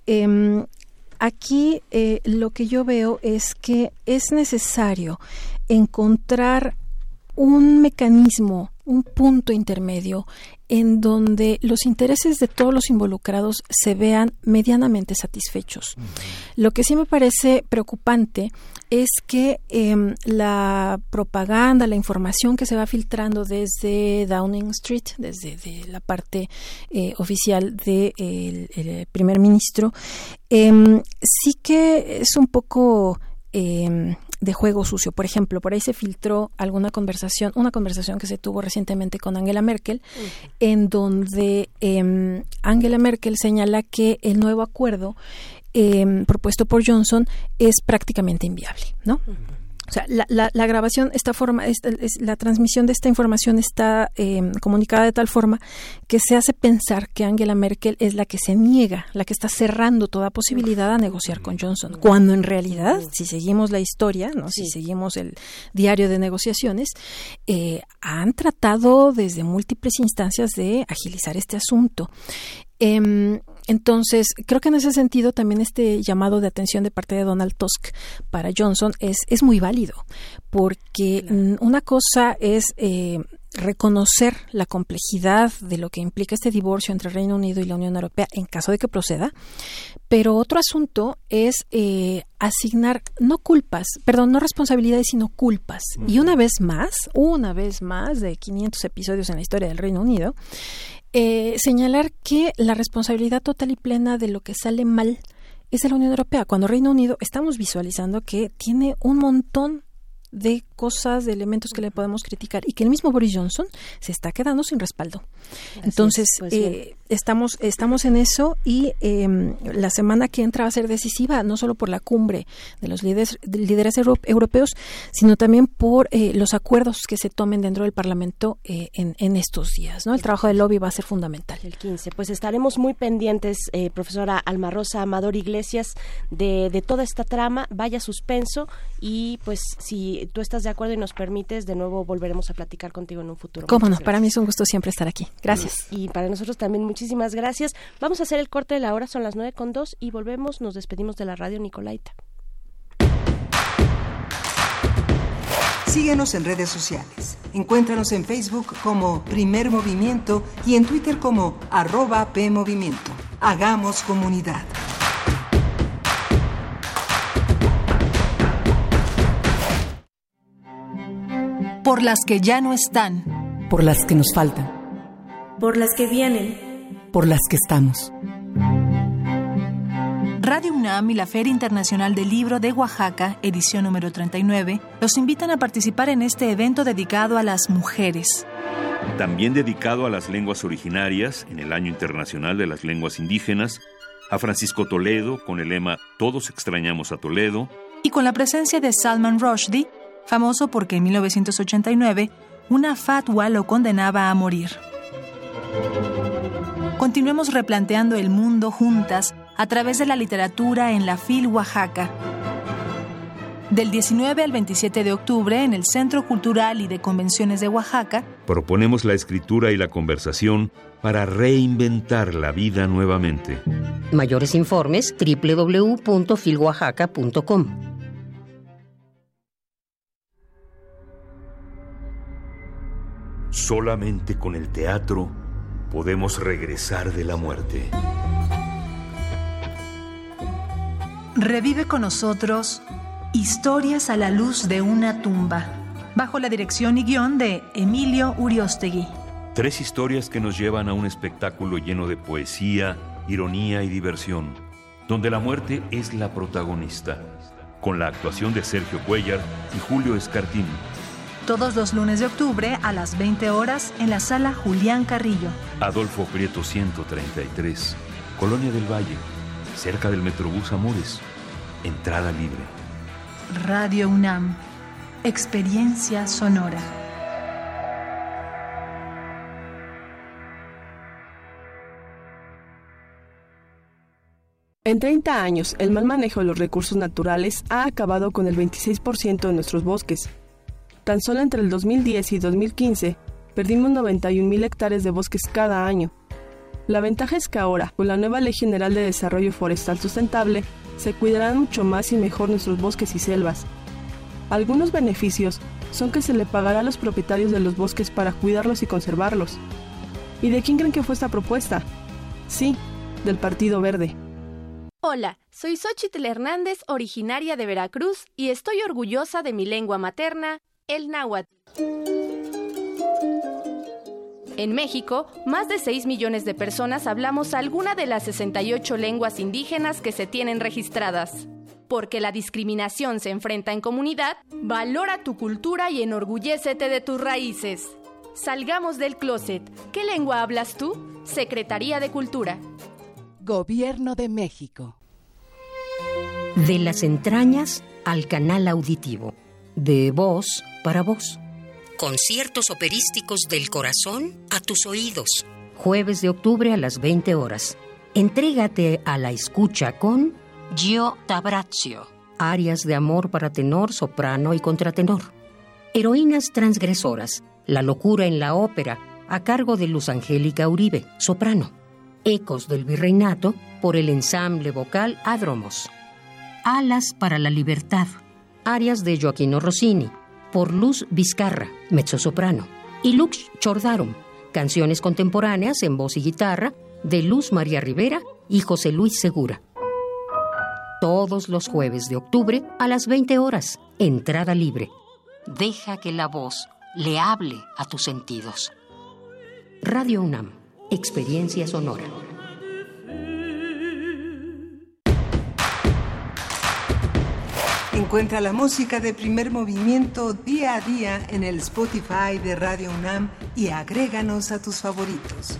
aquí lo que yo veo es que es necesario encontrar un mecanismo, un punto intermedio en donde los intereses de todos los involucrados se vean medianamente satisfechos. Lo que sí me parece preocupante es que la propaganda, la información que se va filtrando desde Downing Street, desde la parte oficial del primer ministro, sí que es un poco de juego sucio. Por ejemplo, por ahí se filtró una conversación que se tuvo recientemente con Angela Merkel, en donde Angela Merkel señala que el nuevo acuerdo propuesto por Johnson es prácticamente inviable, ¿no? O sea, la grabación, la transmisión de esta información está comunicada de tal forma que se hace pensar que Angela Merkel es la que se niega, la que está cerrando toda posibilidad a negociar con Johnson, cuando en realidad, si seguimos la historia, ¿no? Si seguimos el diario de negociaciones, han tratado desde múltiples instancias de agilizar este asunto. Entonces, creo que en ese sentido también este llamado de atención de parte de Donald Tusk para Johnson es muy válido, porque una cosa es reconocer la complejidad de lo que implica este divorcio entre el Reino Unido y la Unión Europea en caso de que proceda, pero otro asunto es asignar no responsabilidades, sino culpas. Y una vez más de 500 episodios en la historia del Reino Unido, señalar que la responsabilidad total y plena de lo que sale mal es de la Unión Europea, cuando Reino Unido estamos visualizando que tiene un montón de cosas, de elementos que le podemos criticar, y que el mismo Boris Johnson se está quedando sin respaldo. Entonces, estamos en eso, y la semana que entra va a ser decisiva, no solo por la cumbre de los líderes europeos, sino también por los acuerdos que se tomen dentro del Parlamento en estos días, ¿no? El trabajo del lobby va a ser fundamental. El 15. Pues estaremos muy pendientes, profesora Alma Rosa Amador Iglesias, de toda esta trama. Vaya suspenso, y pues si tú estás de acuerdo y nos permites, de nuevo volveremos a platicar contigo en un futuro. Cómo no, para mí es un gusto siempre estar aquí. Gracias. Y para nosotros también, muchísimas gracias. Vamos a hacer el corte de la hora, son las 9:02, y volvemos, nos despedimos de la radio Nicolaita. Síguenos en redes sociales. Encuéntranos en Facebook como Primer Movimiento y en Twitter como @PMovimiento. Hagamos comunidad. Por las que ya no están. Por las que nos faltan. Por las que vienen. Por las que estamos. Radio UNAM y la Feria Internacional del Libro de Oaxaca, edición número 39, los invitan a participar en este evento dedicado a las mujeres. También dedicado a las lenguas originarias, en el Año Internacional de las Lenguas Indígenas, a Francisco Toledo, con el lema Todos extrañamos a Toledo, Y con la presencia de Salman Rushdie, famoso porque en 1989 una fatwa lo condenaba a morir. Continuemos replanteando el mundo juntas a través de la literatura en la FIL Oaxaca. Del 19 al 27 de octubre, en el Centro Cultural y de Convenciones de Oaxaca, proponemos la escritura y la conversación para reinventar la vida nuevamente. Mayores informes www.filoaxaca.com. Solamente con el teatro podemos regresar de la muerte. revive con nosotros Historias a la luz de una tumba, bajo la dirección y guión de Emilio Uriostegui. 3 historias que nos llevan a un espectáculo lleno de poesía, ironía y diversión, donde la muerte es la protagonista, con la actuación de Sergio Cuellar y Julio Escartín. Todos los lunes de octubre a las 20 horas en la Sala Julián Carrillo. Adolfo Prieto 133, Colonia del Valle, cerca del Metrobús Amores. Entrada libre. Radio UNAM. Experiencia sonora. En 30 años, el mal manejo de los recursos naturales ha acabado con el 26% de nuestros bosques. Tan solo entre el 2010 y 2015, perdimos 91,000 hectáreas de bosques cada año. La ventaja es que ahora, con la nueva Ley General de Desarrollo Forestal Sustentable, se cuidarán mucho más y mejor nuestros bosques y selvas. Algunos beneficios son que se le pagará a los propietarios de los bosques para cuidarlos y conservarlos. ¿Y de quién creen que fue esta propuesta? Sí, del Partido Verde. Hola, soy Xóchitl Hernández, originaria de Veracruz, y estoy orgullosa de mi lengua materna, el náhuatl. En México, más de 6 millones de personas hablamos alguna de las 68 lenguas indígenas que se tienen registradas. Porque la discriminación se enfrenta en comunidad, valora tu cultura y enorgullécete de tus raíces. Salgamos del closet. ¿Qué lengua hablas tú? Secretaría de Cultura. Gobierno de México. De las entrañas al canal auditivo. De voz para voz. Conciertos operísticos del corazón a tus oídos. Jueves de octubre a las 20 horas. Entrégate a la escucha con Gio D'Abrazio. Arias de amor para tenor, soprano y contratenor. Heroínas transgresoras. La locura en la ópera, a cargo de Luz Angélica Uribe, soprano. Ecos del Virreinato, por el ensamble vocal Adromos. Alas para la libertad. Arias de Gioacchino Rossini, por Luz Vizcarra, mezzosoprano. Y Lux Chordarum, canciones contemporáneas en voz y guitarra de Luz María Rivera y José Luis Segura. Todos los jueves de octubre a las 20 horas, entrada libre. Deja que la voz le hable a tus sentidos. Radio UNAM, experiencia sonora. En Encuentra la música de Primer Movimiento día a día en el Spotify de Radio UNAM y agréganos a tus favoritos.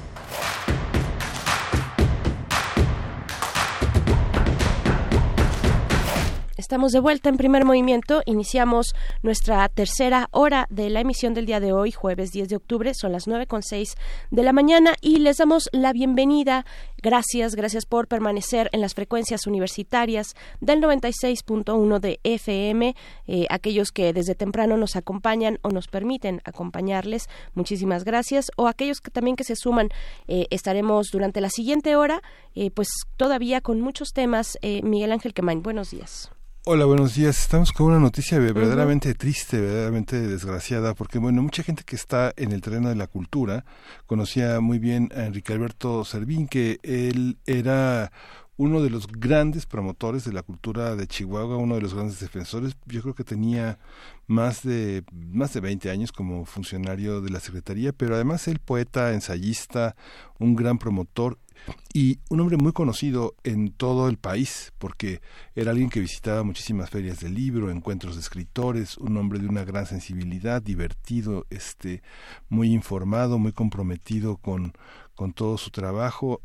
Estamos de vuelta en Primer Movimiento. Iniciamos nuestra tercera hora de la emisión del día de hoy, jueves 10 de octubre. Son las 9:06 de la mañana y les damos la bienvenida. Gracias por permanecer en las frecuencias universitarias del 96.1 de FM. Aquellos que desde temprano nos acompañan o nos permiten acompañarles, muchísimas gracias. O aquellos que también que se suman, estaremos durante la siguiente hora, pues todavía con muchos temas. Miguel Ángel Quemain, buenos días. Hola, buenos días. Estamos con una noticia verdaderamente triste, verdaderamente desgraciada, porque bueno, mucha gente que está en el terreno de la cultura conocía muy bien a Enrique Alberto Servín, que él era uno de los grandes promotores de la cultura de Chihuahua, uno de los grandes defensores. Yo creo que tenía más de 20 años como funcionario de la Secretaría, pero además él poeta, ensayista, un gran promotor y un hombre muy conocido en todo el país, porque era alguien que visitaba muchísimas ferias del libro, encuentros de escritores, un hombre de una gran sensibilidad, divertido, muy informado, muy comprometido con todo su trabajo.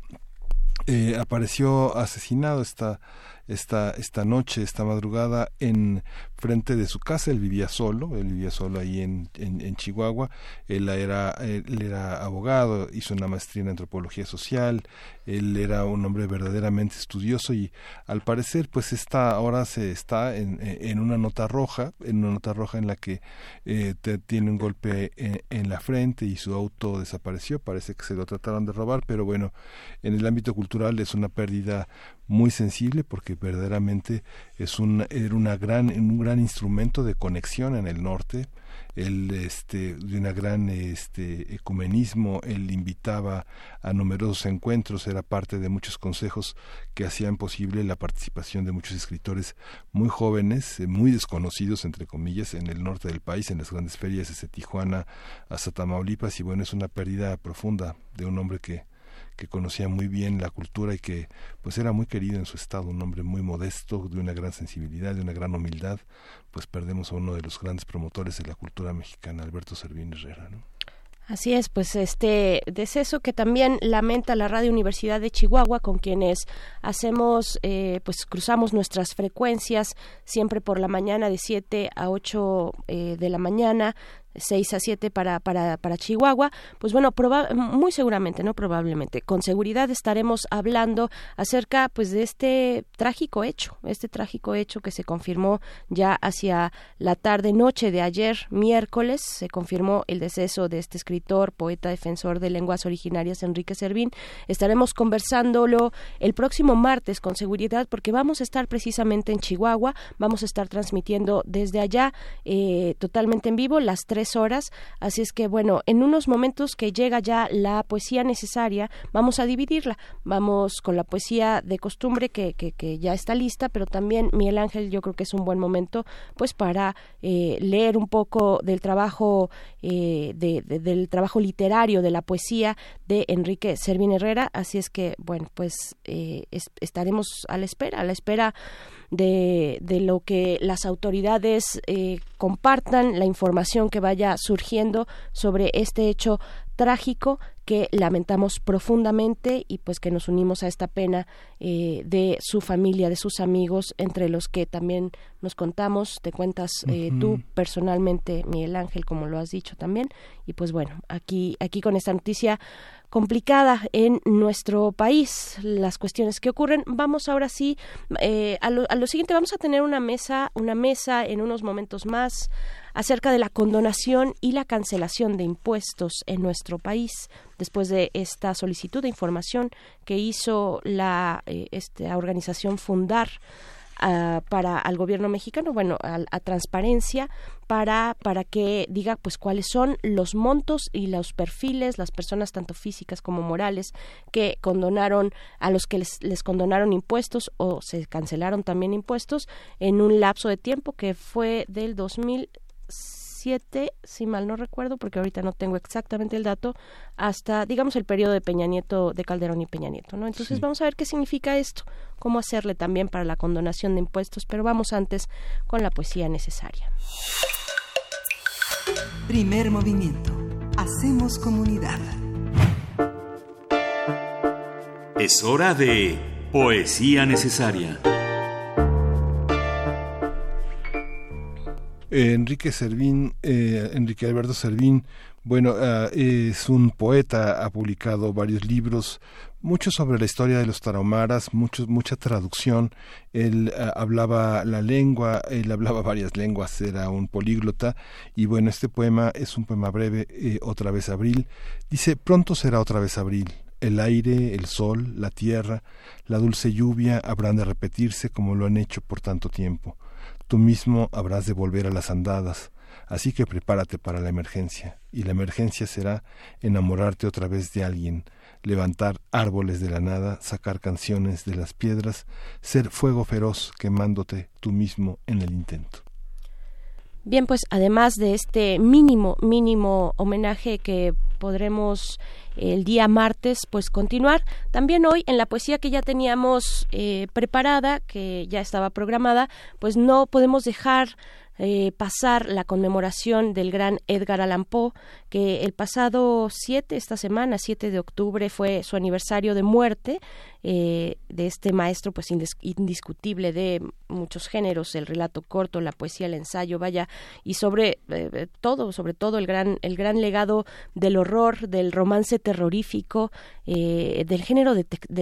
Apareció asesinado esta noche, esta madrugada, en frente de su casa. Él vivía solo ahí en Chihuahua. Él era abogado, hizo una maestría en antropología social. Él era un hombre verdaderamente estudioso y al parecer pues ahora se está en una nota roja, en la que tiene un golpe en la frente y su auto desapareció. Parece que se lo trataron de robar, pero bueno, en el ámbito cultural es una pérdida muy sensible porque verdaderamente era un gran instrumento de conexión en el norte. Él de una gran ecumenismo. Él invitaba a numerosos encuentros, era parte de muchos consejos que hacían posible la participación de muchos escritores muy jóvenes, muy desconocidos entre comillas, en el norte del país, en las grandes ferias desde Tijuana hasta Tamaulipas. Y bueno, es una pérdida profunda de un hombre que conocía muy bien la cultura y que pues era muy querido en su estado, un hombre muy modesto, de una gran sensibilidad, de una gran humildad. Pues perdemos a uno de los grandes promotores de la cultura mexicana, Alberto Servín Herrera, ¿no? Así es, pues deceso que también lamenta la Radio Universidad de Chihuahua, con quienes hacemos, pues cruzamos nuestras frecuencias siempre por la mañana de 7 a 8 de la mañana, 6 a 7 para Chihuahua. Pues bueno, muy seguramente, no probablemente, con seguridad estaremos hablando acerca pues de este trágico hecho que se confirmó ya hacia la tarde-noche de ayer, miércoles. Se confirmó el deceso de este escritor, poeta, defensor de lenguas originarias, Enrique Servín. Estaremos conversándolo el próximo martes con seguridad, porque vamos a estar precisamente en Chihuahua, vamos a estar transmitiendo desde allá totalmente en vivo las 3 horas, así es que bueno, en unos momentos que llega ya la poesía necesaria, vamos a dividirla, vamos con la poesía de costumbre que ya está lista, pero también, Miguel Ángel, yo creo que es un buen momento pues para leer un poco del trabajo del trabajo literario, de la poesía de Enrique Servín Herrera, así es que bueno, pues estaremos a la espera de lo que las autoridades compartan, la información que vaya surgiendo sobre este hecho trágico que lamentamos profundamente y pues que nos unimos a esta pena de su familia, de sus amigos, entre los que también nos te cuentas tú personalmente, Miguel Ángel, como lo has dicho también. Y pues bueno, aquí con esta noticia complicada en nuestro país, las cuestiones que ocurren. Vamos ahora sí a lo siguiente. Vamos a tener una mesa en unos momentos más acerca de la condonación y la cancelación de impuestos en nuestro país, después de esta solicitud de información que hizo esta organización Fundar para al gobierno mexicano, bueno, a Transparencia, para que diga pues cuáles son los montos y los perfiles, las personas tanto físicas como morales que condonaron, a los que les condonaron impuestos o se cancelaron también impuestos en un lapso de tiempo que fue del 2007 97, si mal no recuerdo, porque ahorita no tengo exactamente el dato, hasta, digamos, el periodo de Peña Nieto, de Calderón y Peña Nieto, ¿no? Entonces vamos a ver qué significa esto, cómo hacerle también para la condonación de impuestos, pero vamos antes con la poesía necesaria. Primer movimiento. Hacemos comunidad. Es hora de poesía necesaria. Enrique Alberto Servín, bueno, es un poeta, ha publicado varios libros, mucho sobre la historia de los tarahumaras, mucha traducción. Él hablaba la lengua, él hablaba varias lenguas, era un políglota, y bueno, este poema es un poema breve, Otra vez abril. Dice: pronto será otra vez abril. El aire, el sol, la tierra, la dulce lluvia habrán de repetirse como lo han hecho por tanto tiempo. Tú mismo habrás de volver a las andadas, así que prepárate para la emergencia, y la emergencia será enamorarte otra vez de alguien, levantar árboles de la nada, sacar canciones de las piedras, ser fuego feroz quemándote tú mismo en el intento. Bien, pues además de este mínimo homenaje que podremos el día martes pues continuar, también hoy en la poesía que ya teníamos preparada, que ya estaba programada, pues no podemos dejar pasar la conmemoración del gran Edgar Allan Poe, que el pasado 7 de octubre fue su aniversario de muerte, de este maestro pues indiscutible de muchos géneros, el relato corto, la poesía, el ensayo, vaya, y sobre todo el gran legado del horror, del romance terrorífico, del género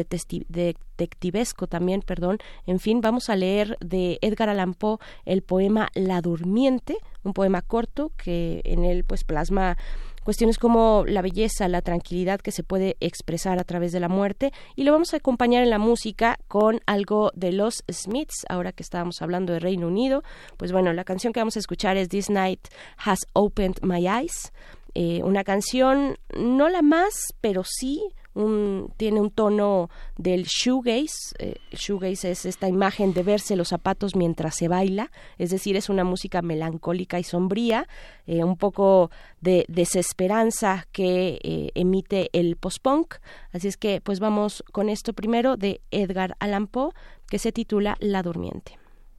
detectivesco también, en fin, vamos a leer de Edgar Allan Poe el poema La Durmiente, un poema corto que en él pues plasma cuestiones como la belleza, la tranquilidad que se puede expresar a través de la muerte, y lo vamos a acompañar en la música con algo de los Smiths. Ahora que estábamos hablando de Reino Unido, pues bueno, la canción que vamos a escuchar es This Night Has Opened My Eyes, una canción no la más, pero sí tiene un tono del shoegaze. Shoegaze es esta imagen de verse los zapatos mientras se baila, es decir, es una música melancólica y sombría, un poco de desesperanza que emite el post-punk. Así es que pues vamos con esto primero de Edgar Allan Poe, que se titula La Durmiente.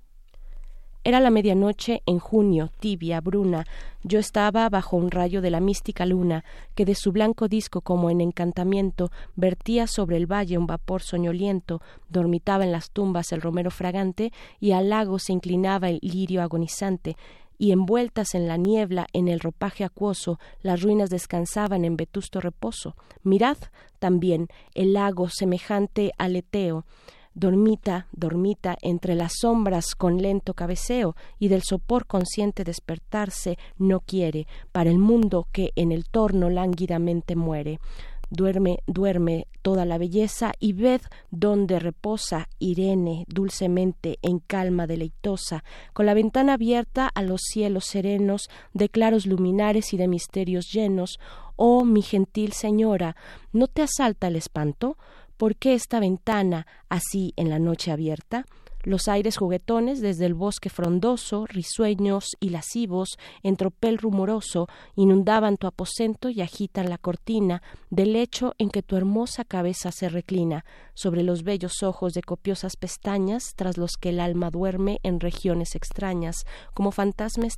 Era la medianoche en junio, tibia, bruna. Yo estaba bajo un rayo de la mística luna, que de su blanco disco como en encantamiento vertía sobre el valle un vapor soñoliento, dormitaba en las tumbas el romero fragante, y al lago se inclinaba el lirio agonizante, y envueltas en la niebla, en el ropaje acuoso, las ruinas descansaban en vetusto reposo. Mirad también el lago semejante al Eteo, dormita entre las sombras con lento cabeceo, y del sopor consciente despertarse no quiere, para el mundo que en el torno lánguidamente muere. Duerme toda la belleza, y ved donde reposa Irene dulcemente en calma deleitosa, con la ventana abierta a los cielos serenos, de claros luminares y de misterios llenos. Oh, mi gentil señora, ¿no te asalta el espanto? ¿Por qué esta ventana así en la noche abierta? Los aires juguetones desde el bosque frondoso, risueños y lascivos, en tropel rumoroso, inundaban tu aposento y agitan la cortina del lecho en que tu hermosa cabeza se reclina, sobre los bellos ojos de copiosas pestañas, tras los que el alma duerme en regiones extrañas, como fantasmas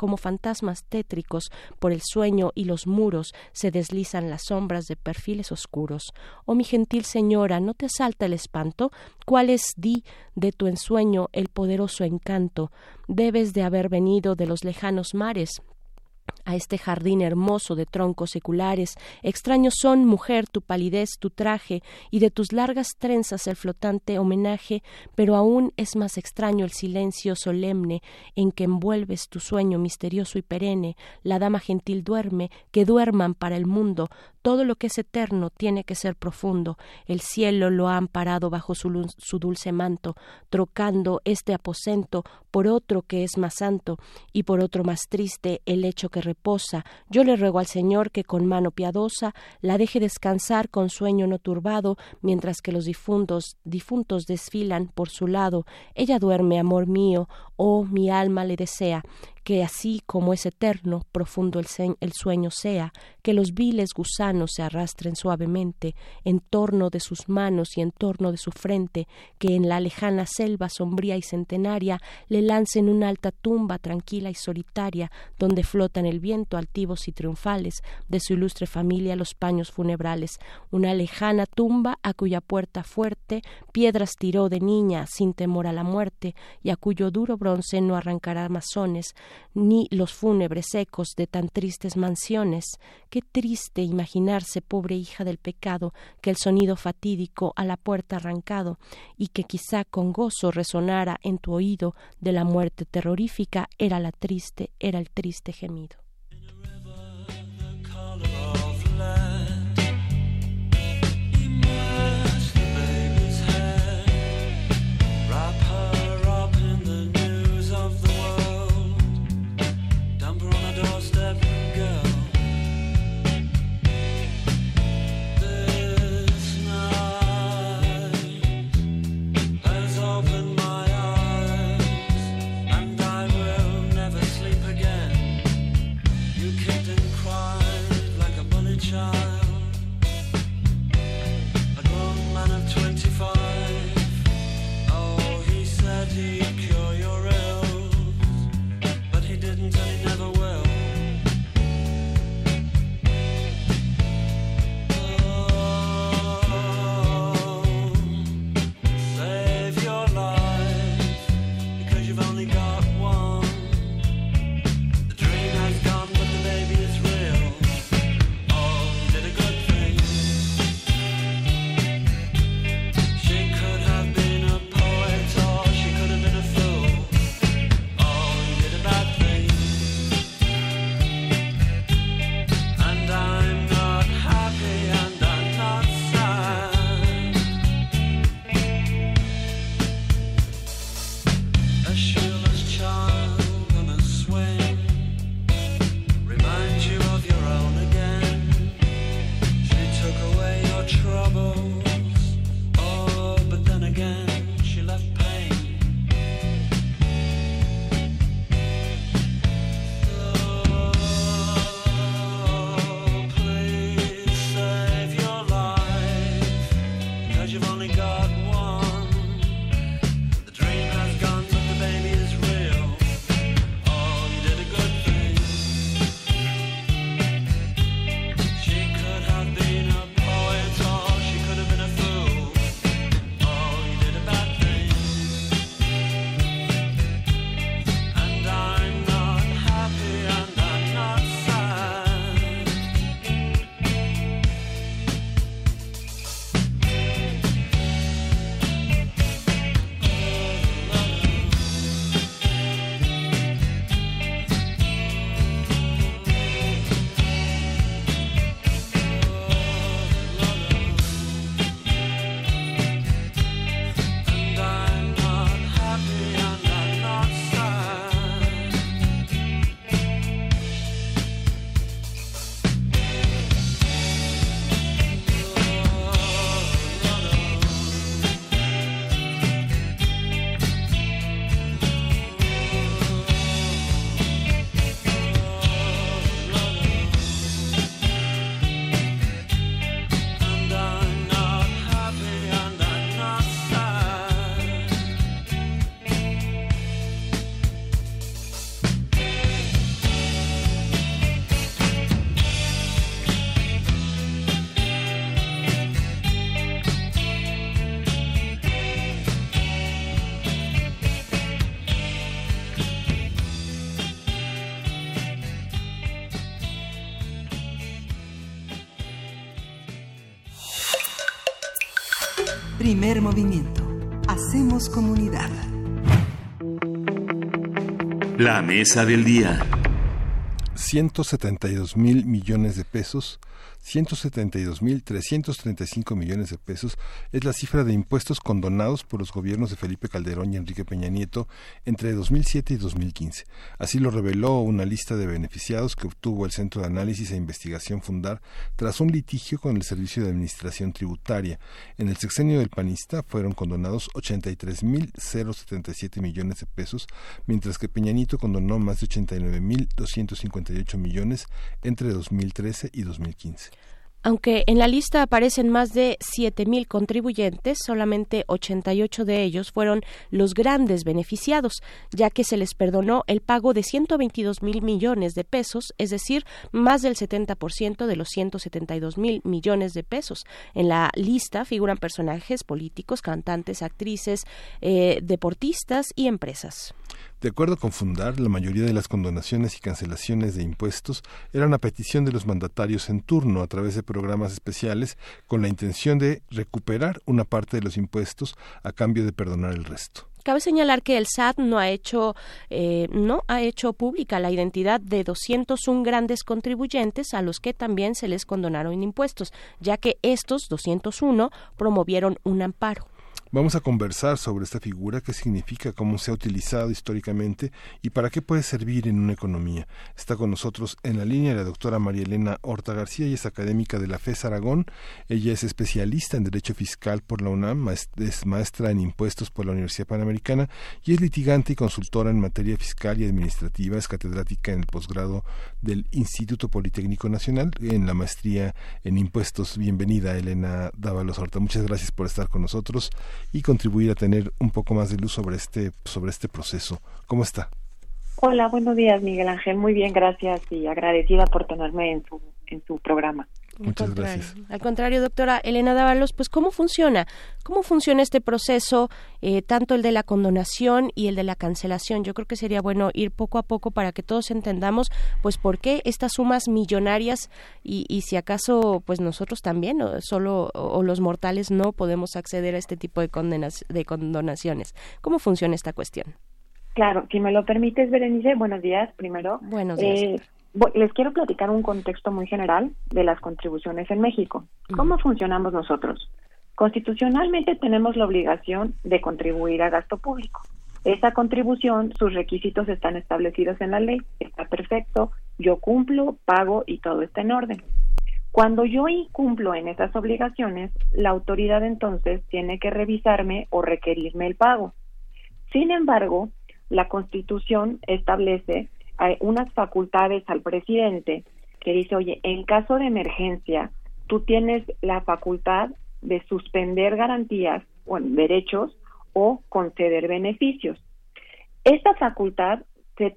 tétricos por el sueño, y los muros se deslizan las sombras de perfiles oscuros. Oh, mi gentil señora, ¿no te asalta el espanto? ¿Cuál es, di, de tu ensueño el poderoso encanto? Debes de haber venido de los lejanos mares a este jardín hermoso de troncos seculares. Extraños son, mujer, tu palidez, tu traje, y de tus largas trenzas el flotante homenaje, pero aún es más extraño el silencio solemne en que envuelves tu sueño misterioso y perenne. La dama gentil duerme, que duerman para el mundo. Todo lo que es eterno tiene que ser profundo. El cielo lo ha amparado bajo su dulce manto, trocando este aposento por otro que es más santo, y por otro más triste el lecho que reposa. Yo le ruego al Señor que con mano piadosa la deje descansar con sueño no turbado, mientras que los difuntos desfilan por su lado. Ella duerme, amor mío, oh, mi alma le desea. que así como es eterno, profundo el sueño sea, que los viles gusanos se arrastren suavemente en torno de sus manos y en torno de su frente, que en la lejana selva sombría y centenaria le lancen una alta tumba tranquila y solitaria, donde flotan el viento altivos y triunfales de su ilustre familia los paños funebrales, una lejana tumba a cuya puerta fuerte piedras tiró de niña sin temor a la muerte, y a cuyo duro bronce no arrancará masones ni los fúnebres ecos de tan tristes mansiones. Qué triste imaginarse, pobre hija del pecado, que el sonido fatídico a la puerta arrancado, y que quizá con gozo resonara en tu oído de la muerte terrorífica, era el triste gemido. Primer movimiento. Hacemos comunidad. La mesa del día. 172,000 millones de pesos 172.335 millones de pesos es la cifra de impuestos condonados por los gobiernos de Felipe Calderón y Enrique Peña Nieto entre 2007 y 2015. Así lo reveló una lista de beneficiados que obtuvo el Centro de Análisis e Investigación Fundar tras un litigio con el Servicio de Administración Tributaria. En el sexenio del panista fueron condonados 83.077 millones de pesos, mientras que Peña Nieto condonó más de 89.258 millones entre 2013 y 2015. Aunque en la lista aparecen más de 7,000 contribuyentes, solamente 88 de ellos fueron los grandes beneficiados, ya que se les perdonó el pago de 122,000 millones de pesos, es decir, más del 70% de los 172,000 millones de pesos. En la lista figuran personajes políticos, cantantes, actrices, deportistas y empresas. De acuerdo con Fundar, la mayoría de las condonaciones y cancelaciones de impuestos eran a petición de los mandatarios en turno a través de programas especiales con la intención de recuperar una parte de los impuestos a cambio de perdonar el resto. Cabe señalar que el SAT no ha hecho pública la identidad de 201 grandes contribuyentes a los que también se les condonaron impuestos, ya que estos 201 promovieron un amparo. Vamos a conversar sobre esta figura, qué significa, cómo se ha utilizado históricamente y para qué puede servir en una economía. Está con nosotros en la línea la doctora María Elena Horta García, ella es académica de la FES Aragón, ella es especialista en Derecho Fiscal por la UNAM, es maestra en Impuestos por la Universidad Panamericana y es litigante y consultora en materia fiscal y administrativa, es catedrática en el posgrado del Instituto Politécnico Nacional, en la maestría en Impuestos. Bienvenida, Elena Dávalos Horta, muchas gracias por estar con nosotros y contribuir a tener un poco más de luz sobre este proceso. ¿Cómo está? Hola, buenos días, Miguel Ángel. Muy bien, gracias y agradecida por tenerme en su programa. Muchas gracias. Al contrario, doctora Elena Dávalos, pues ¿cómo funciona? ¿Cómo funciona este proceso, tanto el de la condonación y el de la cancelación? Yo creo que sería bueno ir poco a poco para que todos entendamos, pues, por qué estas sumas millonarias y si acaso, pues, nosotros también, o los mortales no podemos acceder a este tipo de condonaciones. ¿Cómo funciona esta cuestión? Claro, si me lo permites, Berenice, buenos días primero. Buenos días. Les quiero platicar un contexto muy general de las contribuciones en México. ¿Cómo funcionamos nosotros? Constitucionalmente tenemos la obligación de contribuir a gasto público. Esa contribución, sus requisitos están establecidos en la ley. Está perfecto, yo cumplo, pago y todo está en orden. Cuando yo incumplo en esas obligaciones, la autoridad entonces tiene que revisarme o requerirme el pago. Sin embargo, la Constitución establece unas facultades al presidente que dice, oye, en caso de emergencia, tú tienes la facultad de suspender garantías o derechos o conceder beneficios. Esta facultad se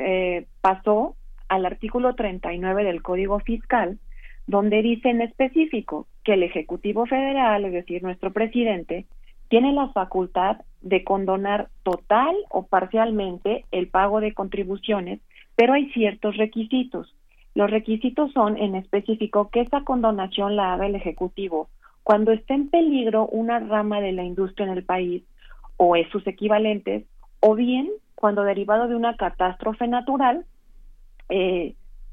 pasó al artículo 39 del Código Fiscal, donde dice en específico que el Ejecutivo Federal, es decir, nuestro presidente, tiene la facultad de condonar total o parcialmente el pago de contribuciones, pero hay ciertos requisitos. Los requisitos son, en específico, que esa condonación la haga el Ejecutivo cuando esté en peligro una rama de la industria en el país o sus equivalentes, o bien cuando derivado de una catástrofe natural se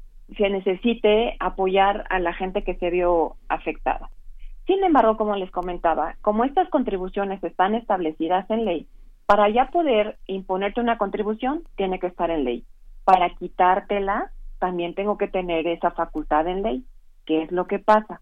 necesite apoyar a la gente que se vio afectada. Sin embargo, como les comentaba, como estas contribuciones están establecidas en ley, para ya poder imponerte una contribución, tiene que estar en ley. Para quitártela, también tengo que tener esa facultad en ley. ¿Qué es lo que pasa?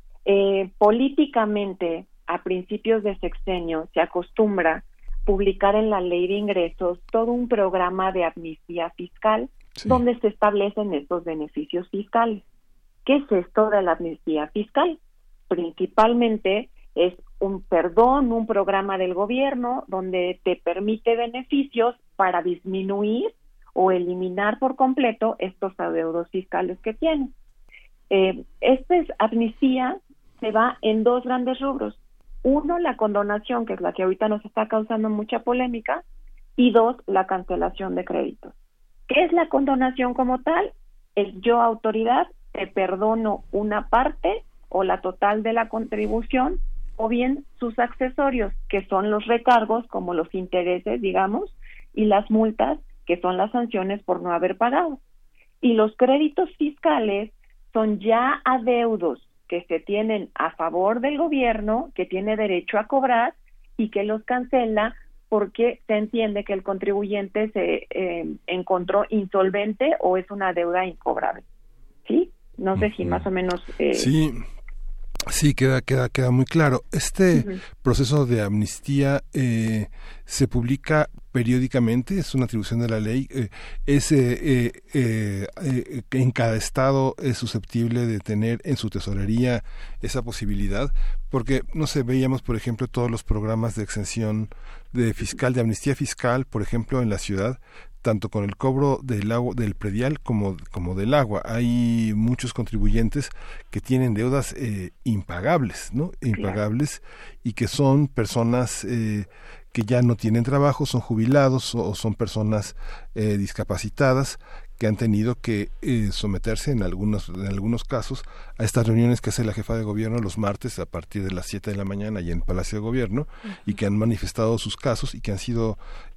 Políticamente, a principios de sexenio, se acostumbra publicar en la Ley de Ingresos todo un programa de amnistía fiscal, sí, donde se establecen estos beneficios fiscales. ¿Qué es esto de la amnistía fiscal? Principalmente es un perdón, un programa del gobierno donde te permite beneficios para disminuir o eliminar por completo estos adeudos fiscales que tienen. Esta amnistía se va en dos grandes rubros. Uno, la condonación, que es la que ahorita nos está causando mucha polémica, y dos, la cancelación de créditos. ¿Qué es la condonación como tal? Es yo, autoridad, te perdono una parte o la total de la contribución, o bien sus accesorios, que son los recargos, como los intereses, digamos, y las multas, que son las sanciones por no haber pagado. Y los créditos fiscales son ya adeudos que se tienen a favor del gobierno, que tiene derecho a cobrar y que los cancela porque se entiende que el contribuyente se encontró insolvente o es una deuda incobrable. ¿Sí? No sé si más o menos... Sí, queda muy claro. Este proceso de amnistía se publica periódicamente, es una atribución de la ley, en cada estado es susceptible de tener en su tesorería esa posibilidad, porque, no sé, veíamos, por ejemplo, todos los programas de exención de amnistía fiscal, por ejemplo, en la ciudad, tanto con el cobro del predial como del agua. Hay muchos contribuyentes que tienen deudas impagables, ¿no? Impagables, y que son personas que ya no tienen trabajo, son jubilados o son personas discapacitadas que han tenido que someterse en algunos casos a estas reuniones que hace la jefa de gobierno los martes a partir de las 7 de la mañana y en el Palacio de Gobierno, y que han manifestado sus casos y que han sido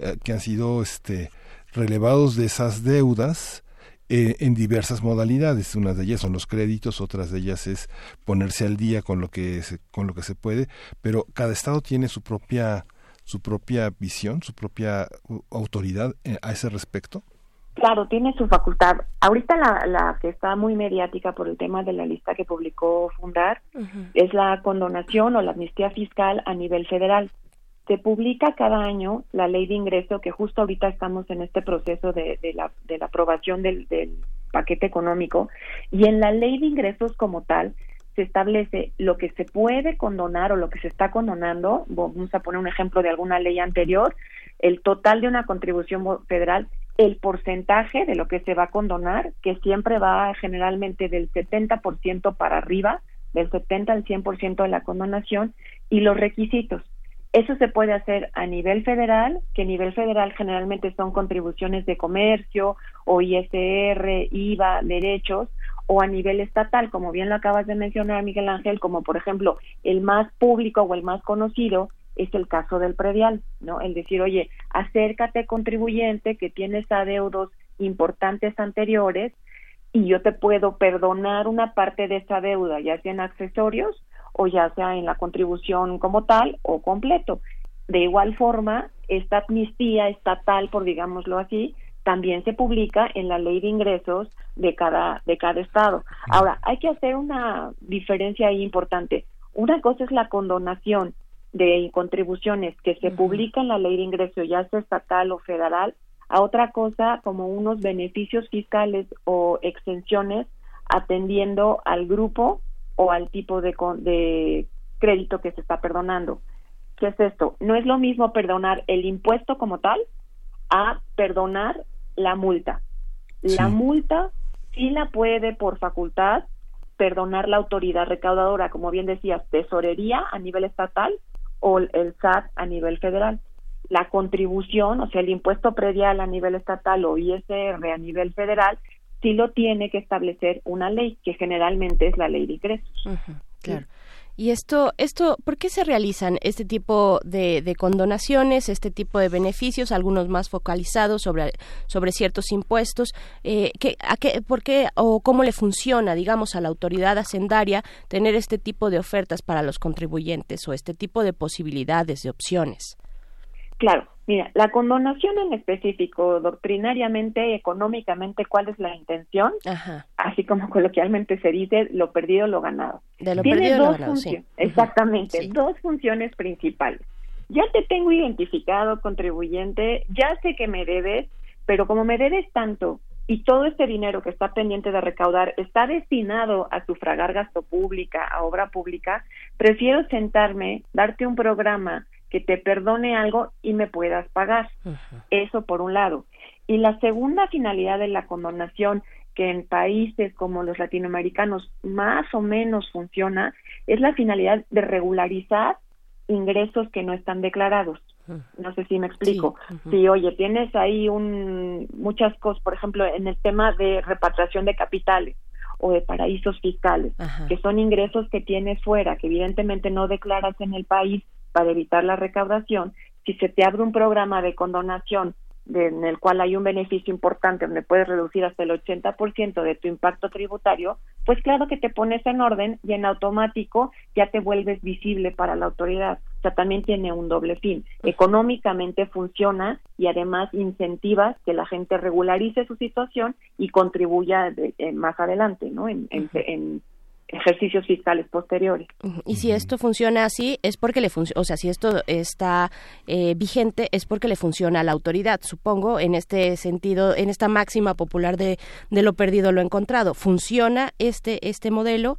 relevados de esas deudas en diversas modalidades. Unas de ellas son los créditos, otras de ellas es ponerse al día con lo que se puede, pero cada estado tiene su propia visión, su propia autoridad a ese respecto. Claro, tiene su facultad. Ahorita la que está muy mediática por el tema de la lista que publicó Fundar es la condonación o la amnistía fiscal a nivel federal. Se publica cada año la ley de ingreso, que justo ahorita estamos en este proceso de la aprobación del paquete económico, y en la ley de ingresos como tal se establece lo que se puede condonar o lo que se está condonando. Vamos a poner un ejemplo de alguna ley anterior: el total de una contribución federal, el porcentaje de lo que se va a condonar, que siempre va generalmente del 70% para arriba, del 70 al 100% de la condonación, y los requisitos. Eso se puede hacer a nivel federal, que a nivel federal generalmente son contribuciones de comercio o ISR, IVA, derechos, o a nivel estatal, como bien lo acabas de mencionar, Miguel Ángel, como por ejemplo el más público o el más conocido es el caso del predial, ¿no? El decir, oye, acércate contribuyente que tienes adeudos importantes anteriores y yo te puedo perdonar una parte de esa deuda, ya sea en accesorios o ya sea en la contribución como tal o completo. De igual forma, esta amnistía estatal, por digámoslo así, también se publica en la ley de ingresos de cada estado. Ahora, hay que hacer una diferencia ahí importante. Una cosa es la condonación de contribuciones que se publica en la ley de ingresos, ya sea estatal o federal, a otra cosa como unos beneficios fiscales o exenciones atendiendo al grupo o al tipo de crédito que se está perdonando. ¿Qué es esto? No es lo mismo perdonar el impuesto como tal a perdonar la multa. La multa sí la puede por facultad perdonar la autoridad recaudadora, como bien decías, tesorería a nivel estatal o el SAT a nivel federal. La contribución, o sea, el impuesto predial a nivel estatal o ISR a nivel federal, sí lo tiene que establecer una ley, que generalmente es la ley de ingresos. Claro. Y esto, ¿por qué se realizan este tipo de condonaciones, este tipo de beneficios, algunos más focalizados sobre ciertos impuestos? ¿Por qué o cómo le funciona, digamos, a la autoridad hacendaria tener este tipo de ofertas para los contribuyentes o este tipo de posibilidades, de opciones? Claro, mira, la condonación en específico, doctrinariamente, económicamente, ¿cuál es la intención? Ajá. Así como coloquialmente se dice, lo perdido, lo ganado. De lo Tiene perdido, dos lo ganado, funciones, sí. Exactamente, Sí. dos funciones principales. Ya te tengo identificado, contribuyente, ya sé que me debes, pero como me debes tanto y todo este dinero que está pendiente de recaudar está destinado a sufragar gasto pública, a obra pública, prefiero sentarme, darte un programa que te perdone algo y me puedas pagar. Eso por un lado. Y la segunda finalidad de la condonación, que en países como los latinoamericanos más o menos funciona, es la finalidad de regularizar ingresos que no están declarados. No sé si me explico. Sí. Si, oye, tienes ahí muchas cosas, por ejemplo, en el tema de repatriación de capitales o de paraísos fiscales, que son ingresos que tienes fuera, que evidentemente no declaras en el país para evitar la recaudación. Si se te abre un programa de condonación en el cual hay un beneficio importante, donde puedes reducir hasta el 80% de tu impacto tributario, pues claro que te pones en orden y en automático ya te vuelves visible para la autoridad. O sea, también tiene un doble fin. Económicamente funciona y además incentivas que la gente regularice su situación y contribuya más adelante, ¿no? En ejercicios fiscales posteriores. Y si esto funciona así, es porque le funciona, o sea, si esto está vigente, es porque le funciona a la autoridad, supongo, en este sentido, en esta máxima popular de lo perdido lo encontrado. ¿Funciona este modelo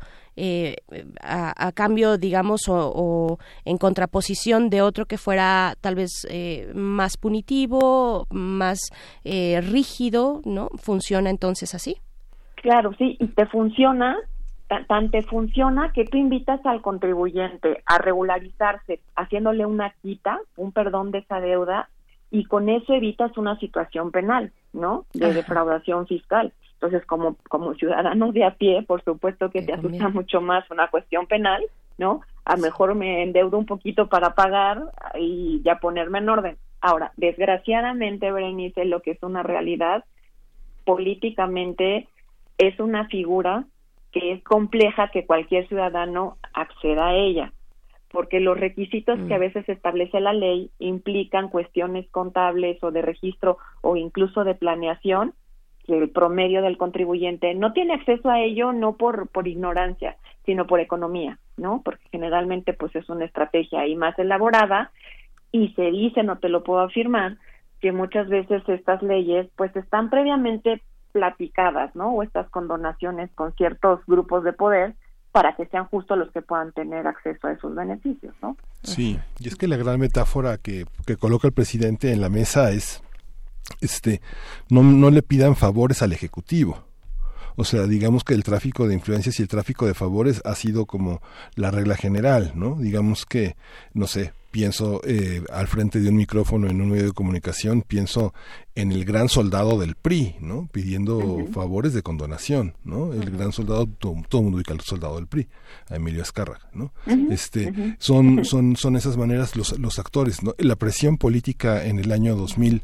a cambio, digamos, o en contraposición de otro que fuera tal vez más punitivo, más rígido, ¿no? ¿Funciona entonces así? Claro, sí, y te funciona. Tan te funciona que tú invitas al contribuyente a regularizarse haciéndole una quita, un perdón de esa deuda, y con eso evitas una situación penal, ¿no? De defraudación fiscal. Entonces, como ciudadano de a pie, por supuesto que te asusta mucho más una cuestión penal, ¿no? A mejor me endeudo un poquito para pagar y ya ponerme en orden. Ahora, desgraciadamente, Berenice, lo que es una realidad, políticamente es una figura que es compleja que cualquier ciudadano acceda a ella, porque los requisitos que a veces establece la ley implican cuestiones contables o de registro o incluso de planeación, que el promedio del contribuyente no tiene acceso a ello, no por ignorancia, sino por economía, ¿no? Porque generalmente pues es una estrategia ahí más elaborada, y se dice, no te lo puedo afirmar, que muchas veces estas leyes pues están previamente platicadas, ¿no? O estas condonaciones con ciertos grupos de poder para que sean justo los que puedan tener acceso a esos beneficios, ¿no? Sí, y es que la gran metáfora que coloca el presidente en la mesa es, no le pidan favores al Ejecutivo. O sea, digamos que el tráfico de influencias y el tráfico de favores ha sido como la regla general, ¿no? Digamos que, no sé, pienso al frente de un micrófono en un medio de comunicación, pienso en el gran soldado del PRI, ¿no? Pidiendo favores de condonación, ¿no? El gran soldado, todo el mundo ubica al soldado del PRI, a Emilio Azcárraga, ¿no? Son esas maneras los actores, ¿no? La presión política en el año 2000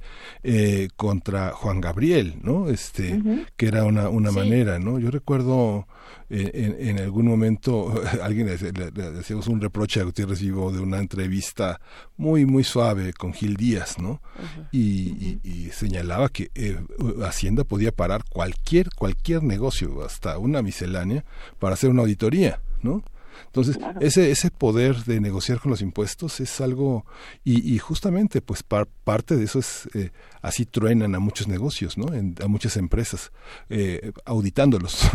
contra Juan Gabriel, ¿no? Que era una manera, ¿no? Yo recuerdo en algún momento alguien le hacíamos un reproche a Gutiérrez Vivo de una entrevista muy muy suave con Gil Díaz, ¿no? Y señalaba que Hacienda podía parar cualquier negocio, hasta una miscelánea, para hacer una auditoría, ¿no? Entonces, ese poder de negociar con los impuestos es algo, y justamente pues parte de eso es, así truenan a muchos negocios, ¿no? A muchas empresas, auditándolos,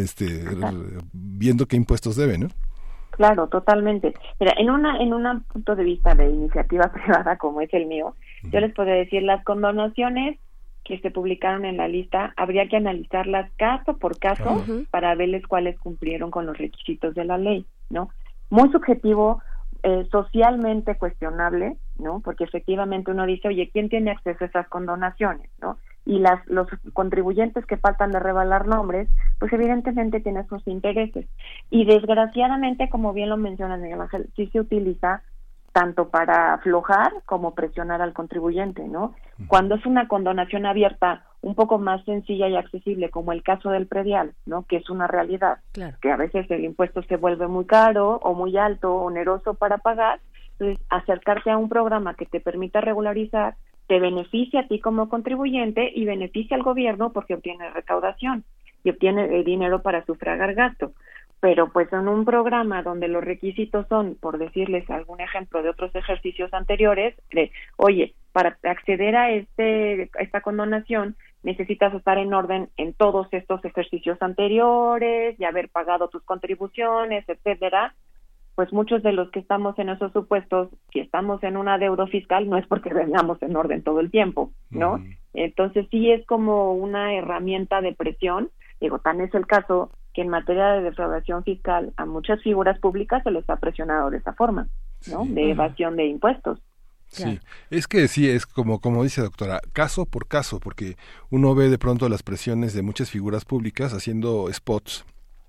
viendo qué impuestos deben, ¿no? Claro, totalmente. Mira, en un punto de vista de iniciativa privada como es el mío, yo les podría decir, las condonaciones que se publicaron en la lista, habría que analizarlas caso por caso para verles cuáles cumplieron con los requisitos de la ley, ¿no? Muy subjetivo, socialmente cuestionable, ¿no? Porque efectivamente uno dice, oye, ¿quién tiene acceso a esas condonaciones, no? Y los contribuyentes que faltan de revelar nombres, pues evidentemente tienen sus intereses. Y desgraciadamente, como bien lo menciona Miguel Ángel, sí se utiliza tanto para aflojar como presionar al contribuyente, ¿no? Cuando es una condonación abierta, un poco más sencilla y accesible, como el caso del predial, ¿no? Que es una realidad, que a veces el impuesto se vuelve muy caro o muy alto, oneroso para pagar. Entonces, acercarte a un programa que te permita regularizar te beneficia a ti como contribuyente y beneficia al gobierno porque obtiene recaudación y obtiene dinero para sufragar gasto. Pero pues en un programa donde los requisitos son, por decirles algún ejemplo de otros ejercicios anteriores, de, oye, para acceder a esta condonación necesitas estar en orden en todos estos ejercicios anteriores y haber pagado tus contribuciones, etcétera, pues muchos de los que estamos en esos supuestos, si estamos en un adeudo fiscal, no es porque vengamos en orden todo el tiempo, ¿no? Entonces sí es como una herramienta de presión. Digo, tan es el caso que en materia de defraudación fiscal a muchas figuras públicas se les ha presionado de esa forma, ¿no? De evasión de impuestos. Sí, es que sí, es como dice doctora, caso por caso, porque uno ve de pronto las presiones de muchas figuras públicas haciendo spots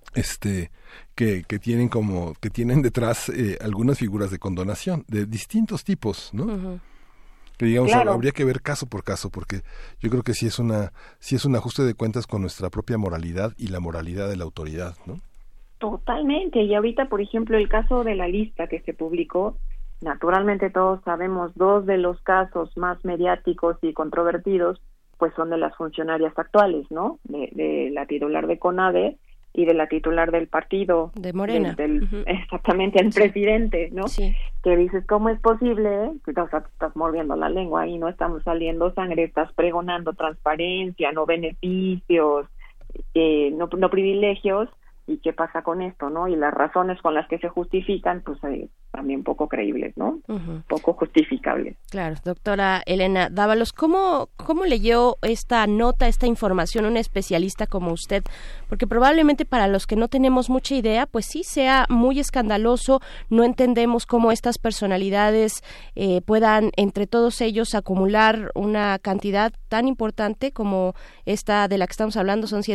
que tienen detrás algunas figuras de condonación de distintos tipos, ¿no? Pero digamos, Claro. habría que ver caso por caso, porque yo creo que sí es un ajuste de cuentas con nuestra propia moralidad y la moralidad de la autoridad, ¿no? Totalmente. Y ahorita, por ejemplo, el caso de la lista que se publicó, naturalmente todos sabemos, 2 de los casos más mediáticos y controvertidos, pues son de las funcionarias actuales, ¿no? De la titular de CONADE y de la titular del partido. De Morena. Exactamente, el presidente, ¿no? Sí. Que dices, ¿cómo es posible? O sea, estás mordiendo la lengua y no estamos saliendo sangre, estás pregonando transparencia, no beneficios, no privilegios. ¿Y qué pasa con esto, no? Y las razones con las que se justifican, pues también poco creíbles, ¿no? Poco justificables. Claro, doctora Elena Dávalos, ¿cómo leyó esta nota, esta información un especialista como usted? Porque probablemente para los que no tenemos mucha idea, pues sí sea muy escandaloso, no entendemos cómo estas personalidades puedan entre todos ellos acumular una cantidad tan importante como esta de la que estamos hablando, son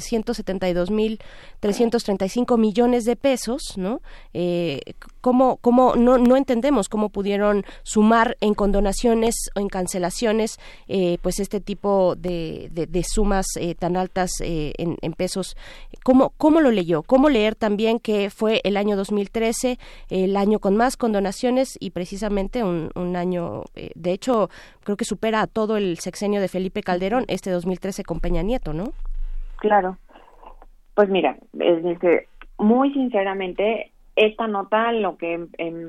172,335 millones de pesos, ¿no? ¿Cómo no entendemos cómo pudieron sumar en condonaciones o en cancelaciones pues este tipo de sumas tan altas en pesos? ¿Cómo lo leyó? ¿Cómo leer también que fue el año 2013 el año con más condonaciones y precisamente un año, de hecho creo que supera a todo el sexenio de Felipe Calderón, este 2013 con Peña Nieto, ¿no? Claro. Pues mira, muy sinceramente, esta nota lo que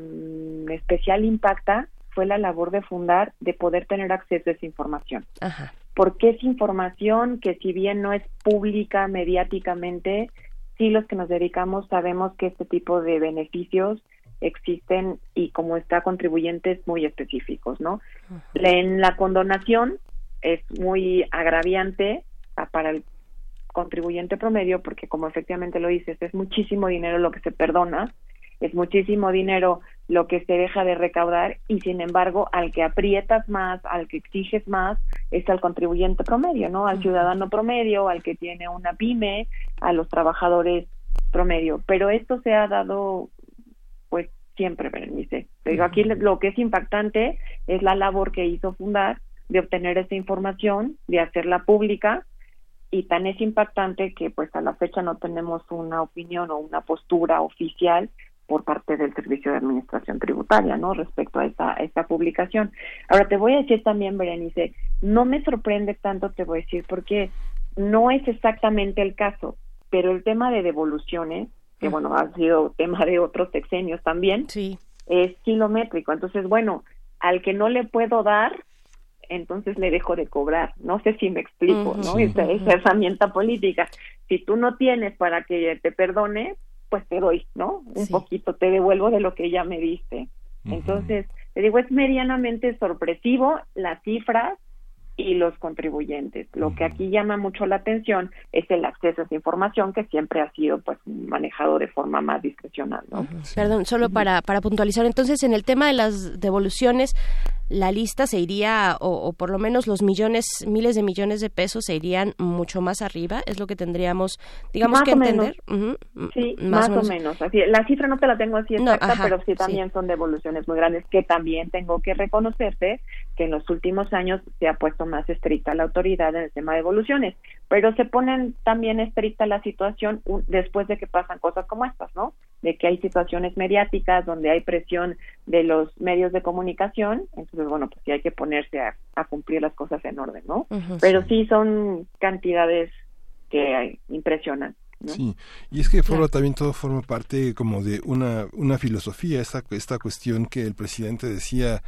en especial impacta fue la labor de fundar, de poder tener acceso a esa información. Ajá. Porque es información que si bien no es pública mediáticamente, sí los que nos dedicamos sabemos que este tipo de beneficios existen y como está contribuyentes muy específicos, ¿no? Ajá. En la condonación es muy agraviante para el contribuyente promedio, porque como efectivamente lo dices, es muchísimo dinero lo que se perdona, es muchísimo dinero lo que se deja de recaudar y sin embargo al que aprietas más, al que exiges más, es al contribuyente promedio, ¿no? Al ciudadano promedio, al que tiene una pyme, a los trabajadores promedio. Pero esto se ha dado pues siempre, Berenice. Pero aquí lo que es impactante es la labor que hizo Fundar de obtener esa información, de hacerla pública, y tan es impactante que pues a la fecha no tenemos una opinión o una postura oficial por parte del Servicio de Administración Tributaria, ¿no? Respecto a esta publicación. Ahora te voy a decir también, Berenice, no me sorprende tanto, te voy a decir, porque no es exactamente el caso, pero el tema de devoluciones, que bueno, ha sido tema de otros sexenios también, sí, es kilométrico. Entonces, bueno, al que no le puedo dar, entonces le dejo de cobrar. No sé si me explico, ¿no? Esa herramienta política. Si tú no tienes para que te perdone, pues te doy, ¿no? Un poquito, te devuelvo de lo que ya me diste. Entonces, te digo, es medianamente sorpresivo las cifras y los contribuyentes. Lo que aquí llama mucho la atención es el acceso a esa información que siempre ha sido pues manejado de forma más discrecional, ¿no? Perdón, solo para puntualizar, entonces en el tema de las devoluciones, la lista se iría, o por lo menos los miles de millones de pesos se irían mucho más arriba, es lo que tendríamos, digamos, más que entender. Sí, más o menos. Así, la cifra no te la tengo así exacta, pero sí también son devoluciones muy grandes, que también tengo que reconocerte que en los últimos años se ha puesto más estricta la autoridad en el tema de devoluciones, pero se ponen también estricta la situación después de que pasan cosas como estas, ¿no? De que hay situaciones mediáticas donde hay presión de los medios de comunicación, entonces bueno, pues sí hay que ponerse a cumplir las cosas en orden, ¿no? Pero sí son cantidades que impresionan, ¿no? Sí, y es que también todo forma parte como de una filosofía, esta cuestión que el presidente decía,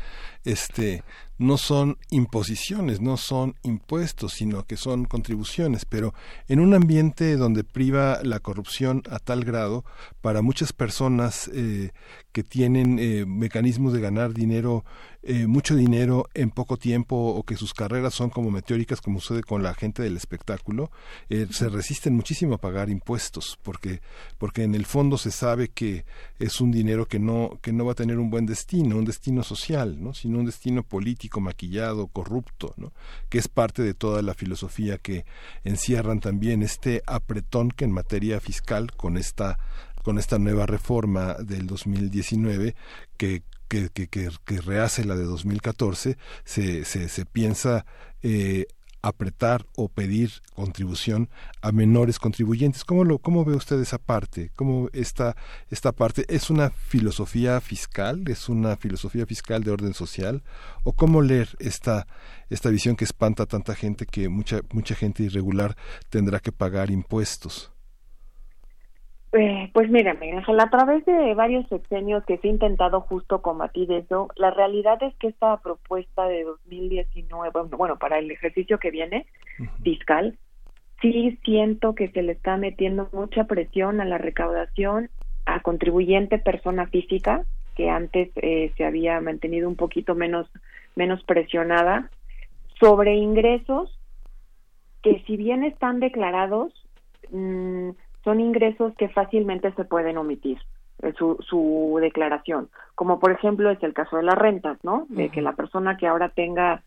no son imposiciones, no son impuestos, sino que son contribuciones, pero en un ambiente donde priva la corrupción a tal grado, para muchas personas que tienen mecanismos de ganar dinero, mucho dinero en poco tiempo, o que sus carreras son como meteóricas, como sucede con la gente del espectáculo, se resisten muchísimo a pagar impuestos, porque en el fondo se sabe que es un dinero que no va a tener un buen destino, un destino social, ¿no? Sino un destino político, maquillado, corrupto, ¿no? Que es parte de toda la filosofía que encierran también este apretón que en materia fiscal con esta nueva reforma del 2019 que que rehace la de 2014, se piensa apretar o pedir contribución a menores contribuyentes. ¿Cómo ve usted esa parte? ¿Cómo esta parte es una filosofía fiscal? ¿Es una filosofía fiscal de orden social? ¿O cómo leer esta visión que espanta a tanta gente, que mucha gente irregular tendrá que pagar impuestos? Pues mira, Miguel Ángel, a través de varios sexenios que se ha intentado justo combatir eso, la realidad es que esta propuesta de 2019, bueno, para el ejercicio que viene, fiscal, sí siento que se le está metiendo mucha presión a la recaudación a contribuyente persona física, que antes se había mantenido un poquito menos presionada, sobre ingresos que, si bien están declarados, son ingresos que fácilmente se pueden omitir su declaración, como por ejemplo es el caso de las rentas, ¿no? De que la persona que ahora tenga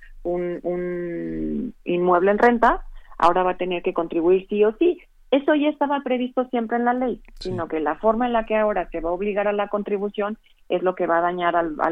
un inmueble en renta, ahora va a tener que contribuir sí o sí. Eso ya estaba previsto siempre en la ley, sino que la forma en la que ahora se va a obligar a la contribución es lo que va a dañar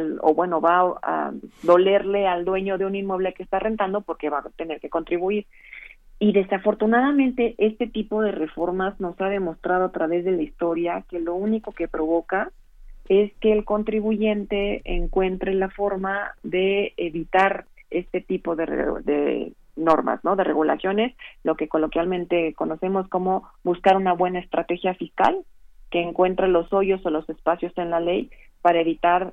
va a dolerle al dueño de un inmueble que está rentando, porque va a tener que contribuir. Y desafortunadamente este tipo de reformas nos ha demostrado a través de la historia que lo único que provoca es que el contribuyente encuentre la forma de evitar este tipo de normas, ¿no? De regulaciones, lo que coloquialmente conocemos como buscar una buena estrategia fiscal que encuentre los hoyos o los espacios en la ley para evitar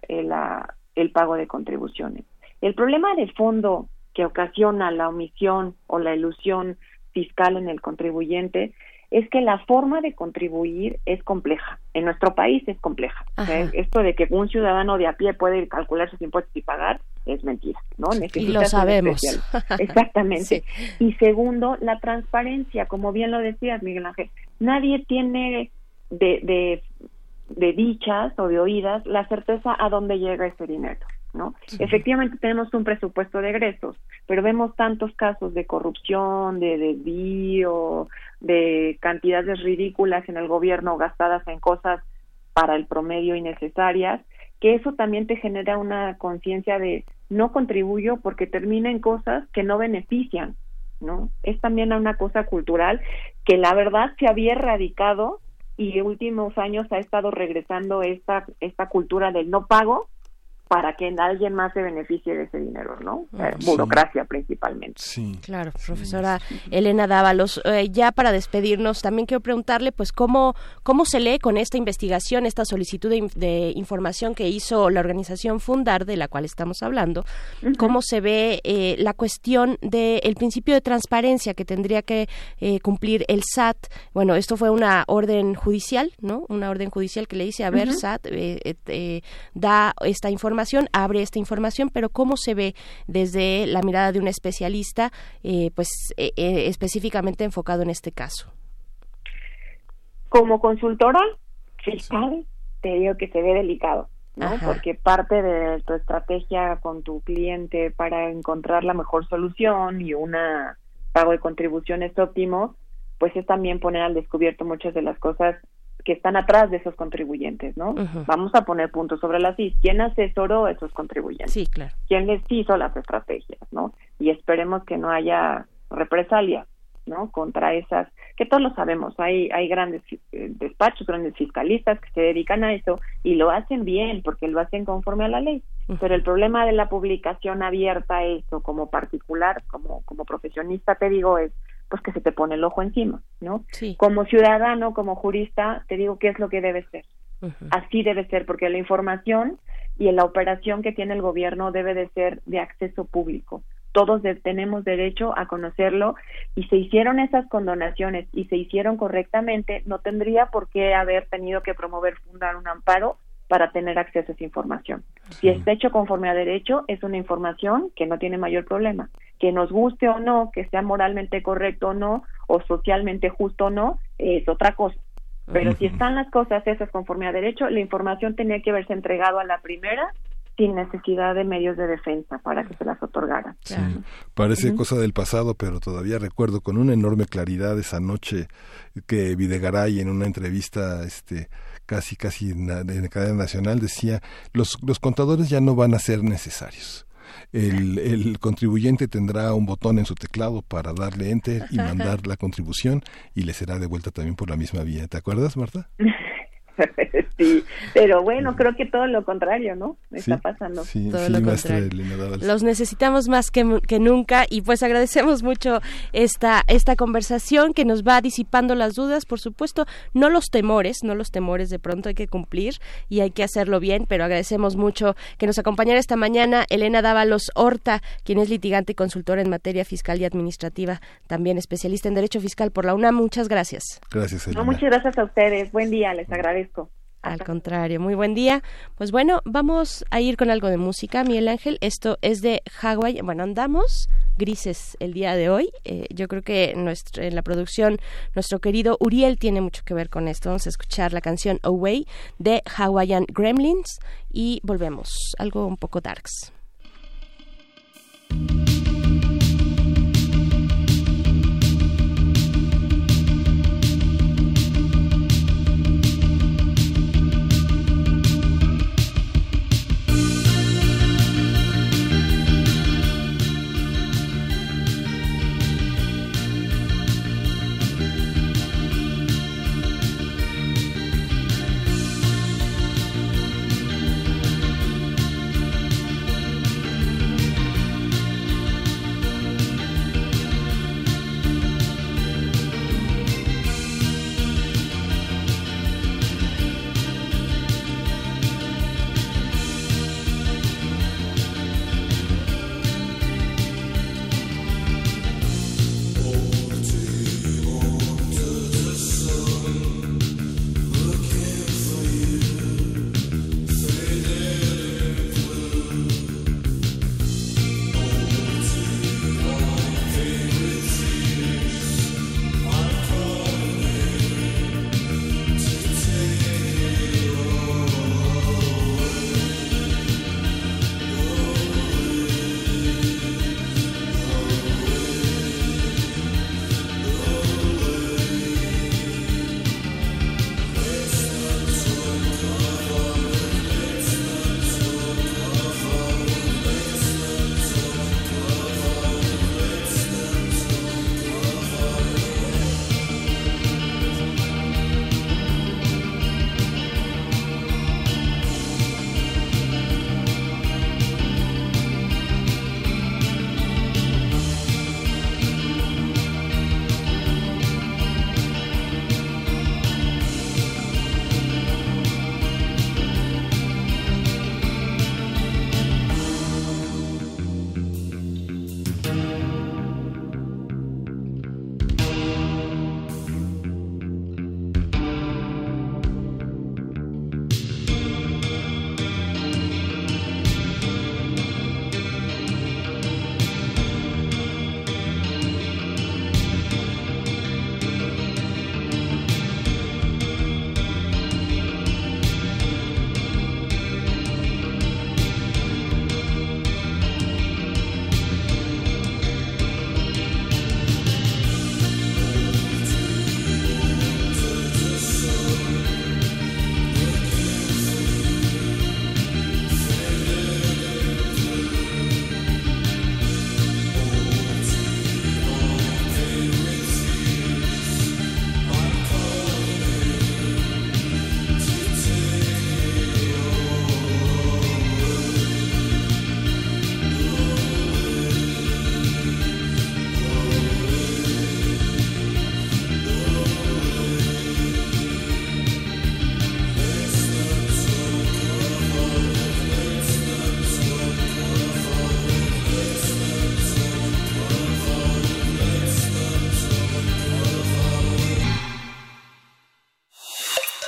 el pago de contribuciones. El problema de fondo que ocasiona la omisión o la elusión fiscal en el contribuyente es que la forma de contribuir es compleja. En nuestro país es compleja. Esto de que un ciudadano de a pie puede calcular sus impuestos y pagar es mentira, ¿no? Y lo sabemos. Exactamente. Sí. Y segundo, la transparencia, como bien lo decías, Miguel Ángel, nadie tiene de dichas o de oídas la certeza a dónde llega ese dinero, ¿no? Sí. Efectivamente tenemos un presupuesto de egresos, pero vemos tantos casos de corrupción, de desvío, de cantidades ridículas en el gobierno gastadas en cosas para el promedio innecesarias, que eso también te genera una conciencia de no contribuyo porque termina en cosas que no benefician, ¿no? Es también una cosa cultural que la verdad se había erradicado y en últimos años ha estado regresando esta cultura del no pago para que alguien más se beneficie de ese dinero, ¿no? Burocracia principalmente. Sí. Claro, profesora Elena Dávalos, ya para despedirnos, también quiero preguntarle, pues, ¿cómo se lee con esta investigación, esta solicitud de información que hizo la organización Fundar, de la cual estamos hablando? ¿Cómo se ve la cuestión del principio de transparencia que tendría que cumplir el SAT? Bueno, esto fue una orden judicial, ¿no? Una orden judicial que le dice, a ver, SAT, da esta información, abre esta información, pero ¿cómo se ve desde la mirada de un especialista, específicamente enfocado en este caso? Como consultora fiscal, te digo que se ve delicado, ¿no? Ajá. Porque parte de tu estrategia con tu cliente para encontrar la mejor solución y un pago de contribuciones óptimo, pues es también poner al descubierto muchas de las cosas que están atrás de esos contribuyentes, ¿no? Vamos a poner puntos sobre las is. ¿Quién asesoró a esos contribuyentes? Sí, claro. ¿Quién les hizo las estrategias, no? Y esperemos que no haya represalias, ¿no? Contra esas, que todos lo sabemos, hay grandes despachos, grandes fiscalistas que se dedican a eso y lo hacen bien porque lo hacen conforme a la ley. Pero el problema de la publicación abierta a eso como particular, como profesionista, te digo, es pues que se te pone el ojo encima, ¿no? Sí. Como ciudadano, como jurista, te digo qué es lo que debe ser. Así debe ser, porque la información y la operación que tiene el gobierno debe de ser de acceso público. Todos tenemos derecho a conocerlo, y se hicieron esas condonaciones y se hicieron correctamente, no tendría por qué haber tenido que Fundar un amparo para tener acceso a esa información. Si está hecho conforme a derecho, es una información que no tiene mayor problema. Que nos guste o no, que sea moralmente correcto o no, o socialmente justo o no, es otra cosa. Pero si están las cosas esas conforme a derecho, la información tenía que haberse entregado a la primera sin necesidad de medios de defensa para que se las otorgaran. Sí, parece cosa del pasado, pero todavía recuerdo con una enorme claridad esa noche que Videgaray en una entrevista casi en la cadena nacional, decía, los contadores ya no van a ser necesarios. El contribuyente tendrá un botón en su teclado para darle enter y mandar la contribución y le será devuelta también por la misma vía. ¿Te acuerdas, Marta? Sí, pero bueno, creo que todo lo contrario, ¿no? Está pasando. Sí, todo lo contrario. Los necesitamos más que nunca y pues agradecemos mucho esta conversación que nos va disipando las dudas, por supuesto, no los temores de pronto hay que cumplir y hay que hacerlo bien, pero agradecemos mucho que nos acompañara esta mañana Elena Dávalos Horta, quien es litigante y consultora en materia fiscal y administrativa, también especialista en Derecho Fiscal por la UNAM. Muchas gracias. Gracias, Elena. No, muchas gracias a ustedes. Buen día, les agradezco. Al contrario, muy buen día. Pues bueno, vamos a ir con algo de música, Miguel Ángel. Esto es de Hawái. Bueno, andamos grises el día de hoy. Yo creo que en la producción nuestro querido Uriel tiene mucho que ver con esto. Vamos a escuchar la canción Away de Hawaiian Gremlins y volvemos. Algo un poco darks.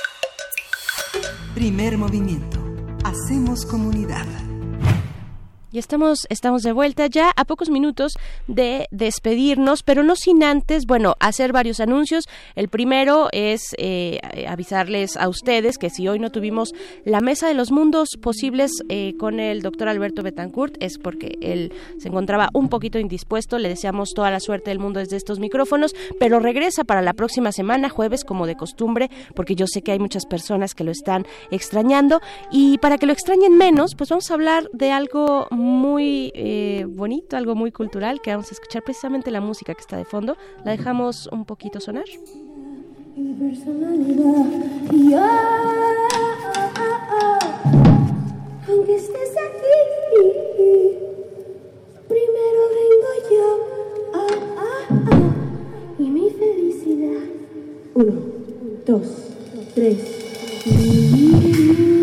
Primer movimiento. Hacemos comunidad. Y estamos de vuelta ya a pocos minutos de despedirnos, pero no sin antes, hacer varios anuncios. El primero es avisarles a ustedes que si hoy no tuvimos la Mesa de los Mundos Posibles con el doctor Alberto Betancourt, es porque él se encontraba un poquito indispuesto. Le deseamos toda la suerte del mundo desde estos micrófonos, pero regresa para la próxima semana, jueves, como de costumbre, porque yo sé que hay muchas personas que lo están extrañando. Y para que lo extrañen menos, pues vamos a hablar de algo muy bonito, algo muy cultural, que vamos a escuchar precisamente la música que está de fondo. La dejamos un poquito sonar. Aunque estés aquí, primero vengo yo, y mi felicidad. 1, 2, 3.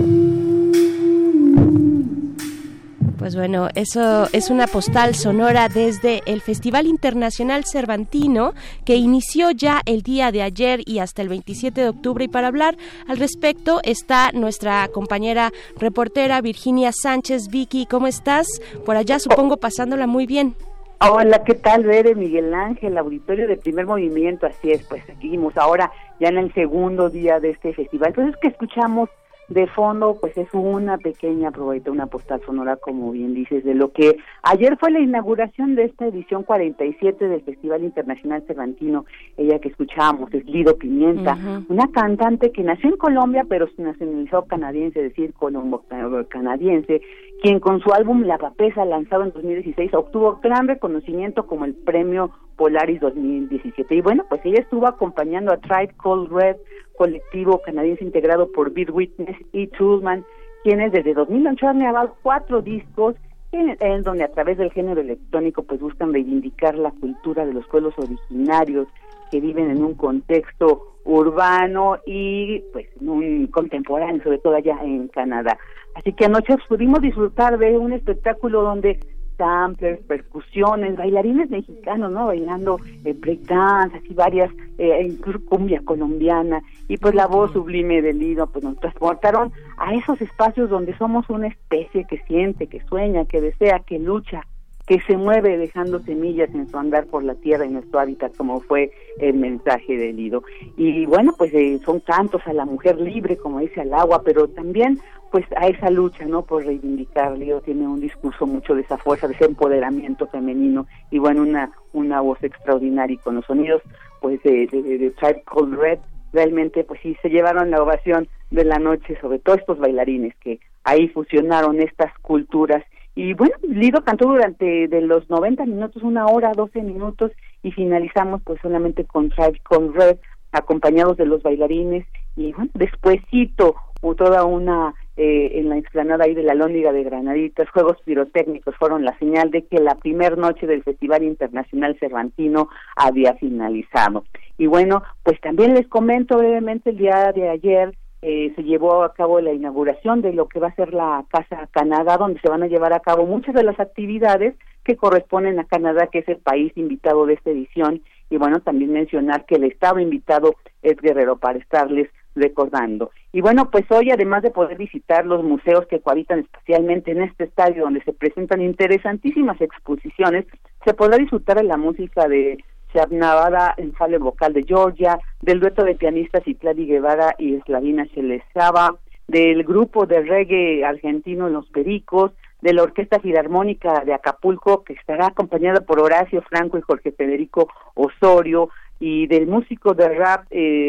Pues eso es una postal sonora desde el Festival Internacional Cervantino, que inició ya el día de ayer y hasta el 27 de octubre. Y para hablar al respecto está nuestra compañera reportera Virginia Sánchez. Vicky, ¿cómo estás? Por allá, supongo, pasándola muy bien. Hola, ¿qué tal, Bere, Miguel Ángel, auditorio de Primer Movimiento? Así es, pues seguimos ahora ya en el segundo día de este festival. Entonces, que escuchamos de fondo, pues es una pequeña probadita, una postal sonora, como bien dices, de lo que ayer fue la inauguración de esta edición 47 del Festival Internacional Cervantino. Ella que escuchábamos es Lido Pimienta, una cantante que nació en Colombia, pero se nacionalizó canadiense, es decir, colombo-canadiense, quien con su álbum La Papesa, lanzado en 2016, obtuvo gran reconocimiento como el Premio Polaris 2017. Y bueno, pues ella estuvo acompañando a Tribe Called Red, colectivo canadiense integrado por Beat Witness y Toolman, quienes desde 2008 han grabado 4 discos en donde a través del género electrónico pues buscan reivindicar la cultura de los pueblos originarios que viven en un contexto urbano y pues en un contemporáneo, sobre todo allá en Canadá. Así que anoche pudimos disfrutar de un espectáculo donde samplers, percusiones, bailarines mexicanos, ¿no? Bailando breakdance, así varias, incluso cumbia colombiana, y pues la voz sublime del Lido, pues nos transportaron a esos espacios donde somos una especie que siente, que sueña, que desea, que lucha, que se mueve dejando semillas en su andar por la tierra, en nuestro hábitat, como fue el mensaje del Lido. Y bueno, pues son cantos a la mujer libre, como dice, al agua, pero también pues a esa lucha, ¿no?, por reivindicar. Lido tiene un discurso mucho de esa fuerza, de ese empoderamiento femenino, y bueno, una voz extraordinaria, y con los sonidos pues de Tribe Called Red, realmente pues sí se llevaron la ovación de la noche, sobre todo estos bailarines que ahí fusionaron estas culturas. Y bueno, Lido cantó durante de los 90 minutos, 1 hora, 12 minutos, y finalizamos pues solamente con Tribe Called Red, acompañados de los bailarines, y bueno, despuesito toda una en la explanada ahí de la Lóndiga de Granaditas, juegos pirotécnicos fueron la señal de que la primer noche del Festival Internacional Cervantino había finalizado. Y bueno, pues también les comento brevemente, el día de ayer se llevó a cabo la inauguración de lo que va a ser la Casa Canadá, donde se van a llevar a cabo muchas de las actividades que corresponden a Canadá, que es el país invitado de esta edición. Y bueno, también mencionar que el estado invitado es Guerrero, para estarles recordando. Y bueno, pues hoy, además de poder visitar los museos que cohabitan especialmente en este estadio, donde se presentan interesantísimas exposiciones, se podrá disfrutar de la música de Shabnavada, ensamble vocal de Georgia, del dueto de pianistas Citlali Guevara y Slavina Shelesava, del grupo de reggae argentino Los Pericos, de la Orquesta Filarmónica de Acapulco, que estará acompañada por Horacio Franco y Jorge Federico Osorio, y del músico de rap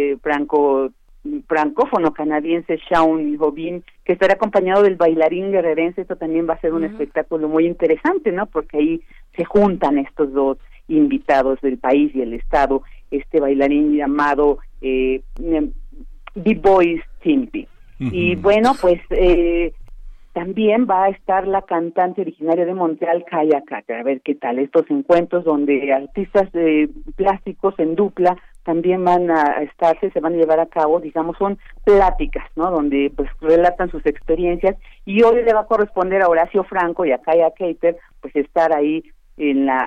francófono canadiense Shaun Jobin, que estará acompañado del bailarín guerrerense. Esto también va a ser un espectáculo muy interesante, ¿no?, porque ahí se juntan estos dos invitados del país y el estado, este bailarín llamado B-Boys Timpy. Y bueno, pues también va a estar la cantante originaria de Montreal, Kaya Carter. A ver qué tal estos encuentros donde artistas plásticos en dupla también van a se van a llevar a cabo, digamos, son pláticas, ¿no?, donde pues relatan sus experiencias, y hoy le va a corresponder a Horacio Franco y a Kaya Carter pues estar ahí en la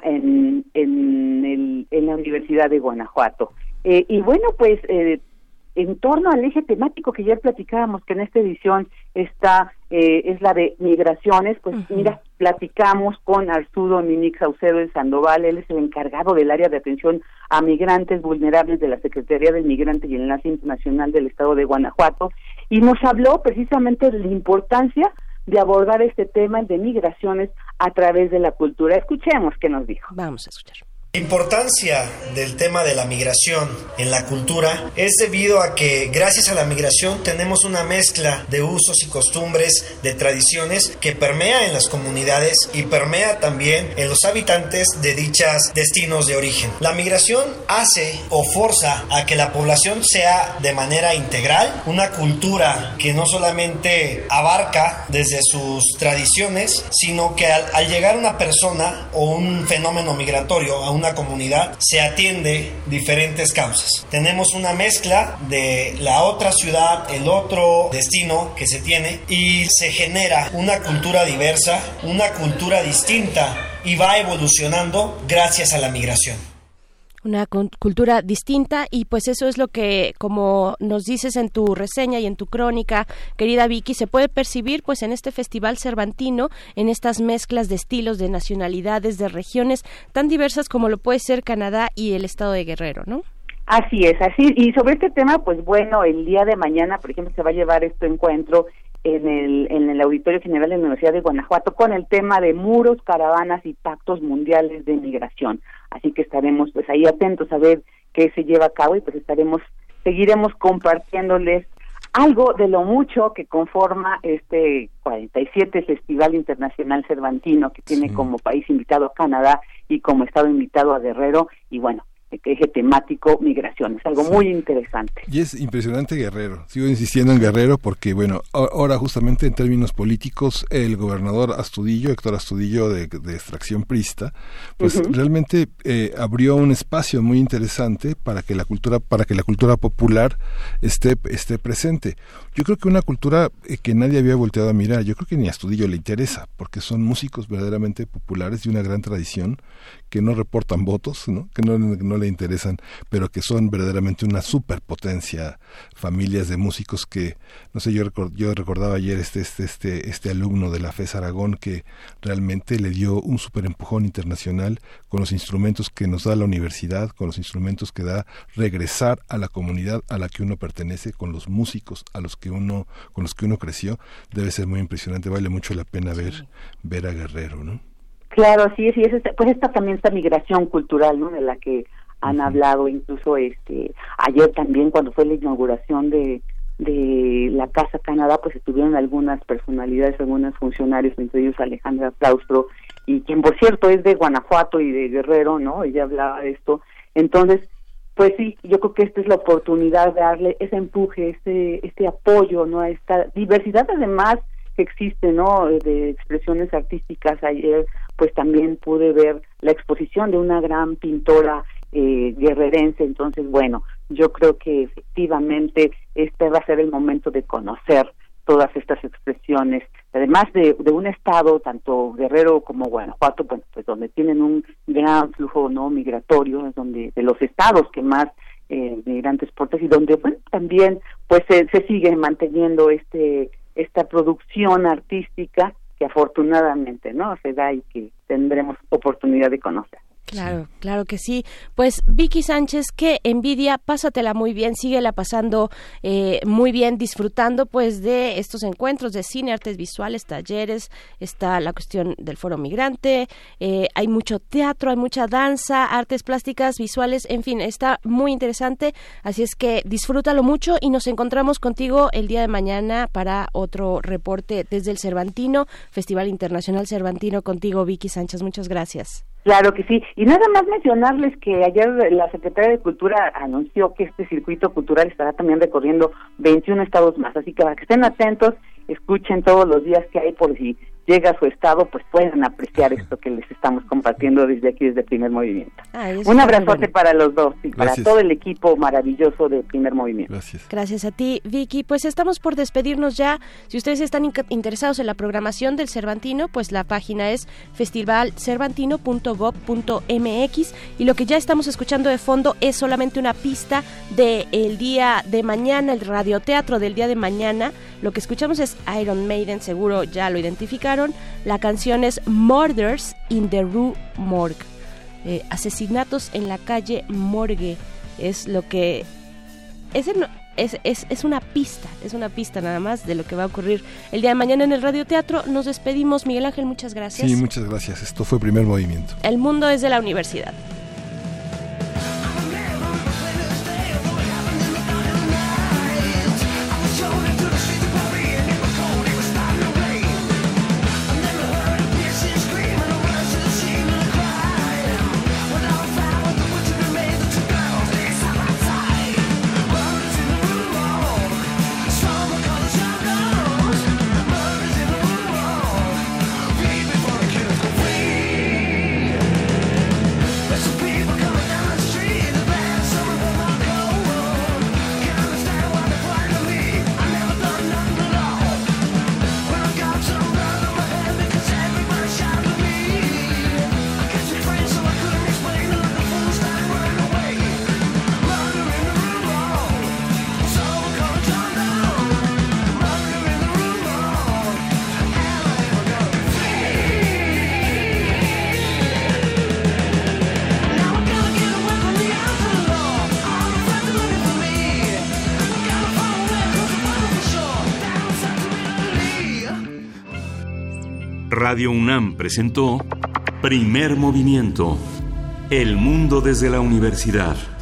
Universidad de Guanajuato. Y bueno, pues en torno al eje temático que ya platicábamos, que en esta edición está es la de migraciones, pues mira, platicamos con Arturo Dominic Saucedo de Sandoval. Él es el encargado del área de atención a migrantes vulnerables de la Secretaría del Migrante y el Enlace Internacional del Estado de Guanajuato, y nos habló precisamente de la importancia de abordar este tema de migraciones a través de la cultura. Escuchemos qué nos dijo. Vamos a escuchar. La importancia del tema de la migración en la cultura es debido a que gracias a la migración tenemos una mezcla de usos y costumbres, de tradiciones que permea en las comunidades y permea también en los habitantes de dichos destinos de origen. La migración hace o forza a que la población sea de manera integral, una cultura que no solamente abarca desde sus tradiciones, sino que al llegar una persona o un fenómeno migratorio a una comunidad, se atiende diferentes causas. Tenemos una mezcla de la otra ciudad, el otro destino que se tiene, y se genera una cultura diversa, una cultura distinta, y va evolucionando gracias a la migración. Una cultura distinta, y pues eso es lo que, como nos dices en tu reseña y en tu crónica, querida Vicky, se puede percibir pues en este Festival Cervantino, en estas mezclas de estilos, de nacionalidades, de regiones tan diversas como lo puede ser Canadá y el estado de Guerrero, ¿no? Así es, así. Y sobre este tema, pues bueno, el día de mañana, por ejemplo, se va a llevar este encuentro en el Auditorio General de la Universidad de Guanajuato con el tema de muros, caravanas y pactos mundiales de migración. Así que estaremos pues ahí atentos a ver qué se lleva a cabo, y pues seguiremos compartiéndoles algo de lo mucho que conforma este 47 Festival Internacional Cervantino, que tiene como país invitado a Canadá y como estado invitado a Guerrero, y bueno, eje temático migración. Es algo muy interesante. Y es impresionante Guerrero. Sigo insistiendo en Guerrero porque, bueno, ahora justamente en términos políticos, el gobernador Astudillo, Héctor Astudillo, de extracción priista, pues realmente abrió un espacio muy interesante para que la cultura popular esté presente. Yo creo que una cultura que nadie había volteado a mirar, yo creo que ni a Astudillo le interesa, porque son músicos verdaderamente populares de una gran tradición, que no reportan votos, ¿no? Que no le interesan, pero que son verdaderamente una superpotencia, familias de músicos que, no sé, yo recordaba ayer este alumno de la FES Aragón que realmente le dio un super empujón internacional con los instrumentos que nos da la universidad, con los instrumentos que da regresar a la comunidad a la que uno pertenece, con los músicos con los que uno creció. Debe ser muy impresionante, vale mucho la pena ver a Guerrero, ¿no? Claro, sí, es pues esta migración cultural, ¿no? De la que han hablado, incluso ayer también cuando fue la inauguración de la Casa Canadá, pues estuvieron algunas personalidades, algunos funcionarios, entre ellos Alejandra Claustro, y quien por cierto es de Guanajuato y de Guerrero, ¿no? Ella hablaba de esto. Entonces, pues sí, yo creo que esta es la oportunidad de darle ese empuje, este apoyo, ¿no? A esta diversidad además que existe, ¿no? De expresiones artísticas. Ayer pues también pude ver la exposición de una gran pintora guerrerense. Entonces, bueno, yo creo que efectivamente este va a ser el momento de conocer todas estas expresiones, además de un estado, tanto Guerrero como Guanajuato, bueno, pues donde tienen un gran flujo no migratorio, es donde de los estados que más migrantes portan, y donde bueno, también pues se sigue manteniendo esta producción artística que afortunadamente no se da y que tendremos oportunidad de conocer. Claro que sí. Pues Vicky Sánchez, qué envidia, pásatela muy bien, síguela pasando muy bien, disfrutando pues de estos encuentros de cine, artes visuales, talleres, está la cuestión del Foro Migrante, hay mucho teatro, hay mucha danza, artes plásticas, visuales, en fin, está muy interesante, así es que disfrútalo mucho y nos encontramos contigo el día de mañana para otro reporte desde el Cervantino, Festival Internacional Cervantino, contigo Vicky Sánchez, muchas gracias. Claro que sí, y nada más mencionarles que ayer la Secretaría de Cultura anunció que este circuito cultural estará también recorriendo 21 estados más, así que para que estén atentos, escuchen todos los días que hay, por si llega a su estado, pues puedan apreciar esto que les estamos compartiendo desde aquí, desde Primer Movimiento. Un abrazote para los dos y para todo el equipo maravilloso de Primer Movimiento. Gracias a ti, Vicky. Pues estamos por despedirnos ya. Si ustedes están interesados en la programación del Cervantino, pues la página es festivalcervantino.gov.mx y lo que ya estamos escuchando de fondo es solamente una pista del día de mañana, el radioteatro del día de mañana, Lo que escuchamos es Iron Maiden, seguro ya lo identificaron. La canción es Murders in the Rue Morgue. Asesinatos en la calle Morgue es lo que... Es una pista nada más de lo que va a ocurrir el día de mañana en el radioteatro. Nos despedimos, Miguel Ángel, muchas gracias. Sí, muchas gracias. Esto fue Primer Movimiento. El mundo es de la universidad. Radio UNAM presentó Primer Movimiento. El mundo desde la universidad.